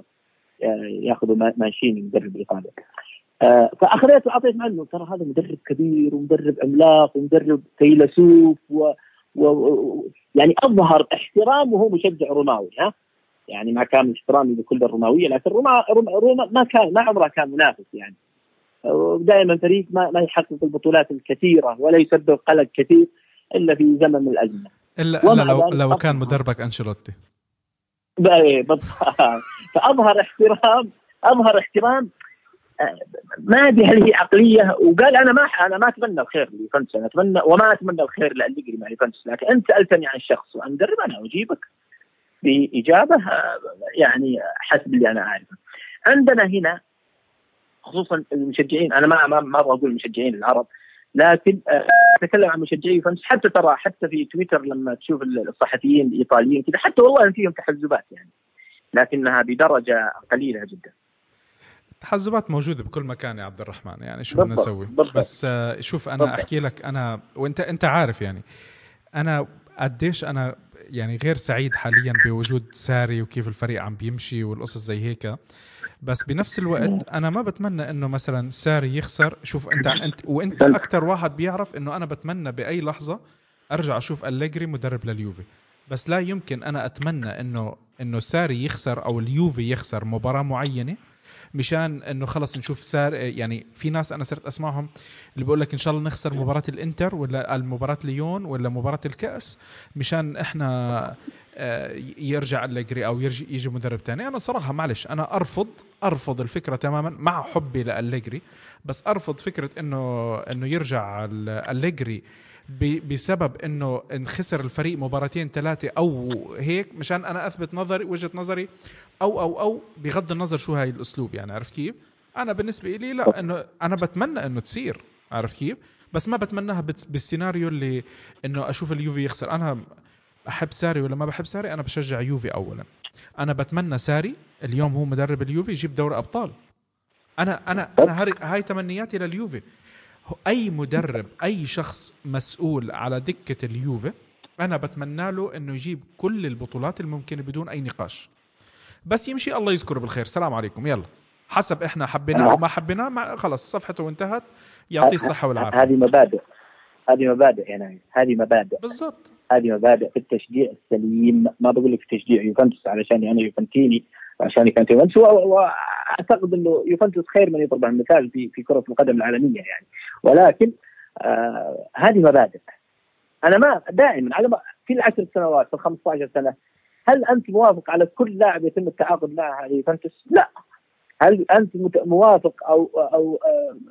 ياخذوا مانشيني مدرب ايطاليا. فاخذت وعطيت عنه، ترى هذا مدرب كبير ومدرب عملاق ومدرب فيلسوف يعني اظهر احترامه وهو مشجع روماوي. يعني ما كان احترامي لكل الروماويه، لكن روما ما عمرها كان منافس يعني. ودائما فريق ما يحقق البطولات الكثيره ولا يسبب قلق كثير الا في زمن من الازمه. الا لو كان مدربك انشيلوتي. فاظهر احترام ما ادري هل هي عقليه. وقال انا ما اتمنى الخير ليوفنتوس، انا اتمنى وما اتمنى الخير لأليجري مع يوفنتوس، لكن انت سالتني عن شخص وعن مدرب انا اجيبك بإجابة يعني حسب اللي أنا أعرفه. عندنا هنا خصوصا المشجعين، أنا ما أبغى أقول المشجعين العرب، لكن أتكلم عن مشجعي يوفنتوس. حتى في تويتر لما تشوف الصحفيين الإيطاليين كذا، حتى والله فيهم تحزبات يعني، لكنها بدرجة قليلة جدا. التحزبات موجودة بكل مكان يا عبد الرحمن، يعني شو بدنا نسوي؟ بس شوف أنا أحكي لك، أنا وأنت عارف يعني أنا قديش أنا يعني غير سعيد حاليا بوجود ساري وكيف الفريق عم بيمشي والقصص زي هيك. بس بنفس الوقت أنا ما بتمنى إنه مثلا ساري يخسر. شوف وأنت أكتر واحد بيعرف إنه أنا بتمنى بأي لحظة أرجع أشوف أليجري مدرب لليوفي، بس لا يمكن أنا أتمنى إنه ساري يخسر أو اليوفي يخسر مباراة معينة مشان إنه خلص نشوف ساري. يعني في ناس أنا صرت أسمعهم اللي بقول لك إن شاء الله نخسر مباراة الإنتر ولا المباراة ليون ولا مباراة الكأس مشان إحنا يرجع أليجري أو يجي مدرب تاني. أنا صراحة معلش أنا أرفض الفكرة تماما مع حبي لأليجري، بس أرفض فكرة إنه يرجع أليجري بسبب انه انخسر الفريق مباراتين ثلاثه او هيك مشان انا اثبت وجهه نظري او بغض النظر شو هاي الاسلوب. يعني عرفت كيف؟ انا بالنسبه لي لا، انه انا بتمنى انه تصير، عرفت كيف؟ بس ما بتمناها بالسيناريو اللي انه اشوف اليوفي يخسر. انا احب ساري ولا ما بحب ساري، انا بشجع يوفي اولا. انا بتمنى ساري اليوم هو مدرب اليوفي يجيب دوري ابطال. انا هاي تمنياتي لليوفي. أي مدرب أي شخص مسؤول على دكة اليوفي أنا بتمنى له أنه يجيب كل البطولات الممكنة بدون أي نقاش، بس يمشي الله يذكره بالخير، سلام عليكم يلا، حسب إحنا حبينا أو ما حبينا خلص صفحته وانتهت، يعطيه الصحة والعافية. هذه مبادئ يعني هذه مبادئ بالضبط. هذه مبادئ في التشجيع السليم. ما بقول لك في تشجيع يوفنتوس علشان أنا يوفنتيني عشان كانت يوفنتوس، واعتقد انه يوفنتوس خير من يضرب المثال في كرة القدم العالمية يعني، ولكن هذه مبادئ. انا ما دائما في ال10 سنوات في ال15 سنة هل انت موافق على كل لاعب يتم التعاقد معه على يوفنتوس؟ لا. هل انت موافق او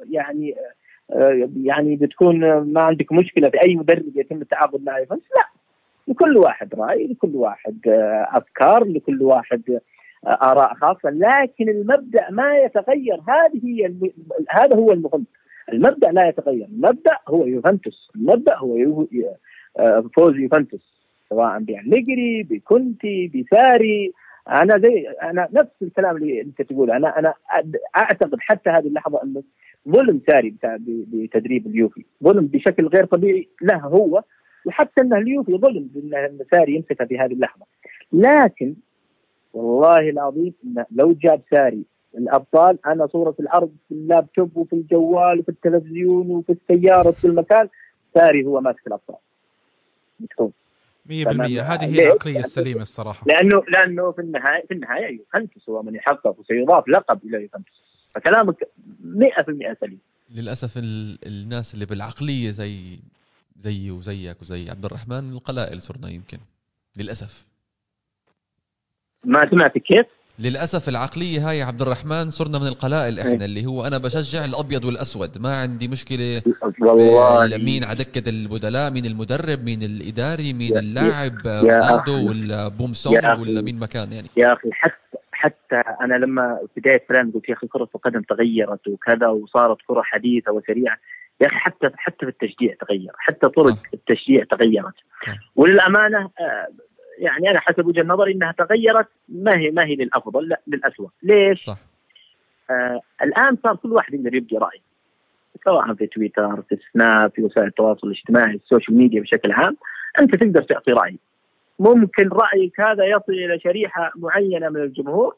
يعني بتكون ما عندك مشكلة في اي مدرب يتم التعاقد معه يوفنتوس؟ لا. لكل واحد رأي، لكل واحد افكار، لكل واحد آراء خاصة، لكن المبدأ ما يتغير. هذا هو المهم. المبدأ لا يتغير. المبدأ هو يوفنتوس، المبدأ هو فوز يوفنتوس، سواء بأليجري بكونتي بساري. أنا نفس الكلام اللي أنت تقول. أنا أعتقد حتى هذه اللحظة أنه ظلم ساري بتدريب اليوفي، ظلم بشكل غير طبيعي له هو، وحتى أنه اليوفي ظلم بأن ساري يمسكها في هذه اللحظة. لكن والله العظيم لو جاب ساري الأبطال، أنا صورة العرض في اللابتوب وفي الجوال وفي التلفزيون وفي السيارة وفي المكان، ساري هو ماسك الأبطال بتكون 100%. هذه هي العقلية السليمة الصراحة، لأنه في النهاية يوفنتوس هو من يحقق وسيضاف لقب إلى يوفنتوس. فكلامك 100% سليم. للأسف الناس اللي بالعقلية زي وزيك وزي عبد الرحمن القلائل صرنا يمكن للأسف. ما سمعت كيف؟ للأسف العقلية هاي عبد الرحمن صرنا من القلائل إحنا اللي هو أنا بشجع الأبيض والأسود، ما عندي مشكلة مين عدكة البدلاء، مين المدرب، مين الإداري، مين اللاعب، رونالدو ولا بومسونج ولا مين مكان يعني. يا أخي حتى أنا لما بداية كلام قلت يا أخي كرة القدم تغيرت وكذا وصارت كرة حديثة وسريعة، يا أخي حتى في التشجيع تغير، حتى طرق التشجيع تغيرت. وللأمانة يعني أنا حسب وجهة نظري إنها تغيرت، ما هي للأفضل، لا للأسوأ. ليش؟ صح. الآن صار كل واحد يقدر يبدي رأي، سواء في تويتر، في سناب، في وسائل التواصل الاجتماعي، السوشيال ميديا بشكل عام. أنت تقدر تعطي رأي، ممكن رأيك هذا يصل إلى شريحة معينة من الجمهور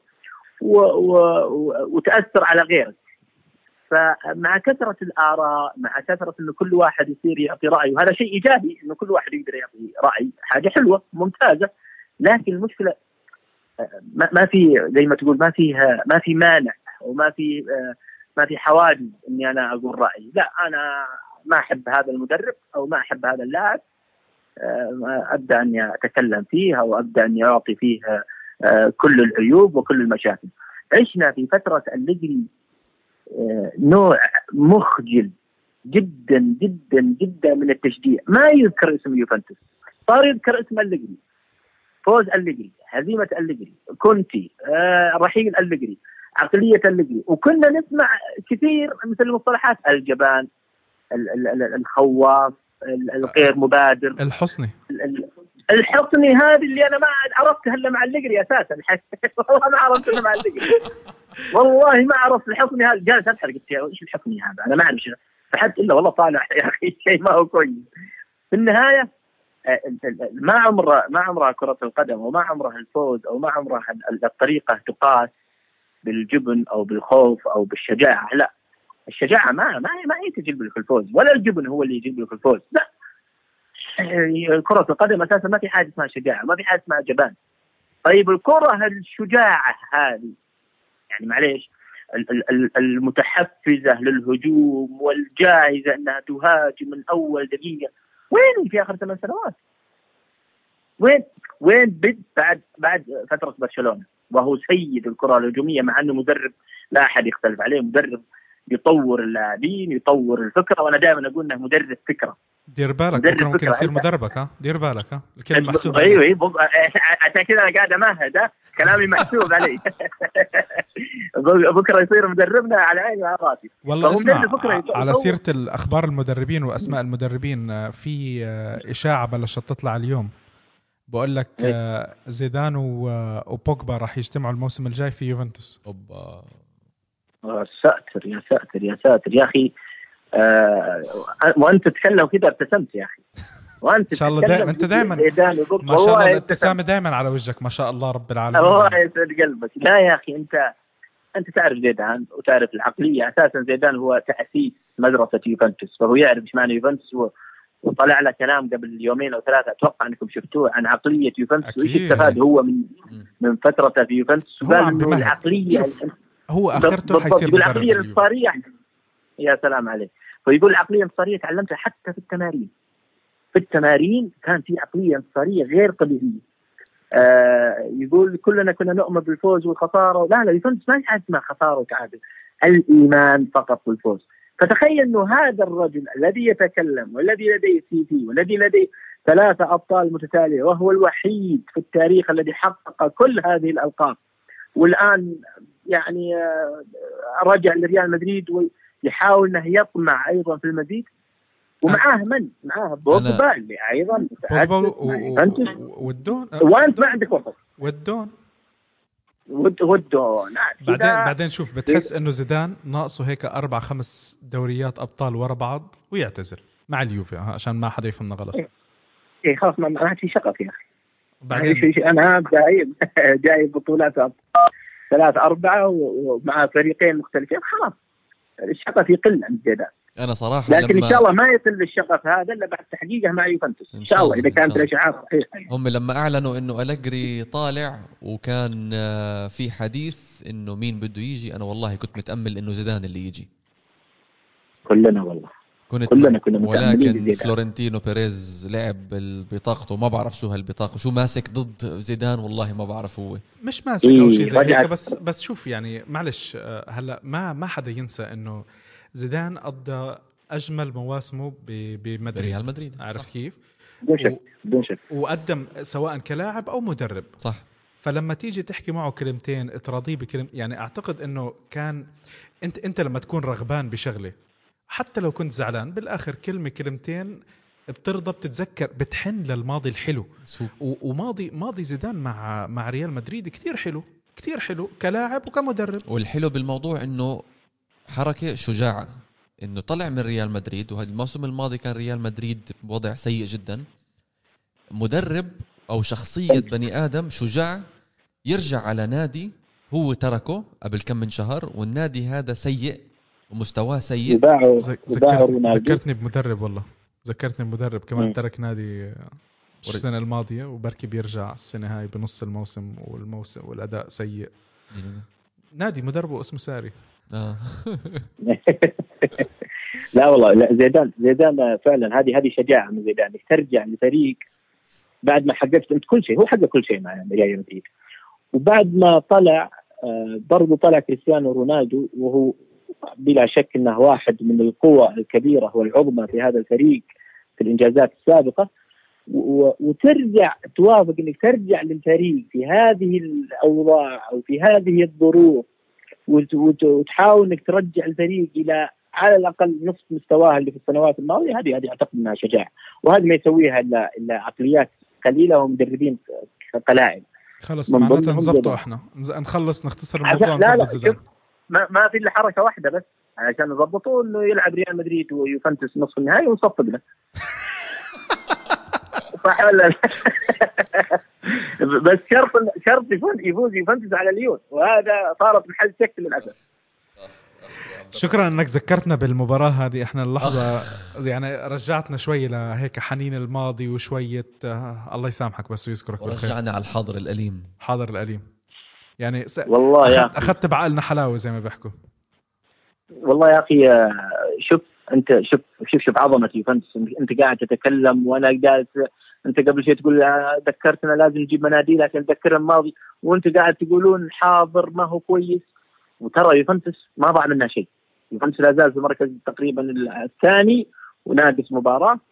وتأثر على غيرك. فمع كثرة الآراء، مع كثرة إنه كل واحد يصير يعطي رأيه، وهذا شيء إيجابي إنه كل واحد يقدر يعطي رأي، حاجة حلوة ممتازة. لكن المشكلة ما في زي ما تقول ما في مانع وما في حواجز إني أنا أقول رأيي. لا، أنا ما أحب هذا المدرب أو ما أحب هذا اللاعب، أبدأ أني أتكلم فيه أو أبدأ أني أعطي فيه كل العيوب وكل المشاكل. عشنا في فترة أليجري نوع مخجل جدا جدا جدا من التشجيع. ما يذكر اسم يوفنتوس، صار يذكر اسم أليجري، فوز أليجري، هزيمة أليجري، كونتي، رحيل أليجري، عقلية أليجري. وكنا نسمع كثير مثل المصطلحات الجبان، الخواف، الغير مبادر، الحصني هذه اللي أنا ما عرفتها إلا مع أليجري أساسا. والله ما عرفتها مع أليجري، والله ما عرفت الحصني هذا. جالس أضحك قلت يا إيش الحصني هذا، أنا ما أعرف شيء فحد إلا والله طالع يا أخي شيء ما هو كويس. في النهاية ما عمرها كرة القدم وما عمرها الفوز أو ما عمرها الطريقة تقاس بالجبن أو بالخوف أو بالشجاعة. لا، الشجاعة ما هي تجيب لك الفوز، ولا الجبن هو اللي يجيب لك الفوز. لا، كرة القدم أساسا ما في حاجة اسمها شجاعة، ما في حاجة اسمها جبان. طيب الكرة الشجاعة هذه يعني معليش المتحفزة للهجوم والجاهزة أنها تهاجم من أول دقيقة، وين في آخر 8 سنوات؟ وين بد بعد فترة برشلونة وهو سيد الكرة الهجومية، مع أنه مدرب لا أحد يختلف عليه، مدرب يطور اللاعبين يطور الفكرة، وأنا دائما أقول إنه مدرب فكرة. دير بالك بكره ممكن يصير مدربك، ها دير بالك، ها الكلمة محسوبة. ايوه عشان كذا انا قاعد امهد، كلامي محسوب علي. بكره يصير مدربنا على عيني وعلى راسي. والله اسمع، على سيرة الأخبار المدربين وأسماء المدربين، في إشاعة بلشت تطلع اليوم بقول لك زيدان وبوجبا راح يجتمعوا الموسم الجاي في يوفنتوس. اوبا ساتر يا ساتر يا ساتر يا اخي. وانت تتكلم كده ابتسمت يا اخي، وانت ان شاء الله دائما انت دائما ما شاء الله الابتسامه دائما على وجهك، ما شاء الله رب العالمين. الله يسعد قلبك. لا يا اخي انت تعرف زيدان وتعرف العقليه. اساسا زيدان هو تاسيس مدرسه يوفنتوس، فهو يعرف ايش معنى يوفنتوس. وطلع له كلام قبل يومين او ثلاثه اتوقع انكم شفتوه عن عقليه يوفنتوس وايش استفاد هو من فترته في يوفنتوس. وقال انه العقليه هو اخرته حيصير العقليه الانتصاريه. يا سلام عليك. فيقول العقليه الانتصاريه تعلمتها حتى في التمارين. في التمارين كان في عقليه انتصاريه غير طبيعيه. يقول كلنا كنا نؤمن بالفوز والخساره. لا يوفنتوس ما في اسمها خساره وتعادل، الايمان فقط بالفوز. فتخيل انه هذا الرجل الذي يتكلم والذي لديه سي في والذي لديه 3 أبطال متتاليه، وهو الوحيد في التاريخ الذي حقق كل هذه الألقاب، والآن يعني رجع لريال مدريد ويحاول انه يطمع ايضا في المزيد. ومعاه معاه بوجبا اللي ايضا ودون، وانت ما عندك وسط ودون بعدين شوف بتحس انه زيدان ناقصه هيك 4-5 دوريات ابطال ورا بعض ويعتزل مع اليوفي، عشان ما حدا يفهمنا غلط. ايه خلاص ما في شغف يا اخي. بعدين انا جاي بطولات 3-4 ومع فريقين مختلفين، خلاص الشغف يقل عند زيدان. انا صراحه لكن ان شاء الله ما يقل الشغف هذا الا بعد تحقيقه مع يوفنتوس ان شاء الله، اذا كانت الاشعاعات صحيحه. هم لما اعلنوا انه أليجري طالع وكان في حديث انه مين بده يجي، انا والله كنت متامل انه زيدان اللي يجي. كلنا والله كنا ولكن فلورنتينو بيريز لعب ببطاقته، ما بعرف شو هالبطاقه، شو ماسك ضد زيدان، والله ما بعرف. هو مش ماسك او شيء زي هيك، بس شوف يعني معلش، هلا ما حدا ينسى انه زيدان قضى اجمل مواسمه بمدريد، ريال مدريد، عرفت كيف؟ بدون شك وقدم سواء كلاعب او مدرب، صح. فلما تيجي تحكي معه كلمتين تراضيه بكلمة، يعني اعتقد انه كان انت لما تكون رغبان بشغله حتى لو كنت زعلان، بالاخر كلمتين بترضى، بتتذكر، بتحن للماضي الحلو. وماضي زيدان مع ريال مدريد كتير حلو كلاعب وكمدرب. والحلو بالموضوع انه حركة شجاعة، انه طلع من ريال مدريد، وهذا الموسم الماضي كان ريال مدريد بوضع سيء جدا. مدرب او شخصية بني ادم شجاع يرجع على نادي هو تركه قبل كم من شهر، والنادي هذا سيء ومستواه سيء. ذكرتني بمدرب، والله ذكرتني بمدرب كمان ترك نادي السنة الماضية وبركي بيرجع السنة هاي بنص الموسم والأداء سيء. نادي مدربه اسمه ساري. لا والله لا، زيدان فعلا هذه شجاعة من زيدان، ترجع لفريق بعد ما حققت انت كل شيء. هو حقق كل شيء مع ريال مدريد، وبعد ما طلع برضو طلع كريستيانو رونالدو، وهو بلا شك انه واحد من القوى الكبيرة والعظمى في هذا الفريق في الانجازات السابقة، وترجع توافق انك ترجع للفريق في هذه الاوضاع او في هذه الظروف، وتحاول انك ترجع الفريق الى على الاقل نصف مستواه اللي في السنوات الماضيه. هذه اعتقد انها شجاعه، وهذا ما يسويها الا عقليات قليله ومدربين قلاعب. خلص معناتها نظبطه، احنا نخلص نختصر الموضوع. لا ما في الا حركه واحده بس عشان نضبطه، انه يلعب ريال مدريد ويوفنتوس نصف النهائي ونصفق له. صح ولا لا؟ بس شرط يفوز يوفنتوس على ليون، وهذا صارت محل شك للأسف. شكرا انك ذكرتنا بالمباراة هذه. احنا اللحظة يعني رجعتنا شوي لهيك حنين الماضي وشوية الله يسامحك بس ويذكرك بالخير. ورجعنا على الحاضر الأليم. حاضر الأليم يعني والله أخذت بعقلنا حلاوة زي ما بيحكوا. والله يا أخي شوف أنت شوف عظمة يوفنتوس. أنت قاعد تتكلم وأنا قاعد، أنت قبل شيء تقول ذكرتنا لازم نجيب مناديل عشان نذكر الماضي، وأنت قاعد تقولون حاضر ما هو كويس. وترى يوفنتوس ما ضاع منها شيء. يوفنتوس لا زال في المركز تقريبا الثاني وناقص مباراة.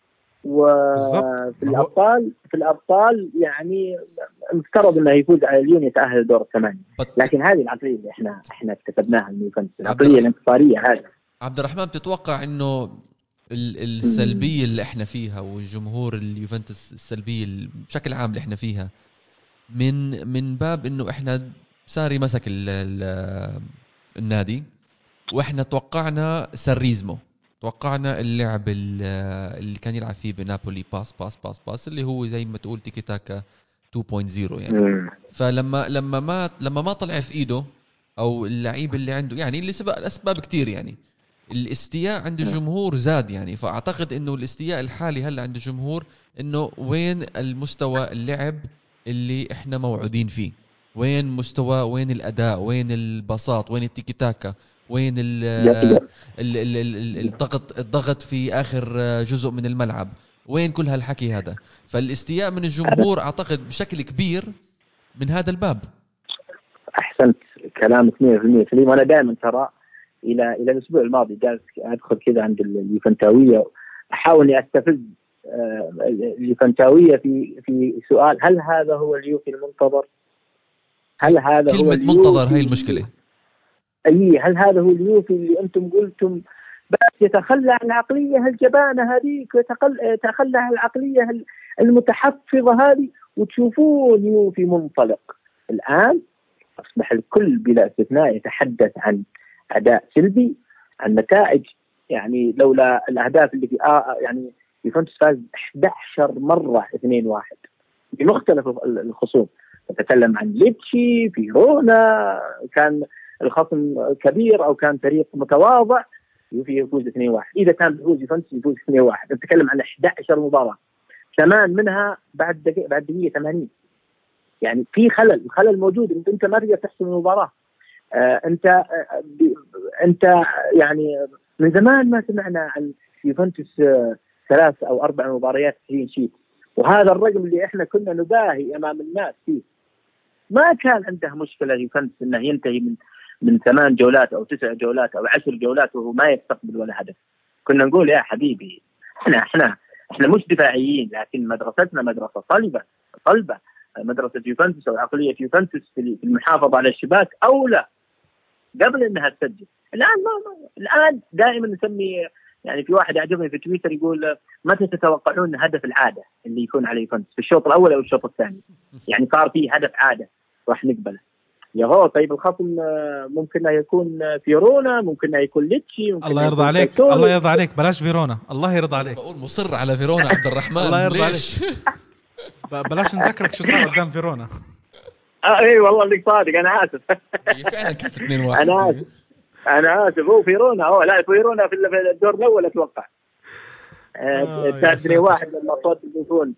في الأبطال يعني مفترض انه يفوز على اليون يتأهل دور الثمانية. لكن هذه العقلية اللي احنا اكتسبناها من يوفنتوس، العقلية الانتصارية هذه. عبد الرحمن، بتتوقع انه السلبية اللي احنا فيها والجمهور اليوفنتوس السلبية بشكل عام اللي احنا فيها من باب انه احنا ساري مسك النادي، واحنا توقعنا سريزمو، توقعنا اللعب اللي كان يلعب فيه بنابولي باس باس باس باس اللي هو زي ما تقول تيكي تاكا 2.0 يعني. فلما ما طلع في ايده او اللعيب اللي عنده يعني اللي سبق الاسباب كتير يعني الاستياء عند الجمهور زاد يعني. فاعتقد انه الاستياء الحالي هلا عند الجمهور انه وين المستوى اللعب اللي احنا موعودين فيه، وين مستوى، وين الاداء، وين البساط، وين التيكي تاكا، وين الضغط في آخر جزء من الملعب، وين كل هالحكي هذا. فالاستياء من الجمهور أعتقد بشكل كبير من هذا الباب. أحسنت كلامك 100% سليم. وأنا دائما ترى إلى الأسبوع الماضي جالس أدخل كذا عند اليوفنتاوية أحاول أني أستفز اليوفنتاوية في سؤال: هل هذا هو اليوفي المنتظر؟ هل هذا كلمة هو منتظر هاي المشكلة. هل هذا هو اليوفي اللي أنتم قلتم بس يتخلى عن العقلية الجبانة هذيك يتخلى عن العقلية المتحفظة هذه وتشوفون يوفي منطلق؟ الآن أصبح الكل بلا استثناء يتحدث عن أداء سلبي، عن نتائج. يعني لولا الأهداف اللي في يعني يوفنتوس فاز 11 مرة 2-1 بمختلف الخصوم. نتكلم عن ليتشي، فيرونا، كان الخصم كبير أو كان فريق متواضع، يوفي يفوز 2-1. إذا كان بيفوز يوفنتوس يفوز 2-1. نتكلم عن 11 مباراة، 8 منها بعد دقيقة 80. يعني في خلل موجود. أنت ما تقدر تحسم المباراة. أنت يعني من زمان ما سمعنا عن يوفنتوس 3 أو 4 مباريات كلين شيت، وهذا الرقم اللي إحنا كنا نباهي أمام الناس فيه. ما كان عنده مشكلة يوفنتوس إنه ينتهي من 8 جولات أو 9 جولات أو 10 جولات وهو ما يستقبل ولا هدف. كنا نقول يا حبيبي احنا مش دفاعيين، لكن مدرستنا مدرسة صلبة. مدرسة يوفنتوس أو عقلية يوفنتوس في المحافظة على الشباك أولى قبل إنها تسجل. الآن دائما نسمي، يعني في واحد يعجبني في تويتر يقول: متى تتوقعون هدف العادة اللي يكون على يوفنتوس، في الشوط الأول أو الشوط الثاني؟ يعني صار فيه هدف عادة راح نقبله. يا هو طيب الخصم ممكن يكون فيرونا، ممكن يكون ليتشي، الله يرضى عليك، الله يرضى عليك، بلاش فيرونا، الله يرضى عليك. بقول مصر على فيرونا عبد الرحمن. الله يرضى عليك. بلاش نذكرك شو صار قدام فيرونا. اي والله انك صادق، انا اسف. فعلا كانت 2-1. انا اسف. هو فيرونا لا فيرونا في الدور الاول اتوقع 3-1 لما صوت الجون.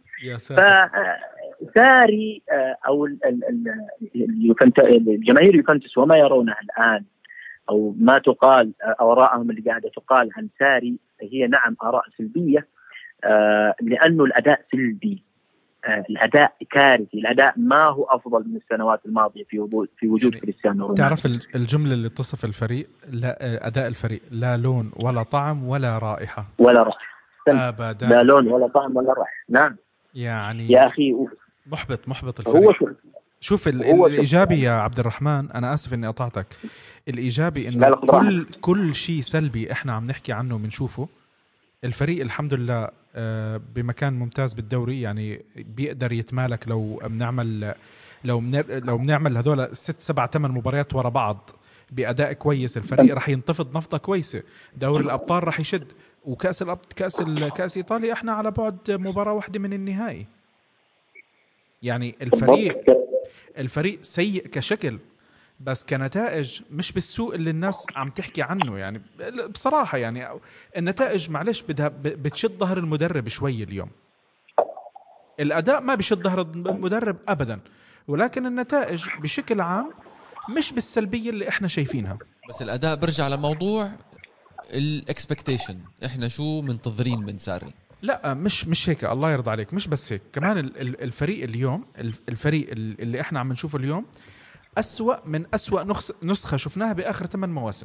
فساري او الجماهير يوفنتوس وما يرونه الان او ما تقال او آرائهم اللي قاعده تقال عن ساري هي نعم آراء سلبيه، لانه الاداء سلبي، الاداء كارثي، الاداء ما هو افضل من السنوات الماضيه في وجود كريستيانو رونالدو. تعرف الجمله اللي تصف الفريق، لا اداء الفريق لا لون ولا طعم ولا رائحه ابدا. لا لون ولا طعم ولا رائحه. نعم يعني يا اخي محبط الفريق. شوف الايجابي يا عبد الرحمن، انا اسف اني قطعتك. الايجابي انه كل شيء سلبي احنا عم نحكي عنه بنشوفه. الفريق الحمد لله بمكان ممتاز بالدوري، يعني بيقدر يتمالك لو بنعمل هذول 6 7 8 مباريات ورا بعض بأداء كويس. الفريق راح ينتفض نفضة كويسة، دوري الأبطال راح يشد، وكأس كأس إيطاليا احنا على بعد مباراة واحدة من النهائي. يعني الفريق سيء كشكل، بس كنتائج مش بالسوء اللي الناس عم تحكي عنه. يعني بصراحة يعني النتائج معلش بدها بتشد ظهر المدرب شوي اليوم. الأداء ما بيشد ظهر المدرب أبدا، ولكن النتائج بشكل عام مش بالسلبية اللي احنا شايفينها. بس الأداء برجع لموضوع الاكسبكتيشن، احنا شو منتظرين من ساري؟ لا مش هيك، الله يرضى عليك. مش بس هيك، كمان الفريق اليوم، الفريق اللي احنا عم نشوفه اليوم أسوأ من أسوأ نسخة شفناها بآخر 8 مواسم.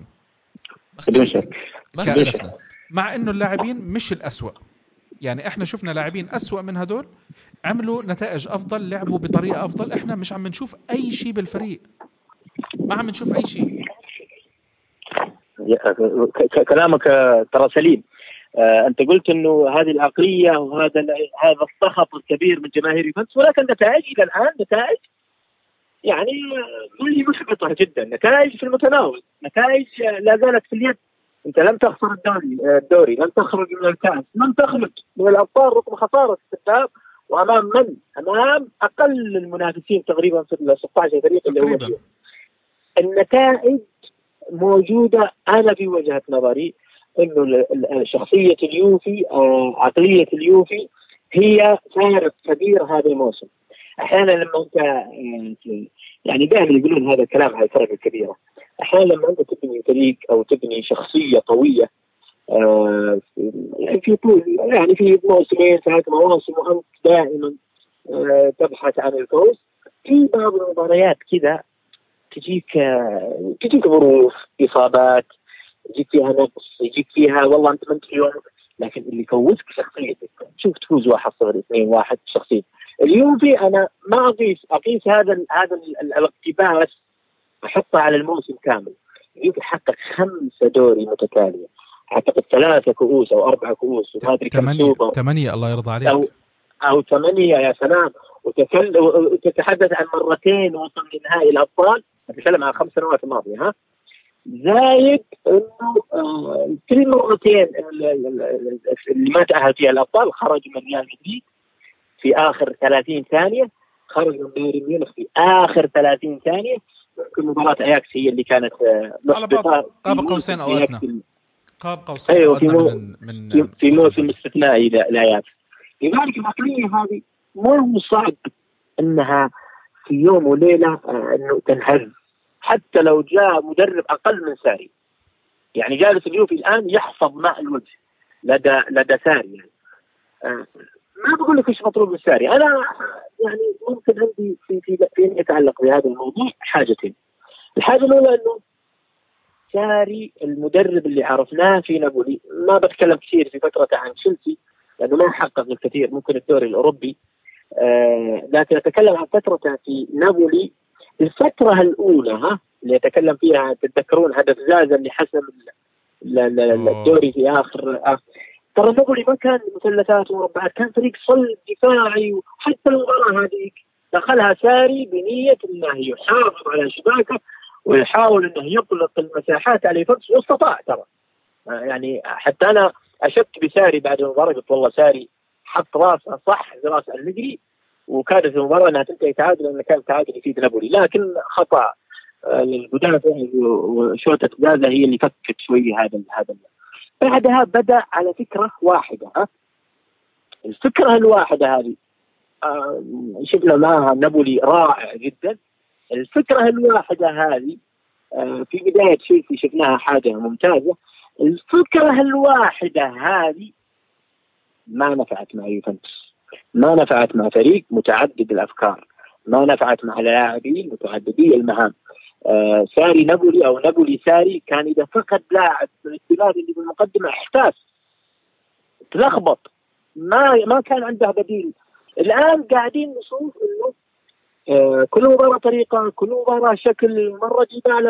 ما اختلفنا، مع انه اللاعبين مش الأسوأ. يعني احنا شفنا لاعبين أسوأ من هدول عملوا نتائج افضل، لعبوا بطريقة افضل. احنا مش عم نشوف اي شيء بالفريق، ما عم نشوف اي شيء. كلامك ترى سليم. انت قلت انه هذه العقليه وهذا السخط الكبير من جماهير يوفنتوس، ولكن النتائج الى الان نتائج يعني ما هي محبطه جدا، نتائج في المتناول، نتائج لا زالت في اليد. انت لم تخسر الدوري، لم تخرج من الكاس، لم تخرج من الابطال رغم خساره الذهاب، وامام من؟ امام اقل المنافسين تقريبا في ال 16 فريق اللي هو اليوم. النتائج موجوده. انا في وجهه نظري انه شخصيه اليوفي، عقليه اليوفي هي فارق كبير هذا الموسم. احيانا لما انت يعني دائما يقولون هذا الكلام على الفرق الكبيره، احيانا لما انت تبني فريق او تبني شخصيه قويه في طول يعني في موسمين 3 مواسم وانت دائما تبحث عن الفوز، في بعض المباريات كذا تجيك ظروف، اصابات، يجيك فيها نقص، يجيك فيها والله انت ما انت اليوم، لكن اللي يفوزك شخصيتك. شوف تفوز 1-0 2-1 شخصية اليوفي. انا ما اقيس هذا الاقتباس احطه على الموسم كامل. اليوفي حقق 5 دوري متتاليه، حقق 3 كؤوس او 4 كؤوس وما ادري كم سوبر، 8 الله يرضى عليك، او 8 يا سلام. وتتحدث عن مرتين وصل لنهائي الابطال، نتكلم عن 5 سنوات الماضيه، ها زايد انه كل مرتين اللي ما تأهل فيها الابطال خرج من ريال مدريد في اخر 30 ثانيه، خرج من بايرن ميونخ في اخر 30 ثانيه. ممكن مباراه اياكس هي اللي كانت على قاب قوسين او ادنى، قاب قوسين أيوة او ادنى من في موسم استثنائي لاياكس. لذلك العقليه هذه مو صعب انها في يوم وليله انه تنهز، حتى لو جاء مدرب اقل من ساري. يعني جالس اليوفي الان يحفظ ماء الوجه لدى ساري. يعني ما بقول لك ايش مطلوب من ساري. انا يعني ممكن عندي في يتعلق بهذا الموضوع حاجتين. الحاجه الاولى انه ساري المدرب اللي عرفناه في نابولي، ما بتكلم كثير في فترته عن تشيلسي لانه ما حقق الكثير، ممكن الدوري الاوروبي، لكن اتكلم عن فترته في نابولي. الفتره الاولى اللي يتكلم فيها، تتذكرون هدف زازا اللي حسم الدوري في اخر ترى نابولي ما كان مثلثات ومربعات، كان فريق صلب دفاعي. وحتى المباراه هذيك دخلها ساري بنيه انه يحافظ على شباكه ويحاول انه يغلق المساحات على يوفنتوس، واستطاع ترى. يعني حتى انا اشك بساري بعد المباراه، قلت والله ساري حط راسه صح راس المجري، وكادت المباراه انها تنتهي تعادل، لان كان تعادل يفيد نابولي، لكن خطا المدافع وشوطه زازا هي اللي فكت شويه هذا. بعدها بدأ على فكرة واحدة. الفكرة الواحدة هذه شفنا معها نابولي رائع جدا. الفكرة الواحدة هذه في بداية تشيلسي شفناها حاجة ممتازة. الفكرة الواحدة هذه ما نفعت مع يوفنتوس، ما نفعت مع فريق متعدد الأفكار، ما نفعت مع لاعبين متعددي المهام. ساري نابولي او نابولي ساري كان اذا فقد لاعب من الثلاثي اللي بالمقدمه احتاس، تلخبط، ما كان عنده بديل. الان قاعدين نشوف انه كل مباراه طريقه، كل مباراه شكل. مره ديبالا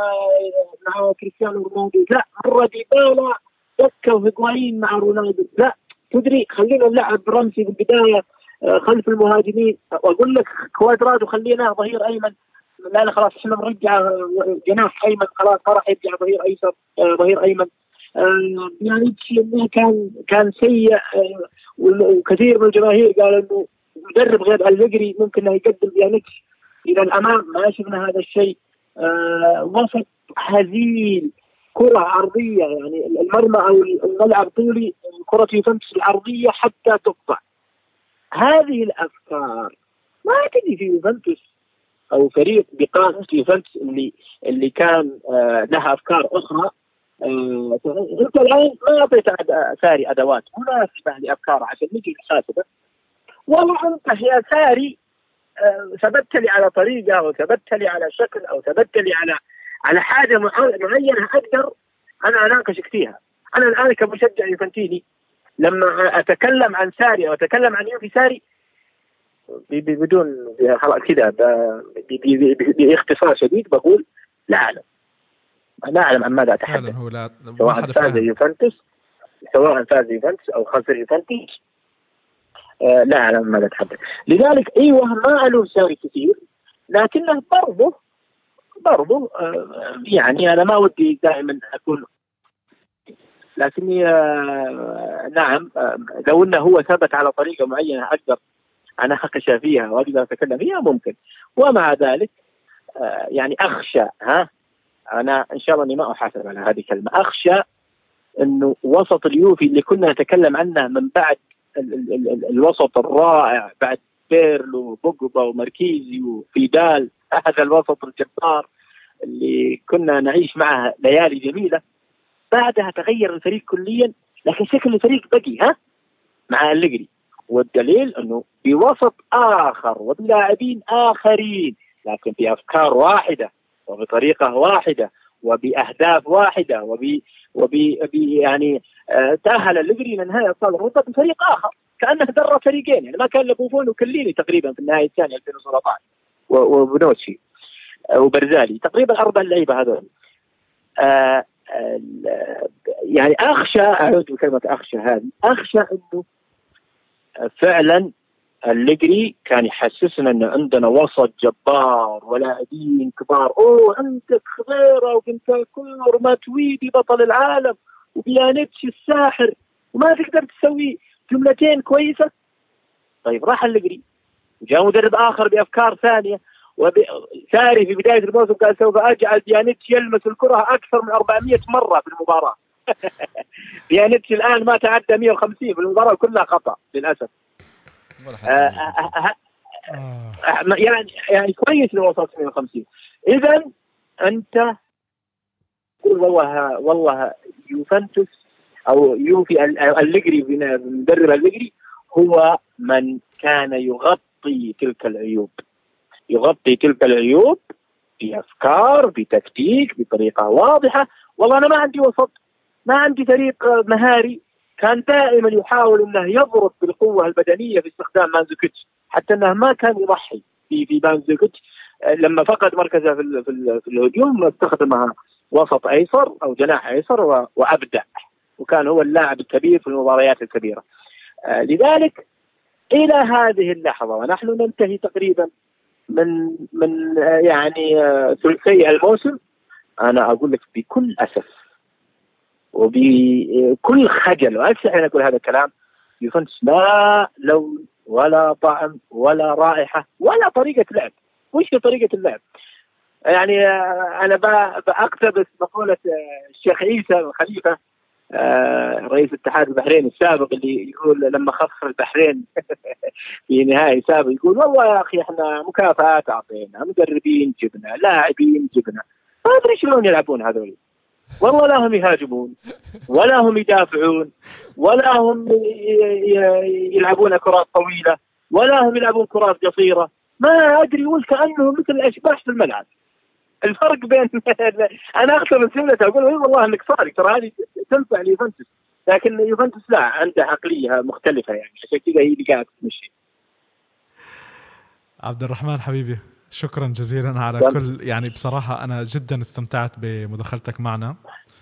مع كريستيانو رونالدو، لا مره ديبالا دكه هيغوايين مع رونالدو، لا تدري خلينا نلعب رمسي بالبدايه خلف المهاجمين، واقول لك كوادرادو خليناه ظهير ايمن، لا خلاص احنا نرجع جناح ايمن، خلاص ما راح يرجع ظهير ايسر، ظهير ايمن. يعني كان سيء، وكثير من الجماهير قالوا انه مدرب غير أليجري ممكن انه يقدم بيانيتش الى الامام. ما شفنا هذا الشيء. وسط هزيل، كرة عرضية، يعني المرمى أو الملعب طولي، كرة يوفنتوس العرضية حتى تقطع. هذه الأفكار ما تجي في يوفنتوس أو فريق بقامة يوفنتوس اللي كان لها أفكار أخرى. أنت الآن ما أعطيت ساري أدوات مناسبة لأفكاره عشان نجي نحاسبه. والله أنت يا ساري ثبتت لي على طريقة أو ثبتت لي على شكل أو ثبتت لي على حاجة معينة أقدر أنا أناقشك فيها. أنا الآن كمشجع يوفنتيني لما أتكلم عن ساري أو أتكلم عن يوفي ساري بدون خلاص كذا باختصار شديد بقول لا أعلم عن ماذا أتحدث. سواء فاز يوفنتوس أو خسر يوفنتوس لا أعلم ماذا أتحدث. لذلك أيوه ما ألوم ساري كثير، لكنه برضو يعني أنا ما ودي دائما أكون، لكني نعم لو أنه هو ثبت على طريقة معينة أقدر أناقش فيها وأقدر أتكلم فيها ممكن. ومع ذلك يعني أخشى أنا إن شاء الله أني ما أحاسب على هذه الكلمة، أخشى أنه وسط اليوفي اللي كنا نتكلم عنه من بعد الوسط الرائع بعد بيرلو وبوجبا وماركيزي وفيدال، هذا الوسط الجبار اللي كنا نعيش معه ليالي جميلة، بعدها تغير الفريق كليا، لكن شكل الفريق بقي مع أليجري. والدليل أنه بوسط آخر وبلاعبين آخرين، لكن بأفكار واحدة وبطريقة واحدة وبأهداف واحدة يعني تأهل أليجري لنهاية أبطال أوروبا بفريق آخر، كأنه درب فريقين. يعني ما كان لبوفون وكليني تقريبا في النهاية الثانية 2017 وبنوتشي وبرزالي، تقريبا 4 لعيبة هذول. يعني أخشى، أعود بكلمة أخشى هذه، أخشى أنه فعلا أليجري كان يحسسنا أن عندنا وسط جبار ولاعبين كبار، عندك خضيرة وبنتاكور وماتويدي بطل العالم وبيانيتش الساحر وما تقدر تسوي جملتين كويسة. طيب راح أليجري وجاء مدرب آخر بأفكار ثانية، ساري في بداية الموسم قال سوف أجعل بيانيتش يلمس الكرة أكثر من 400 مرة في المباراة. بيانيتش الآن ما تعدى 150 في المباراة كلها خطأ للأسف. يعني كويس لو وصلت 150. إذا أنت والله يوفنتوس أو يوفي أليجري مدرب أليجري هو من كان يغطي تلك العيوب بأفكار بتكتيك بطريقة واضحة. والله أنا ما عندي وسط، ما عندي فريق مهاري، كان دائما يحاول أنه يضرب بالقوة البدنية في استخدام مانزوكيتش، حتى أنه ما كان يضحي في مانزوكيتش لما فقد مركزه في الهجوم استخدمها وسط أيسر أو جناح أيسر وأبدع، وكان هو اللاعب الكبير في المباريات الكبيرة. لذلك إلى هذه اللحظة ونحن ننتهي تقريبا من يعني ثلثي الموسم، أنا أقول لك بكل أسف وبكل خجل وأسف أن أقول هذا الكلام، يوفنتوس لا لون ولا طعم ولا رائحة ولا طريقة لعب. وش طريقة اللعب؟ يعني أنا بأقتبس مقولة الشيخ عيسى الخليفة رئيس الاتحاد البحريني السابق، اللي يقول لما خسر البحرين في نهائي سابق يقول والله يا أخي احنا مكافآت أعطينا، مدربين جبنا، لاعبين جبنا، ما أدري شلون يلعبون هذول. والله لا هم يهاجمون ولا هم يدافعون ولا هم يلعبون كرات طويلة ولا هم يلعبون كرات قصيرة، ما أدري، كأنهم مثل الأشباح في الملعب. الفرق بين أنا أختم الجملة أقول والله إنك صادق، ترى هذه تنفع ليوفنتوس، لكن يوفنتوس لا عنده عقلية مختلفة، يعني عشان كذا هي اللي قاعد تمشي. عبد الرحمن حبيبي شكرا جزيلا على كل، يعني بصراحة أنا جدا استمتعت بمداخلتك معنا.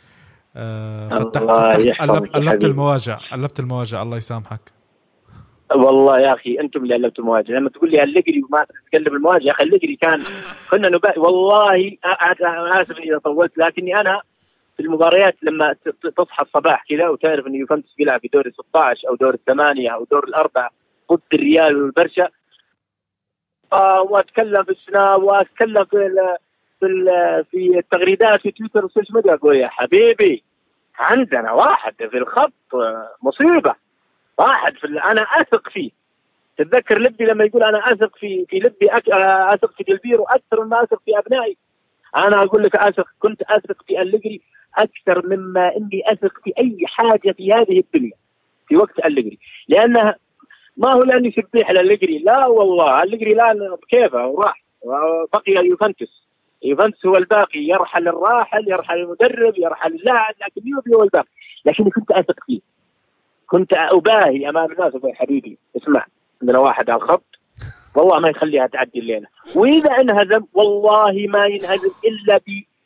قلبت المواجع الله يسامحك. والله يا أخي أنتم اللي قلبتوا المواجع، لما تقول لي أليجري وما تقلب المواجع يا أخي، أليجري كنا نبات. والله آسف إذا طولت، لكني أنا في المباريات لما تصحى الصباح كذا وتعرف إن يوفنتوس بيلعب في دور 16 أو دور 8 أو دور 4 ضد الريال والبرشا، وأتكلم في السناب وأتكلم في التغريدات في تويتر والسوشيال ميديا اقول يا حبيبي عندنا واحد في الخط مصيبه، واحد انا اثق فيه. تتذكر لبي لما يقول انا اثق في لبي اثق في جلبيرو اكثر مما اثق في ابنائي. انا اقول لك كنت اثق في أليجري اكثر مما اني اثق في اي حاجه في هذه الدنيا في وقت أليجري، لانها ما هو لاني شبيح لأليجري، لا والله أليجري لا كيفه وراح بقي يوفنتوس هو الباقي، يرحل الراحل، يرحل المدرب، يرحل اللاعب، لكن يوفي هو الباقي. لكني كنت اثق فيه، كنت اباهي امام الناس يا حبيبي اسمع عندنا واحد على الخط والله ما يخليها تعدي الليله، واذا انهزم والله ما ينهزم الا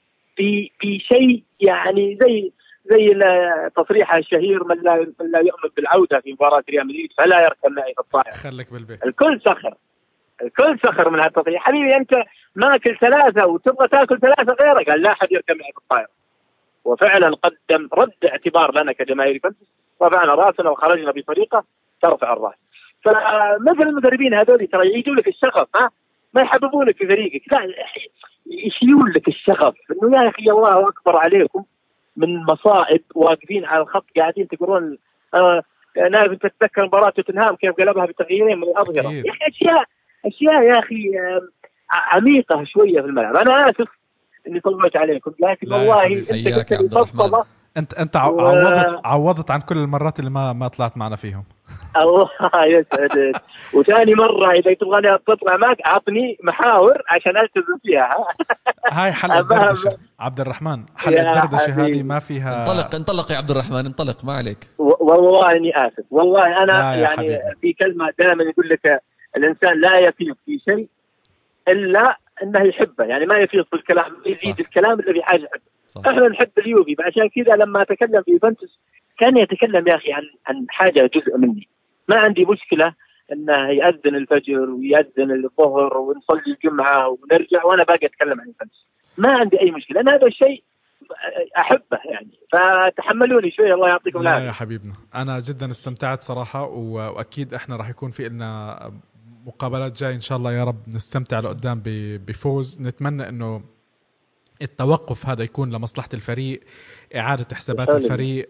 بشيء يعني زي التصريح الشهير من لا يؤمن بالعوده في مباراه ريال مدريد فلا يركب معي في الطائره. خليك بالبيت. الكل سخر من هالتصريح. حبيبي انت ماكل 3 وتبغى تاكل 3 غيرك، قال لا احد يركب معي في الطائره. وفعلا قدم رد اعتبار لنا كجماهير يوفنتوس، رفعنا راسنا وخرجنا بطريقه ترفع الراس. فمثل المدربين هذول ترى يعيدوا لك الشغف، ما يحببونك في فريقك، لا يشيلون لك الشغف انه يا اخي الله اكبر عليكم من مصائب واقفين على الخط قاعدين تقولون نايف انت تتذكر مباراه توتنهام كيف قلبها بتغييرين من الاظهره يا اخي، اشياء يا اخي عميقه شويه في الملعب. انا اسف اني طولت عليكم لكن والله انت كنت انت عوضت عن كل المرات اللي ما طلعت معنا فيهم. الله يسعدك. وثاني مرة إذا تبغاني أطلع معك أعطني محاور عشان ألتزم فيها. هاي حلقة دردشة عبد الرحمن، حلقة دردشة هذه ما فيها. انطلق يا عبد الرحمن، انطلق ما عليك. والله إني آسف، والله أنا يعني حبيبي. في كلمة دائما يقول لك الإنسان لا يفيض في شيء إلا أنه يحبه، يعني ما يفيض في الكلام، يزيد الكلام إلا بحاجة يحبه. إحنا نحب اليوفي، عشان كذا لما أتكلم في يوفنتوس كان يتكلم يا أخي عن حاجة جزء مني. ما عندي مشكلة أنه يأذن الفجر ويأذن الظهر ونصلي الجمعة ونرجع وأنا باقي أتكلم عن يوفنتوس، ما عندي أي مشكلة، لأن هذا الشيء أحبه يعني، فتحملوني شوي الله يعطيكم العافية. يا حبيبنا أنا جدا استمتعت صراحة، وأكيد إحنا راح يكون في لنا مقابلات جاي إن شاء الله يا رب نستمتع لقدام بفوز. نتمنى إنه التوقف هذا يكون لمصلحة الفريق، إعادة حسابات الفريق.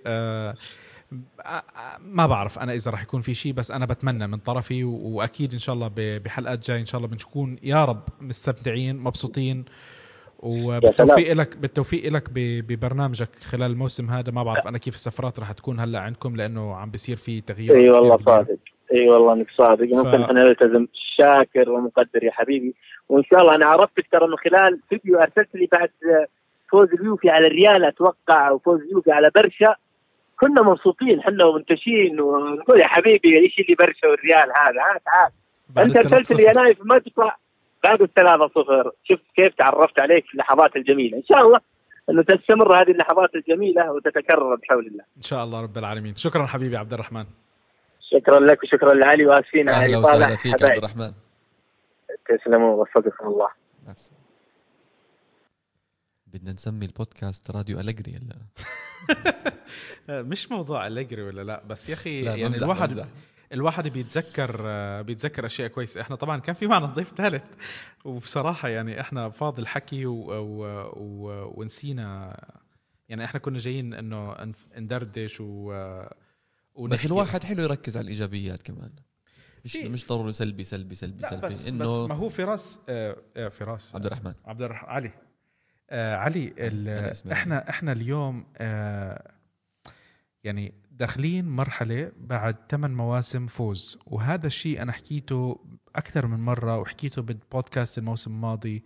ما بعرف أنا إذا راح يكون في شيء، بس أنا بتمنى من طرفي، وأكيد إن شاء الله بحلقات جاي إن شاء الله بنكون يا رب مستمتعين مبسوطين. وبالتوفيق لك ببرنامجك خلال الموسم هذا. ما بعرف أنا كيف السفرات راح تكون هلأ عندكم لأنه عم بيصير في تغيير. أي والله صادق، أي والله إنك صادق. ممكن أنا ألتزم. شاكر ومقدر يا حبيبي، وإن شاء الله أنا عرفتك ترى من خلال فيديو أرسلت لي بعد فوز اليوفي على الريال أتوقع وفوز اليوفي على برشا، كنا مبسوطين حنا ومنتشين ونقول يا حبيبي ايش اللي برشا والريال هذا تعال انت ارسلت لي يا نايف ما تطلع بعد 3-0. شفت كيف تعرفت عليك في اللحظات الجميله. ان شاء الله انه تستمر هذه اللحظات الجميله وتتكرر بحول الله ان شاء الله رب العالمين. شكرا حبيبي عبد الرحمن. شكرا لك وشكرا لعلي واسفين على طالع فيك عبد الرحمن. تسلموا ووفقكم الله. بدنا نسمي البودكاست راديو أليجري ولا مش موضوع أليجري ولا لا، بس يا أخي يعني ممزح. الواحد بيتذكر أشياء كويسة. إحنا طبعا كان في معنا ضيف ثالث، وبصراحة يعني إحنا فاض الحكي ونسينا، يعني إحنا كنا جايين إنه ندردش بس الواحد حلو يركز على الإيجابيات كمان، مش ضروري سلبي بس إنه ما هو فراس عبد الرحمن علي احنا اليوم يعني داخلين مرحلة بعد 8 مواسم فوز، وهذا الشيء أنا حكيته أكثر من مرة وحكيته بالبودكاست الموسم الماضي.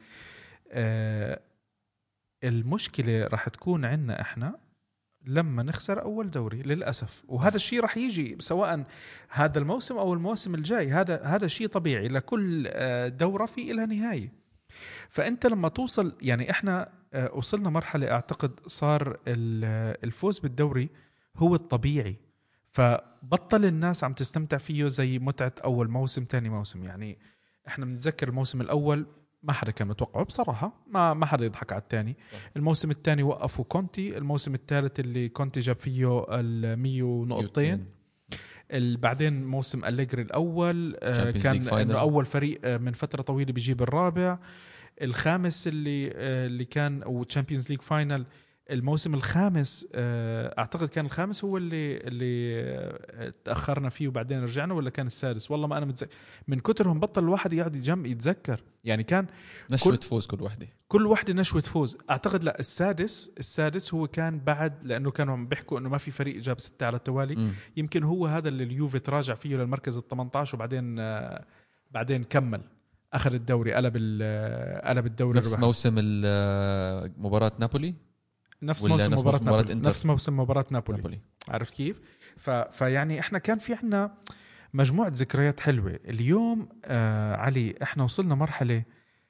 المشكلة راح تكون عنا احنا لما نخسر أول دوري للأسف، وهذا الشيء راح يجي سواء هذا الموسم أو الموسم الجاي. هذا شيء طبيعي، لكل دورة في إلها نهاية. فأنت لما توصل، يعني إحنا وصلنا مرحلة أعتقد صار الفوز بالدوري هو الطبيعي، فبطل الناس عم تستمتع فيه زي متعة أول موسم تاني موسم. يعني إحنا بنتذكر الموسم الأول ما حدا كان متوقعه بصراحة، ما حدا يضحك على الثاني. الموسم الثاني وقفوا كونتي، الموسم الثالث اللي كونتي جاب فيه 100 نقطتين. بعدين موسم أليجري الأول كان إنه أول فريق من فترة طويلة بيجيب الرابع. الخامس اللي كان وتشامبيونز ليج فاينل الموسم الخامس، اعتقد كان الخامس هو اللي تاخرنا فيه وبعدين رجعنا، ولا كان السادس؟ والله ما انا متذكر، من كترهم بطل الواحد يقعد يتذكر يعني. كان نشوة فوز كل وحده نشوة فوز. اعتقد لا السادس هو كان بعد، لانه كانوا بيحكوا انه ما في فريق جاب 6 على التوالي. يمكن هو هذا اللي اليوفي تراجع فيه للمركز ال18 وبعدين كمل اخذ الدوري، قلب الدوري نفس موسم مباراة نابولي، نفس موسم مباراة نابولي. عرفت كيف؟ فيعني احنا كان في عنا مجموعة ذكريات حلوة. اليوم علي احنا وصلنا مرحلة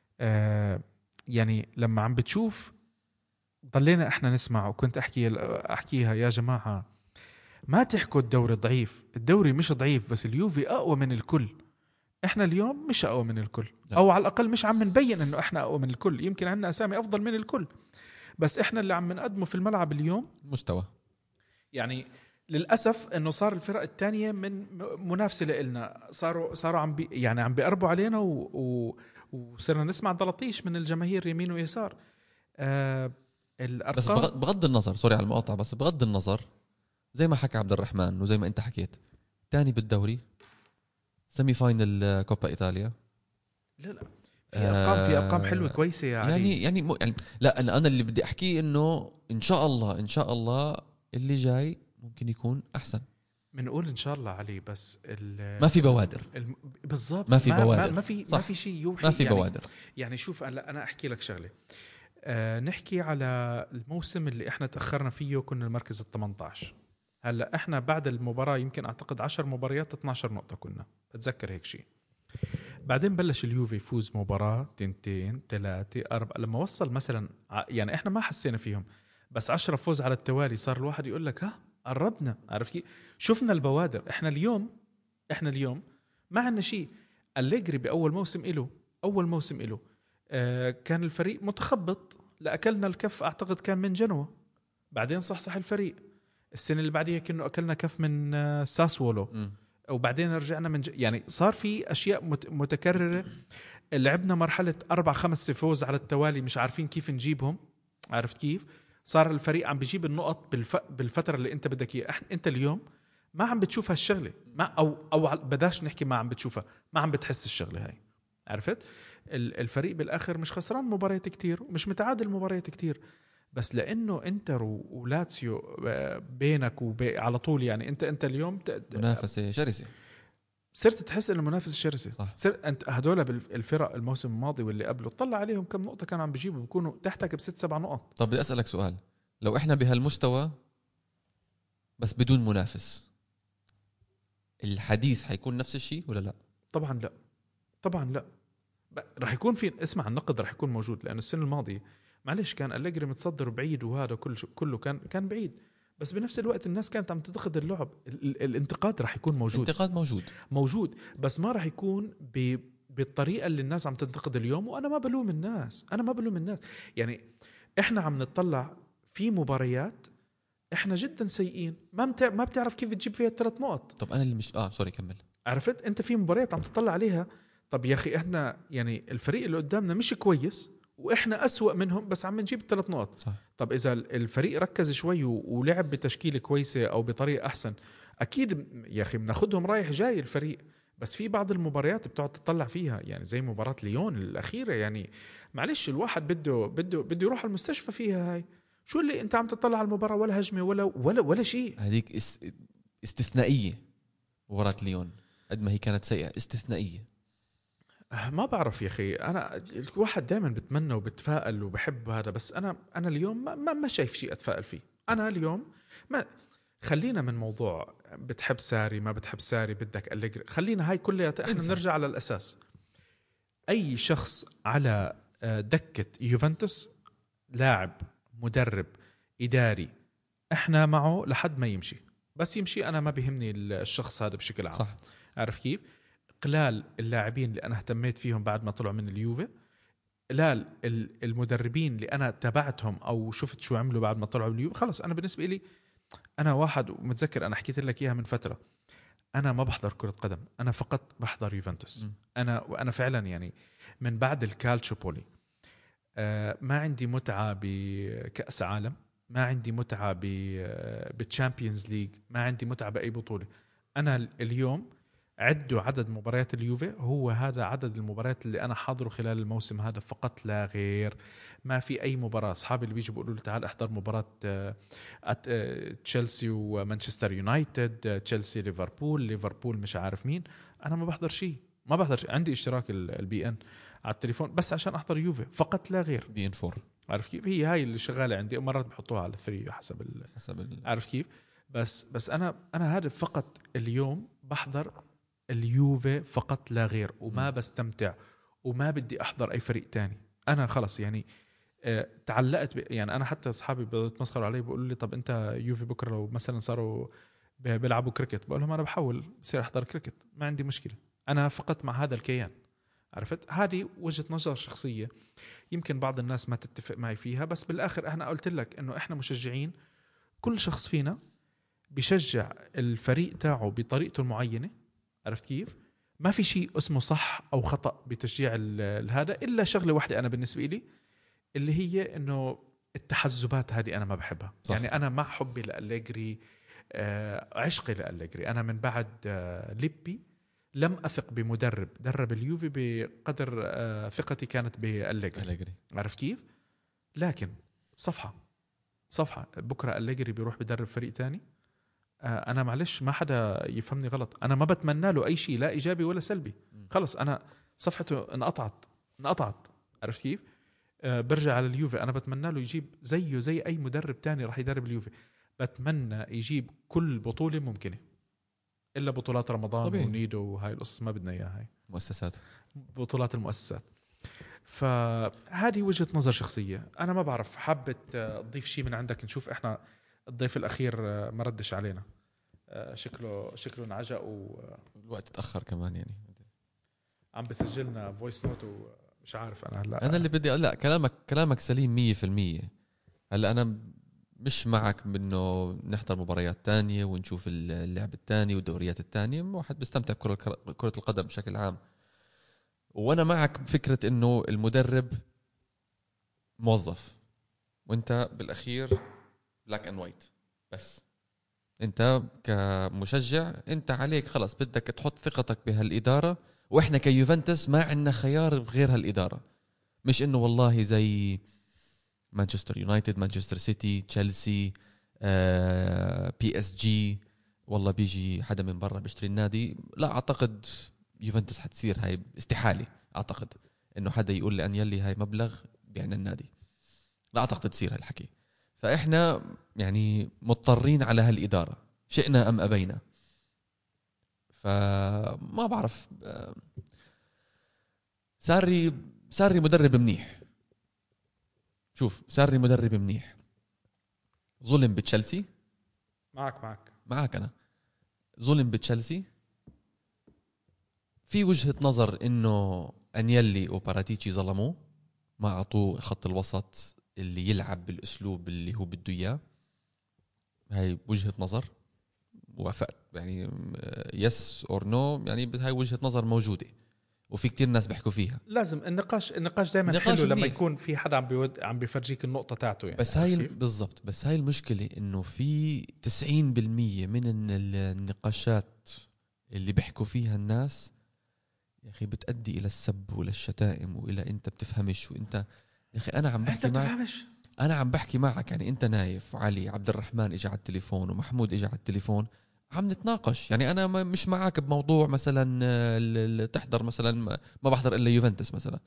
يعني لما عم بتشوف ضلينا احنا نسمع، وكنت احكيها يا جماعة ما تحكوا الدوري ضعيف، الدوري مش ضعيف، بس اليوفي اقوى من الكل. احنا اليوم مش اقوى من الكل، او على الاقل مش عم نبين انه احنا اقوى من الكل. يمكن عندنا اسامي افضل من الكل، بس احنا اللي عم نقدمه في الملعب اليوم مستوى. يعني للأسف انه صار الفرق الثانية من منافسة لنا صاروا عم بيقربوا علينا، وصرنا نسمع ضلطيش من الجماهير يمين ويسار. بس بغض النظر، سوري على المقاطعة، بس بغض النظر زي ما حكى عبد الرحمن وزي ما انت حكيت، تاني بالدوري، سيمي فاينل كوبا إيطاليا. لا في ارقام حلوه كويسه يعني لا انا اللي بدي احكيه انه ان شاء الله اللي جاي ممكن يكون احسن. بنقول ان شاء الله علي، بس ما في بوادر. بالضبط، ما في بوادر، ما في شيء يوحي، ما في بوادر. يعني شوف انا احكي لك شغله. نحكي على الموسم اللي احنا تاخرنا فيه، كنا المركز ال18. هلا احنا بعد المباراه يمكن اعتقد 10 مباريات 12 نقطه كنا، بتذكر هيك شيء. بعدين بلش اليوفي يفوز مباراة 2 3 4، لما وصل مثلا يعني احنا ما حسينا فيهم، بس 10 فوز على التوالي صار الواحد يقول لك ها قربنا. عرفت كيف؟ شفنا البوادر. احنا اليوم ما عندنا شيء. أليجري بأول موسم إله كان الفريق متخبط، لأكلنا الكف أعتقد كان من جنوة، بعدين صح الفريق. السنة اللي بعديها كنا أكلنا كف من ساسولو وبعدين رجعنا يعني صار في أشياء متكررة. لعبنا مرحلة 4-5 فوز على التوالي مش عارفين كيف نجيبهم. عرفت كيف؟ صار الفريق عم بيجيب النقط بالفترة اللي انت بدك اياها. انت اليوم ما عم بتشوف هالشغلة، ما او بداش نحكي ما عم بتشوفها، ما عم بتحس الشغلة هاي. عرفت؟ الفريق بالاخر مش خسران مباريات كتير ومش متعادل مباريات كتير، بس لانه انتر ولاتسيو بينك على طول، يعني انت اليوم منافسة شرسة، صرت تحس ان المنافسه شرسه. انت هدول بالفرق الموسم الماضي واللي قبله طلع عليهم كم نقطه كانوا عم بيجيبوا، بيكونوا تحتك ب6-7 نقط. طب بدي اسالك سؤال، لو احنا بهالمستوى بس بدون منافس، الحديث حيكون نفس الشيء ولا لا؟ طبعا لا راح يكون في، اسمع، النقد راح يكون موجود، لانه السنه الماضيه معلش كان أليجري متصدر بعيد، وهذا كله كان بعيد، بس بنفس الوقت الناس كانت عم تنتقد اللعب. الانتقاد راح يكون موجود، بس ما راح يكون بالطريقة اللي الناس عم تنتقد اليوم. وأنا ما بلوم الناس، يعني إحنا عم نطلع في مباريات إحنا جدا سيئين، ما بتعرف كيف تجيب فيها 3 نقط. طب أنا اللي مش سوري كمل. عرفت؟ أنت في مباريات عم تطلع عليها، طب يا أخي إحنا يعني الفريق اللي قدامنا مش كويس وإحنا أسوأ منهم، بس عم نجيب 3 نقط. صح. طب إذا الفريق ركز شوي ولعب بتشكيلة كويسة أو بطريقة أحسن، أكيد يا أخي بناخدهم رايح جاي الفريق. بس في بعض المباريات بتقعد تطلع فيها، يعني زي مباراة ليون الأخيرة، يعني معلش الواحد بده يروح على المستشفى فيها. هاي شو اللي أنت عم تطلع على المباراة؟ ولا هجمة ولا شيء. هذيك استثنائية مباراة ليون، قد ما هي كانت سيئة استثنائية. ما بعرف يا أخي، أنا الواحد دائما بتمنى وبتفائل وبحب هذا، بس أنا اليوم ما شايف شيء أتفائل فيه. أنا اليوم ما خلينا من موضوع بتحب ساري ما بتحب ساري بدك أليجري، خلينا هاي كلها احنا نرجع على الأساس. أي شخص على دكة يوفنتوس، لاعب، مدرب، إداري، احنا معه لحد ما يمشي، بس يمشي أنا ما بيهمني الشخص هذا بشكل عام. صح. عارف كيف؟ قلال اللاعبين اللي أنا اهتميت فيهم بعد ما طلعوا من اليوفي، قلال المدربين اللي أنا تابعتهم أو شفت شو عملوا بعد ما طلعوا من اليوفي. خلص أنا بالنسبة لي، أنا واحد متذكر أنا حكيت لك إياها من فترة، أنا ما بحضر كرة قدم، أنا فقط بحضر يوفنتوس. وأنا فعلا يعني من بعد الكالتشوبولي ما عندي متعة بكأس عالم، ما عندي متعة بالتشامبيونز ليج، ما عندي متعة بأي بطولة. أنا اليوم عدوا عدد مباريات اليوفي، هو هذا عدد المباريات اللي أنا حاضره خلال الموسم هذا فقط لا غير. ما في أي مباراة. أصحابي اللي بيجوا بيقولوا لي تعال احضر مباراة تشيلسي ومانشستر يونايتد، تشيلسي ليفربول مش عارف مين، أنا ما بحضر شيء، ما بحضر شيء. عندي اشتراك البي ان على التليفون بس عشان احضر يوفي فقط لا غير. بي ان 4 عارف كيف؟ هي هاي اللي شغاله عندي، مرات بحطوها على 3 حسب عارف كيف. بس انا هذا فقط اليوم بحضر اليوفي فقط لا غير، وما بستمتع وما بدي احضر اي فريق تاني. انا خلص يعني تعلقت يعني انا حتى اصحابي بيتمسخروا علي بيقولوا لي طب انت يوفي بكره لو مثلا صاروا بيلعبوا كريكت، بقول لهم انا بحاول بصير احضر كريكت، ما عندي مشكله، انا فقط مع هذا الكيان. عرفت؟ هذه وجهة نظر شخصية، يمكن بعض الناس ما تتفق معي فيها، بس بالآخر احنا قلت لك انه احنا مشجعين، كل شخص فينا بيشجع الفريق تاعه بطريقته المعينة. عرفت كيف؟ ما في شيء اسمه صح او خطأ بتشجيع هذا، الا شغلة واحدة انا بالنسبة لي اللي هي انه التحزبات هذه انا ما بحبها. صح. يعني انا مع حبي لأليجري، عشقي لأليجري، انا من بعد ليبي لم أثق بمدرب درب اليوفي بقدر ثقتي كانت بأليجري. عرفت كيف؟ لكن صفحة بكرة أليجري بيروح بدرب فريق تاني، أنا معلش ما حدا يفهمني غلط، أنا ما بتمنى له أي شيء لا إيجابي ولا سلبي، خلص أنا صفحته انقطعت. عرفت كيف؟ برجع على اليوفي، أنا بتمنى له يجيب زيه زي أي مدرب تاني راح يدرب اليوفي، بتمنى يجيب كل بطولة ممكنة إلا بطولات رمضان طبيعي. ونيدو وهاي القصص ما بدنا إياها، هاي مؤسسات، بطولات المؤسسات. فهذه وجهة نظر شخصية، أنا ما بعرف، حابة تضيف شيء من عندك؟ نشوف إحنا الضيف الأخير ما ردش علينا، شكله انعجق والوقت تأخر كمان، يعني عم بسجلنا فويس نوت ومش عارف. أنا اللي بدي لا، كلامك سليم 100%. هلا أنا مش معك بأنه نحضر مباريات تانية ونشوف اللعب التاني والدوريات التانية، واحد بيستمتع كرة القدم بشكل عام، وانا معك بفكرة انه المدرب موظف وانت بالاخير بلاك اند وايت، بس انت كمشجع انت عليك خلص بدك تحط ثقتك بهالإدارة، واحنا كيوفنتوس ما عندنا خيار غير هالإدارة. مش انه والله زي مانشستر يونايتد، مانشستر سيتي، تشيلسي، بي اس جي، والله بيجي حدا من برا بيشتري النادي. لا اعتقد يوفنتوس حتصير هاي استحالة، اعتقد انه حدا يقول لأنيلي هاي مبلغ بيعنا النادي، لا اعتقد تصير هالحكي. فاحنا يعني مضطرين على هالإدارة شئنا ام ابينا. فما بعرف، ساري مدرب منيح، شوف ساري مدرب منيح، ظلم بتشيلسي، معك انا، ظلم بتشيلسي. في وجهة نظر انه انيلي وباراتيتشي ظلموه، ما اعطوه خط الوسط اللي يلعب بالاسلوب اللي هو بده اياه. هاي وجهة نظر وافقت، يعني يس اور نو، يعني هاي وجهة نظر موجودة وفي كتير ناس بيحكوا فيها. لازم النقاش دائما حلو لما يكون في حدا عم بيفرجيك النقطة تاعته، يعني بس هاي بالضبط. بس هاي المشكلة انه في 90% من النقاشات اللي بيحكوا فيها الناس يا اخي بتؤدي الى السب وللشتائم والى انت بتفهمش، وانت يا اخي انا عم بحكي معك يعني انت نايف، وعلي عبد الرحمن اجى على التليفون، ومحمود اجى على التليفون، عم نتناقش. يعني انا مش معك بموضوع مثلا تحضر مثلا ما بحضر الا يوفنتوس مثلا،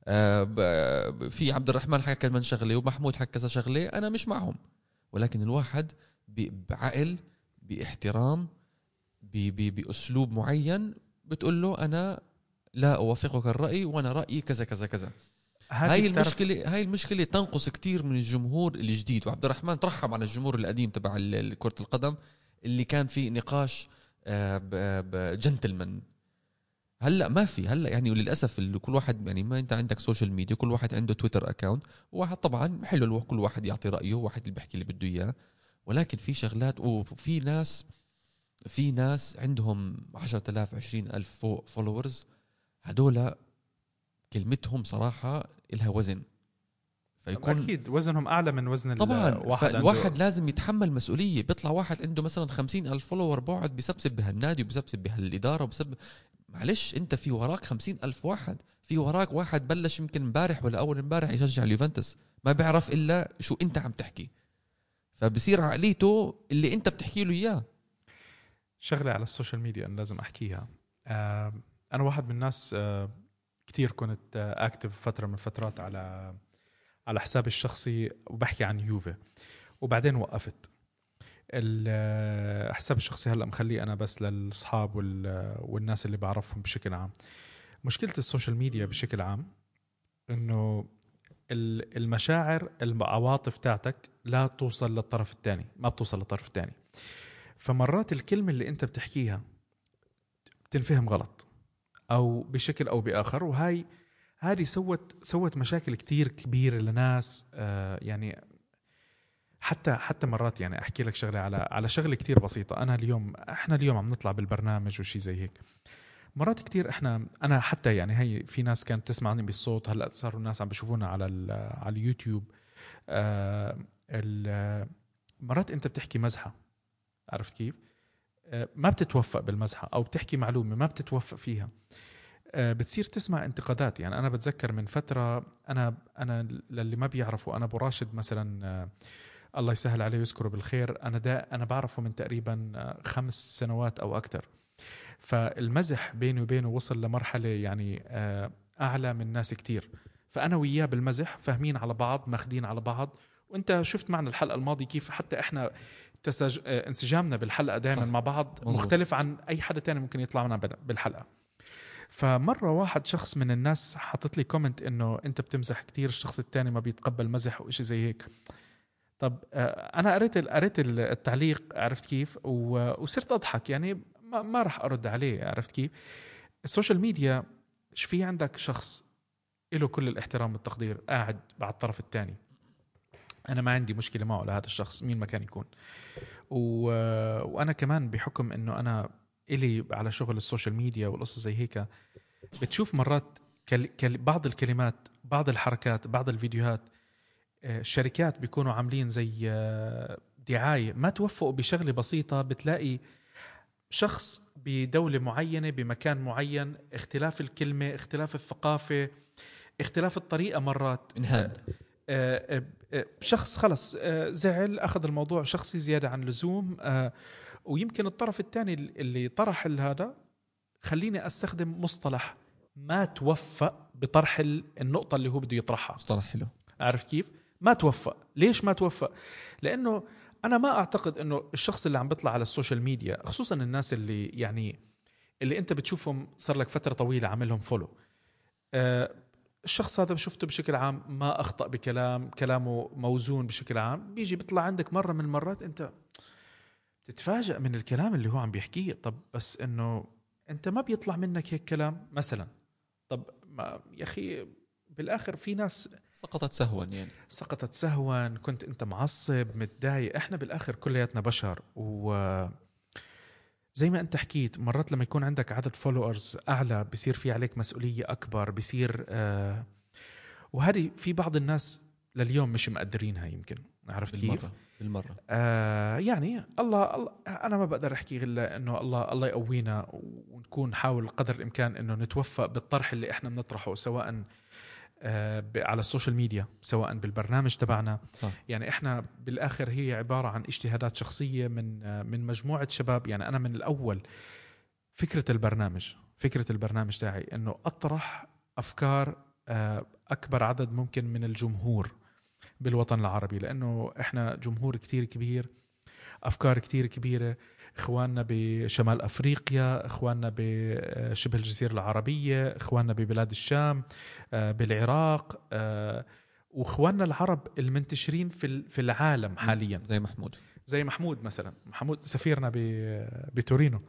في عبد الرحمن حكى كمان شغله ومحمود حكى كذا شغله، انا مش معهم، ولكن الواحد بعقل باحترام باسلوب معين بتقول له انا لا اوافقك الراي وانا رايي كذا كذا كذا. هاي المشكله تنقص كتير من الجمهور الجديد. وعبد الرحمن ترحم على الجمهور القديم تبع كرة القدم اللي كان في نقاش بجنتلمان. هلا ما في، هلا يعني وللاسف كل واحد يعني ما انت عندك سوشيال ميديا، كل واحد عنده تويتر اكاونت، وواحد طبعا حلو كل واحد يعطي رايه، واحد اللي بيحكي اللي بده اياه، ولكن في شغلات وفي ناس عندهم 10,000 20,000 فولورز، هدول كلمتهم صراحة إلها وزن. فيكون اكيد وزنهم اعلى من وزن طبعا. الواحد. فالواحد لازم يتحمل مسؤولية. بيطلع واحد عنده مثلا 50,000 فولور بقعد بيسبسب بهالنادي وبيسبسب بهالإدارة وبسبب، معلش انت في وراك 50,000 واحد، في وراك واحد بلش يمكن امبارح ولا اول امبارح يشجع اليوفنتوس، ما بيعرف الا شو انت عم تحكي، فبصير عقليته اللي انت بتحكي له اياه. شغلة على السوشيال ميديا أنا لازم أحكيها. أنا واحد من الناس كتير كنت أكتف فترة من فترات على حسابي الشخصي وبحكي عن يوفي، وبعدين وقفت. الحساب الشخصي هلأ مخليه أنا بس للأصحاب والناس اللي بعرفهم بشكل عام. مشكلة السوشيال ميديا بشكل عام إنه المشاعر العواطف تاعتك لا توصل للطرف الثاني، ما بتوصل للطرف الثاني. فمرات الكلمة اللي أنت بتحكيها بتنفهم غلط أو بشكل أو بآخر، هذه سوت مشاكل كتير كبيرة لناس. يعني حتى مرات يعني أحكي لك شغلة على شغلة كتير بسيطة. إحنا اليوم عم نطلع بالبرنامج وشي زي هيك. مرات كتير أنا حتى يعني هي في ناس كانت تسمعني بالصوت، هلأ صاروا الناس عم بيشوفونا على اليوتيوب. مرات أنت بتحكي مزحة، عرفت كيف؟ ما بتتوفق بالمزحة، أو بتحكي معلومة ما بتتوفق فيها، بتصير تسمع انتقادات. يعني أنا بتذكر من فترة، أنا للي ما بيعرفوا، أنا أبو راشد مثلا، الله يسهل عليه ويذكره بالخير، أنا بعرفه من تقريبا 5 سنوات أو أكتر. فالمزح بيني وبينه وصل لمرحلة يعني أعلى من ناس كتير. فأنا وياه بالمزح فاهمين على بعض، ماخدين على بعض. وانت شفت معنا الحلقة الماضية كيف حتى احنا انسجامنا بالحلقة دائما مع بعض مختلف عن اي حدا تاني ممكن يطلع معنا بالحلقة. فمرة واحد شخص من الناس حطت لي كومنت انه انت بتمزح كتير، الشخص التاني ما بيتقبل مزح وإشي زي هيك. طب انا قريت التعليق، عرفت كيف، وصرت اضحك. يعني ما راح ارد عليه، عرفت كيف. السوشيال ميديا في عندك شخص له كل الاحترام والتقدير قاعد على الطرف الثاني، أنا ما عندي مشكلة معه لهذا الشخص مين ما كان يكون. وأنا كمان بحكم أنه أنا إلي على شغل السوشيال ميديا والقصص زي هيك، بتشوف مرات بعض الكلمات، بعض الحركات، بعض الفيديوهات، الشركات بيكونوا عاملين زي دعاية، ما توفقوا بشغلة بسيطة. بتلاقي شخص بدولة معينة بمكان معين، اختلاف الكلمة، اختلاف الثقافة، اختلاف الطريقة، مرات انهان. شخص خلص زعل، أخذ الموضوع شخصي زيادة عن اللزوم. ويمكن الطرف الثاني اللي طرح هذا، خليني أستخدم مصطلح، ما توفق بطرح النقطة اللي هو بده يطرحها. مصطلح حلو. عرفت كيف؟ ما توفق. ليش ما توفق؟ لأنه أنا ما أعتقد أنه الشخص اللي عم بيطلع على السوشيال ميديا، خصوصا الناس اللي أنت بتشوفهم صار لك فترة طويلة عاملهم فولو، الشخص هذا شفته بشكل عام ما أخطأ كلامه موزون بشكل عام، بيجي بيطلع عندك مرة من المرات أنت تتفاجأ من الكلام اللي هو عم بيحكيه. طب بس إنه أنت ما بيطلع منك هيك كلام مثلا. طب ما يا أخي، بالآخر في ناس سقطت سهوا، يعني سقطت سهوا، كنت أنت معصب متضايق. إحنا بالآخر كلياتنا بشر، زي ما أنت حكيت مرات لما يكون عندك عدد فولورز أعلى بيصير في عليك مسؤولية أكبر، بيصير وهذه في بعض الناس لليوم مش مقدرينها يمكن. عرفت كيف؟ بالمرة. يعني الله أنا ما بقدر أحكي إلا إنه الله يقوينا، ونكون حاول قدر الإمكان إنه نتوفق بالطرح اللي إحنا بنطرحه، سواء على السوشيال ميديا، سواء بالبرنامج تبعنا. يعني احنا بالاخر هي عبارة عن اجتهادات شخصية من مجموعة شباب. يعني انا من الاول فكرة البرنامج تاعي انه اطرح افكار اكبر عدد ممكن من الجمهور بالوطن العربي، لانه احنا جمهور كتير كبير، افكار كتير كبيرة. اخواننا بشمال افريقيا، اخواننا بشبه الجزيرة العربية، اخواننا ببلاد الشام، بالعراق، واخواننا العرب المنتشرين في العالم حاليا، زي محمود مثلا، محمود سفيرنا بتورينو.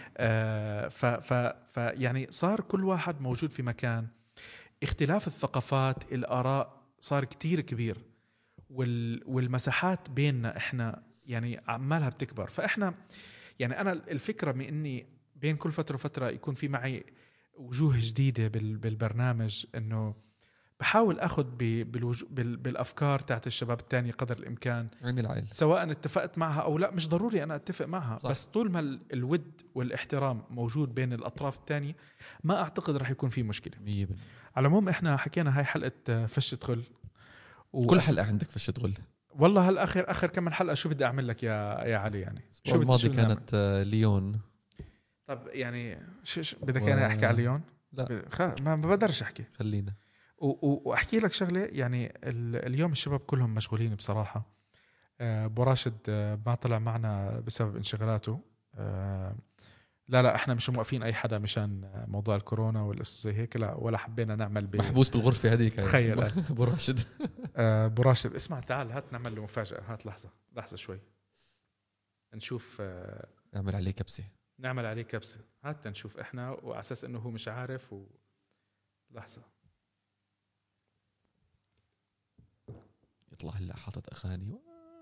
يعني صار كل واحد موجود في مكان. اختلاف الثقافات، الآراء صار كتير كبير، والمساحات بيننا احنا يعني عمالها بتكبر. فاحنا يعني انا الفكره من اني بين كل فتره وفتره يكون في معي وجوه جديده بالبرنامج، انه بحاول اخذ بالافكار تاعت الشباب التاني قدر الامكان، عمل عائل سواء اتفقت معها او لا. مش ضروري انا اتفق معها صح. بس طول ما الود والاحترام موجود بين الاطراف الثانيه ما اعتقد رح يكون في مشكله. 100%. على العموم احنا حكينا هاي حلقه فش تغل كل حلقه عندك فش تغل والله. هالاخر كم حلقه شو بدي اعمل لك يا علي؟ يعني شو الماضي كانت ليون. طب يعني شو بدك انا احكي على ليون؟ لا ما بقدرش احكي. خلينا واحكي لك شغله. يعني اليوم الشباب كلهم مشغولين بصراحه. ابو راشد ما طلع معنا بسبب انشغالاته. لا احنا مش موقفين اي حدا مشان موضوع الكورونا والقصص زي هيك، لا، ولا حبينا نعمل محبوس بالغرفه هذيك. تخيل ابو راشد. ابو راشد اسمع تعال هات نعمل له مفاجاه. هات لحظه شوي نشوف. نعمل عليه كبسه. هات نشوف احنا وعلى اساس انه هو مش عارف لحظه يطلع هلا حاطط اغاني.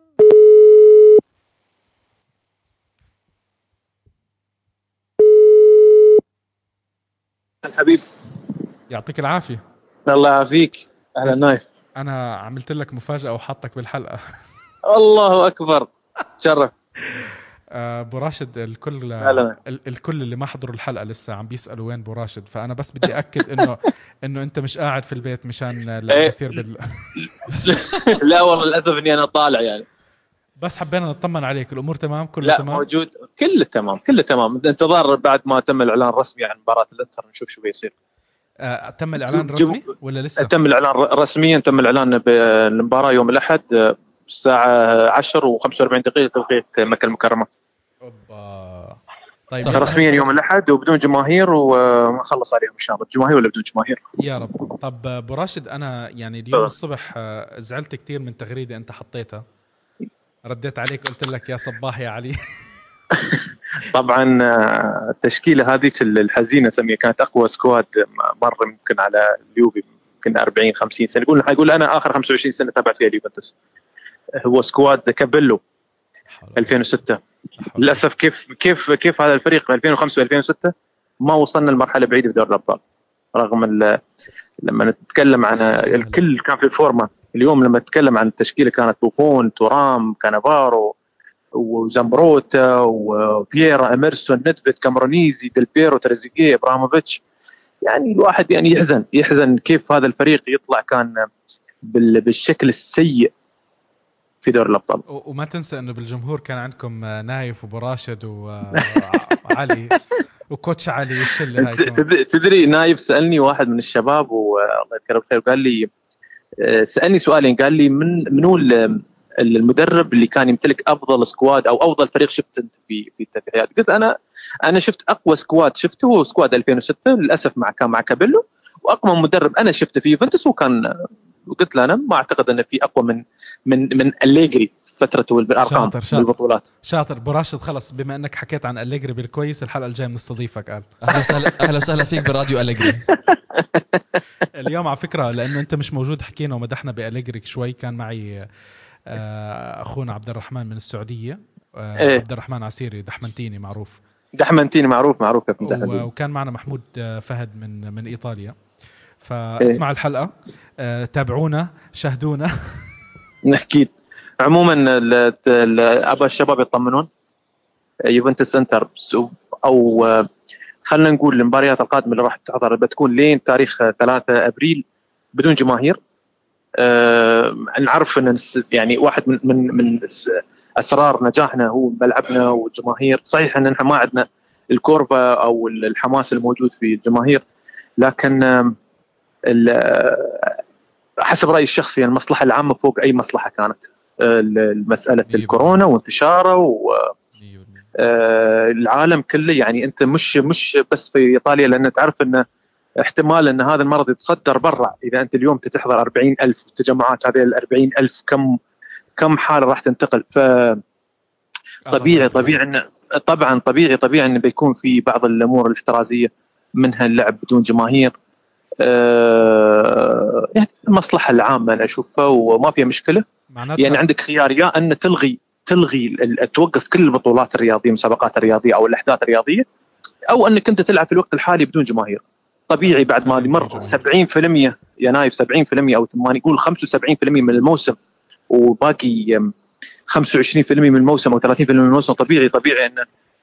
الحبيب يعطيك العافيه. الله يعافيك. اهلا نايف. انا عملت لك مفاجاه وحطك بالحلقه. الله اكبر شرف. ابو راشد الكل اللي ما حضروا الحلقه لسه عم بيسالوا وين ابو راشد، فانا بس بدي اكد انه انت مش قاعد في البيت مشان اللي بيصير لا والله للاسف اني انا طالع يعني. بس حبينا نطمن عليك. الامور تمام؟ كله لا تمام؟ موجود كله تمام. انتظار بعد ما تم الاعلان الرسمي عن مباراه الانتر نشوف شو بيصير. تم الاعلان الرسمي ولا لسه؟ تم الاعلان رسميا. تم الاعلان بالمباراه يوم الاحد الساعه 10:45 توقيت مكه المكرمه. طيب رسميا يوم الاحد وبدون جماهير ونخلص عليهم ان شاء الله. جماهير ولا بدون جماهير يا رب. طب ابو راشد انا يعني اليوم الصبح زعلت كتير من تغريده انت حطيتها. رديت عليك قلت لك يا صباح يا علي. طبعا التشكيله هذه الحزينه سميه كانت اقوى سكواد مر يمكن على اليوفي يمكن 40-50 سنه. يقول انا اخر 25 سنه تابعت فيها اليوفنتوس. هو سكواد كابيلو 2006. للاسف كيف هذا الفريق في 2005 و2006 ما وصلنا لمرحله بعيده في دوري الابطال. رغم لما نتكلم عن الكل كان في الفورمه. اليوم لما نتكلم عن التشكيله كانت بوفون، تورام، كانافارو وزامبروتا وفييرا، اميرسون، ندفيد، كامرونيزي، ديل بيرو، تريزيجيه، ابراهيموفيتش. يعني الواحد يعني يحزن كيف هذا الفريق يطلع كان بالشكل السيء في دوري الابطال. وما تنسى انه بالجمهور كان عندكم نايف وابو راشد وعلي وكوتش علي والشله هاي. تدري نايف سالني واحد من الشباب والله يذكره بالخير وقال لي سالني سؤالين. قال لي منو المدرب اللي كان يمتلك افضل سكواد او افضل فريق شفت انت في التاريخ؟ قلت انا شفت اقوى سكواد شفته هو سكواد 2006 للاسف كان مع كابيلو. واقوى مدرب انا شفته في يوفنتوس وكان قلت له انا ما اعتقد انه في اقوى من أليجري فترته بالارقام بالبطولات. شاطر ابو راشد. خلص بما انك حكيت عن أليجري بالكويس الحلقه الجايه بنستضيفك. قال اهلا وسهلا فيك براديو أليجري. اليوم على فكره لانه انت مش موجود حكينا ومدحنا بأليجري شوي. كان معي اخونا عبد الرحمن من السعوديه. عبد الرحمن عسيري دحمنتيني معروف. وكان معنا محمود فهد من ايطاليا. فاسمع الحلقه تابعونا شاهدونا. اكيد. عموما ابى الشباب يطمنون. يوفنتوس انتر او خلينا نقول المباريات القادمه اللي راح تحضر بتكون لين تاريخ 3 ابريل بدون جماهير. نعرف ان يعني واحد من اسرار نجاحنا هو ملعبنا والجماهير. صحيح ان نحن ما عندنا الكوربه او الحماس الموجود في الجماهير، لكن حسب رايي الشخصي المصلحه العامه فوق اي مصلحه كانت. مساله الكورونا وانتشاره العالم كله. يعني انت مش بس في ايطاليا، لان تعرف ان احتمال ان هذا المرض يتصدر برا. اذا انت اليوم تحضر 40,000 والتجمعات هذه 40,000 كم حاله راح تنتقل. ف طبيعي ان طبيعي ان بيكون في بعض الامور الاحترازيه منها اللعب بدون جماهير. يعني المصلحه العامه انا اشوفها وما فيها مشكله. يعني عندك خيار يا ان تلغي توقف كل البطولات الرياضيه، المسابقات الرياضيه او الاحداث الرياضيه، او انك انت تلعب في الوقت الحالي بدون جماهير. طبيعي بعد ما مر 70% يا نايف 70% او 80 يقول 75% من الموسم وباقي 25% من الموسم او 30% من الموسم، طبيعي ان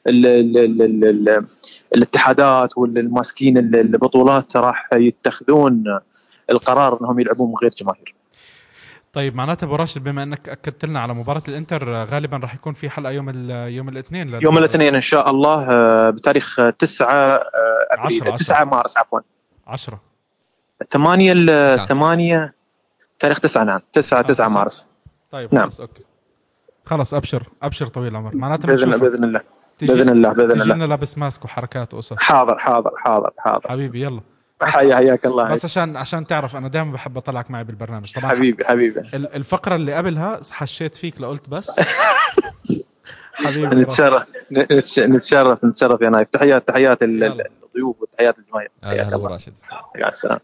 الاتحادات والماسكين البطولات راح يتخذون القرار انهم يلعبون من غير جماهير. طيب معناته ابو راشد بما انك اكدت لنا على مباراه الانتر غالبا راح يكون في حلقه يوم الاثنين يوم الاثنين ان شاء الله بتاريخ 9 ابريل 9 مارس عفوا 10 8 تاريخ 9 نعم 9 مارس. طيب نعم. خلاص اوكي خلاص ابشر طويل العمر معناته باذن الله باذن الله تجي لنا لابس ماسك وحركات وقصص. حاضر حبيبي يلا حياك الله. بس عشان تعرف انا دائما بحب اطلعك معي بالبرنامج طبعا. حبيبي الفقره اللي قبلها حشيت فيك لقلت بس حبيبي نتشرف يا نايف. تحيات الضيوف وتحيات الجماهير. حياك الله راشد. يا السلام.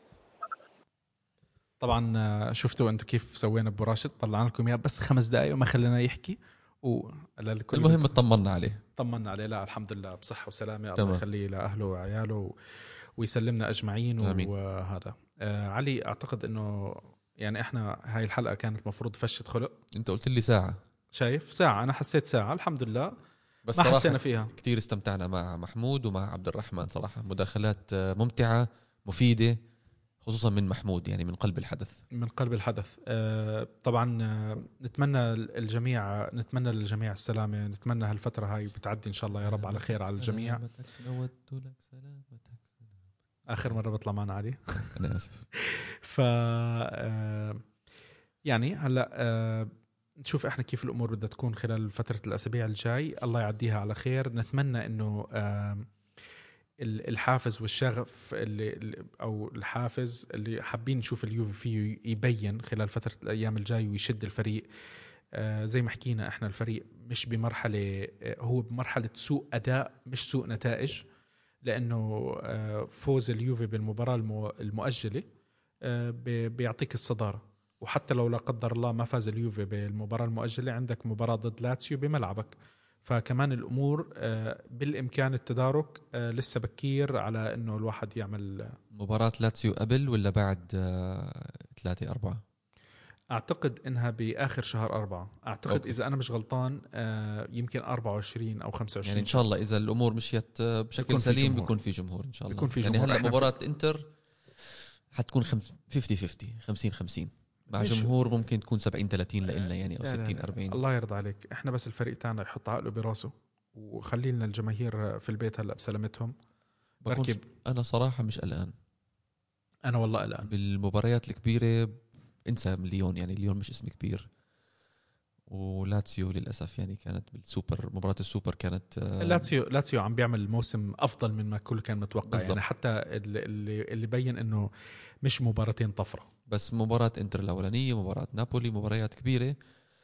طبعا شفتوا انتم كيف سوينا ابو راشد، طلعنا لكم اياه بس 5 دقائق وما خلينا يحكي المهم اطمنا عليه. لا الحمد لله بصحه وسلامه، الله يخليه لاهله وعياله ويسلمنا اجمعين. وهذا علي اعتقد انه يعني احنا هاي الحلقه كانت مفروض فشة خلق. انت قلت لي ساعه، شايف ساعه، انا حسيت ساعه الحمد لله، بس ما حسينا فيها. كتير استمتعنا مع محمود ومع عبد الرحمن صراحه، مداخلات ممتعه مفيده خصوصا من محمود، يعني من قلب الحدث. طبعا نتمنى للجميع السلامه، نتمنى هالفتره هاي بتعدي ان شاء الله يا رب على خير على الجميع. آخر مرة بطلع معنا علي أنا آسف. يعني هلأ نشوف إحنا كيف الأمور بدها تكون خلال فترة الأسابيع الجاي، الله يعديها على خير. نتمنى إنه الحافز والشغف أو الحافز اللي حابين نشوف اليوفي فيه يبين خلال فترة الأيام الجاي ويشد الفريق. زي ما حكينا إحنا الفريق مش بمرحلة، هو بمرحلة سوء أداء مش سوء نتائج، لأنه فوز اليوفي بالمباراة المؤجلة بيعطيك الصدارة، وحتى لو لا قدر الله ما فاز اليوفي بالمباراة المؤجلة عندك مباراة ضد لاتسيو بملعبك، فكمان الأمور بالإمكان التدارك. لسه بكير على أنه الواحد يعمل مباراة لاتسيو قبل ولا بعد 3-4؟ أعتقد إنها بآخر شهر 4 أعتقد. أوكي. إذا أنا مش غلطان يمكن 24 أو 25. يعني إن شاء الله إذا الأمور مشيت بشكل سليم بيكون في جمهور إن شاء الله. يعني هلا مباراة إنتر حتكون 50-50 مع جمهور، ممكن تكون 70-30 لإلنا يعني أو 60-40. الله يرضى عليك، إحنا بس الفريق تاعنا يحط عقله براسه وخلي لنا الجماهير في البيت هلا بسلامتهم. أنا صراحة مش قلقان. أنا والله قلقان بالمباريات الكبيرة. انسى ليون، يعني ليون مش اسم كبير، ولاتسيو للأسف يعني كانت بالسوبر، مباراة السوبر كانت لاتسيو عم بيعمل موسم أفضل من ما كل كان متوقع بالزبط. يعني حتى اللي بين إنه مش مباراتين طفرة، بس مباراة انتر الأولانية، مباراة نابولي، مباريات كبيرة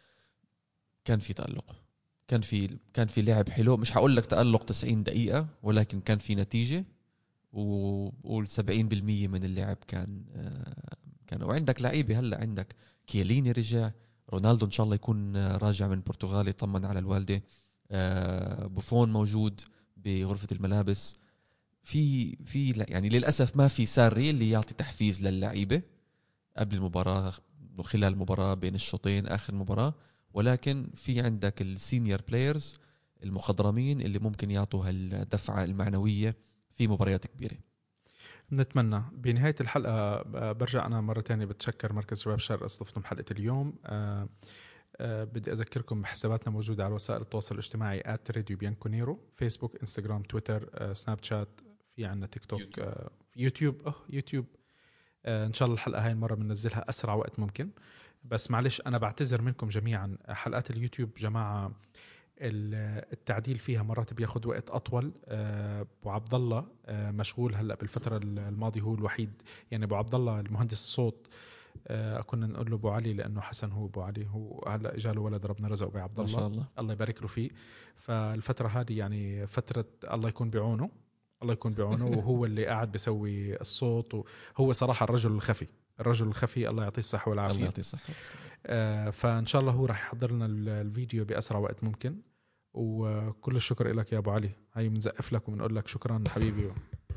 كان في تألق، كان في لعب حلو. مش هقول لك تألق 90 دقيقة، ولكن كان في نتيجة، وقول 70% من اللعب كان وعندك لعيبه. هلا عندك كيليني رجع، رونالدو ان شاء الله يكون راجع من البرتغال يطمن على الوالده، بوفون موجود بغرفه الملابس. في يعني للاسف ما في ساري اللي يعطي تحفيز للعيبه قبل المباراه وخلال المباراه بين الشوطين اخر المباراه، ولكن في عندك السينيور بلايرز المخضرمين اللي ممكن يعطوا هالدفعه المعنويه في مباريات كبيره. نتمنى. بنهاية الحلقة برجع أنا مرة تانية بتشكر مركز شباب الشرق استضفتم حلقة اليوم. بدي أذكركم بحساباتنا موجودة على وسائل التواصل الاجتماعي @راديو بيانكونيرو، فيسبوك، انستغرام، تويتر، سناب شات، في عنا تيك توك، يوتيوب. إن شاء الله الحلقة هاي المرة بننزلها أسرع وقت ممكن، بس معلش أنا بعتذر منكم جميعا. حلقات اليوتيوب جماعة التعديل فيها مرات بياخد وقت أطول. أبو عبد الله مشغول هلأ بالفترة الماضية، هو الوحيد يعني. أبو عبد الله المهندس الصوت كنا نقول له أبو علي لأنه حسن هو أبو علي، هو هلأ إجاله ولد ربنا رزقه بعبد الله ما شاء الله يبارك له فيه. فالفترة هذه يعني فترة الله يكون بعونه وهو اللي قاعد بيسوي الصوت، وهو صراحة الرجل الخفي الله يعطيه الصحة والعافية. الله يعطيه الصحة. فإن شاء الله هو راح يحضر لنا الفيديو بأسرع وقت ممكن. وكل الشكر لك يا أبو علي، هاي بنزقف لك وبنقول لك شكرا حبيبي،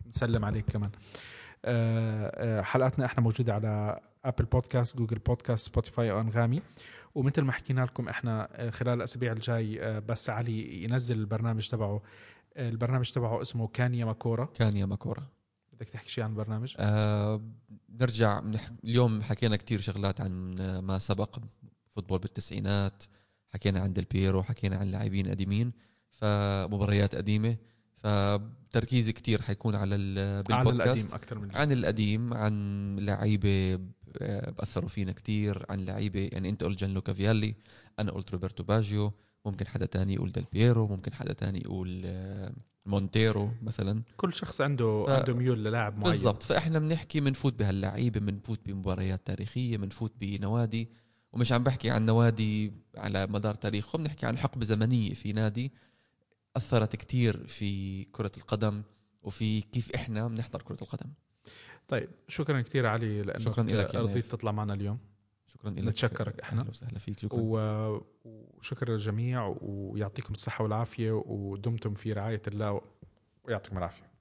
نسلم عليك كمان. حلقاتنا احنا موجودة على ابل بودكاست، جوجل بودكاست، سبوتيفاي وانغامي. ومثل ما حكينا لكم احنا خلال الاسابيع الجاي بس علي ينزل البرنامج تبعه اسمه كان يا ماكورا. بدك تحكي شيء عن البرنامج؟ نرجع اليوم حكينا كتير شغلات عن ما سبق فوتبول بالتسعينات، حكينا عن ديل بييرو، حكينا عن لاعبين قديمين، فمباريات قديمة، فتركيز كتير حيكون على بالبودكاست عن القديم، عن لعيبة بأثروا فينا كتير، عن لعيبة يعني انت قلت جانلوكا فيالي، انا قلت روبرتو باجيو، ممكن حدا تاني يقول ديل بييرو، ممكن حدا تاني يقول مونتيرو مثلا. كل شخص عنده ميول للاعب معين بالضبط. فاحنا بنحكي منفوت بهاللعيبة، منفوت بمباريات تاريخية، منفوت بنوادي، ومش عم بحكي عن نوادي على مدار تاريخهم، بنحكي عن حقبة زمنية في نادي أثرت كتير في كرة القدم وفي كيف إحنا بنحضر كرة القدم. طيب شكرا كتير علي لأنك رضيت تطلع معنا اليوم. شكرا لك، نتشكرك احنا وسهلا فيك. شكرا وشكرا للجميع، ويعطيكم الصحة والعافية، ودمتم في رعاية الله ويعطيكم العافية.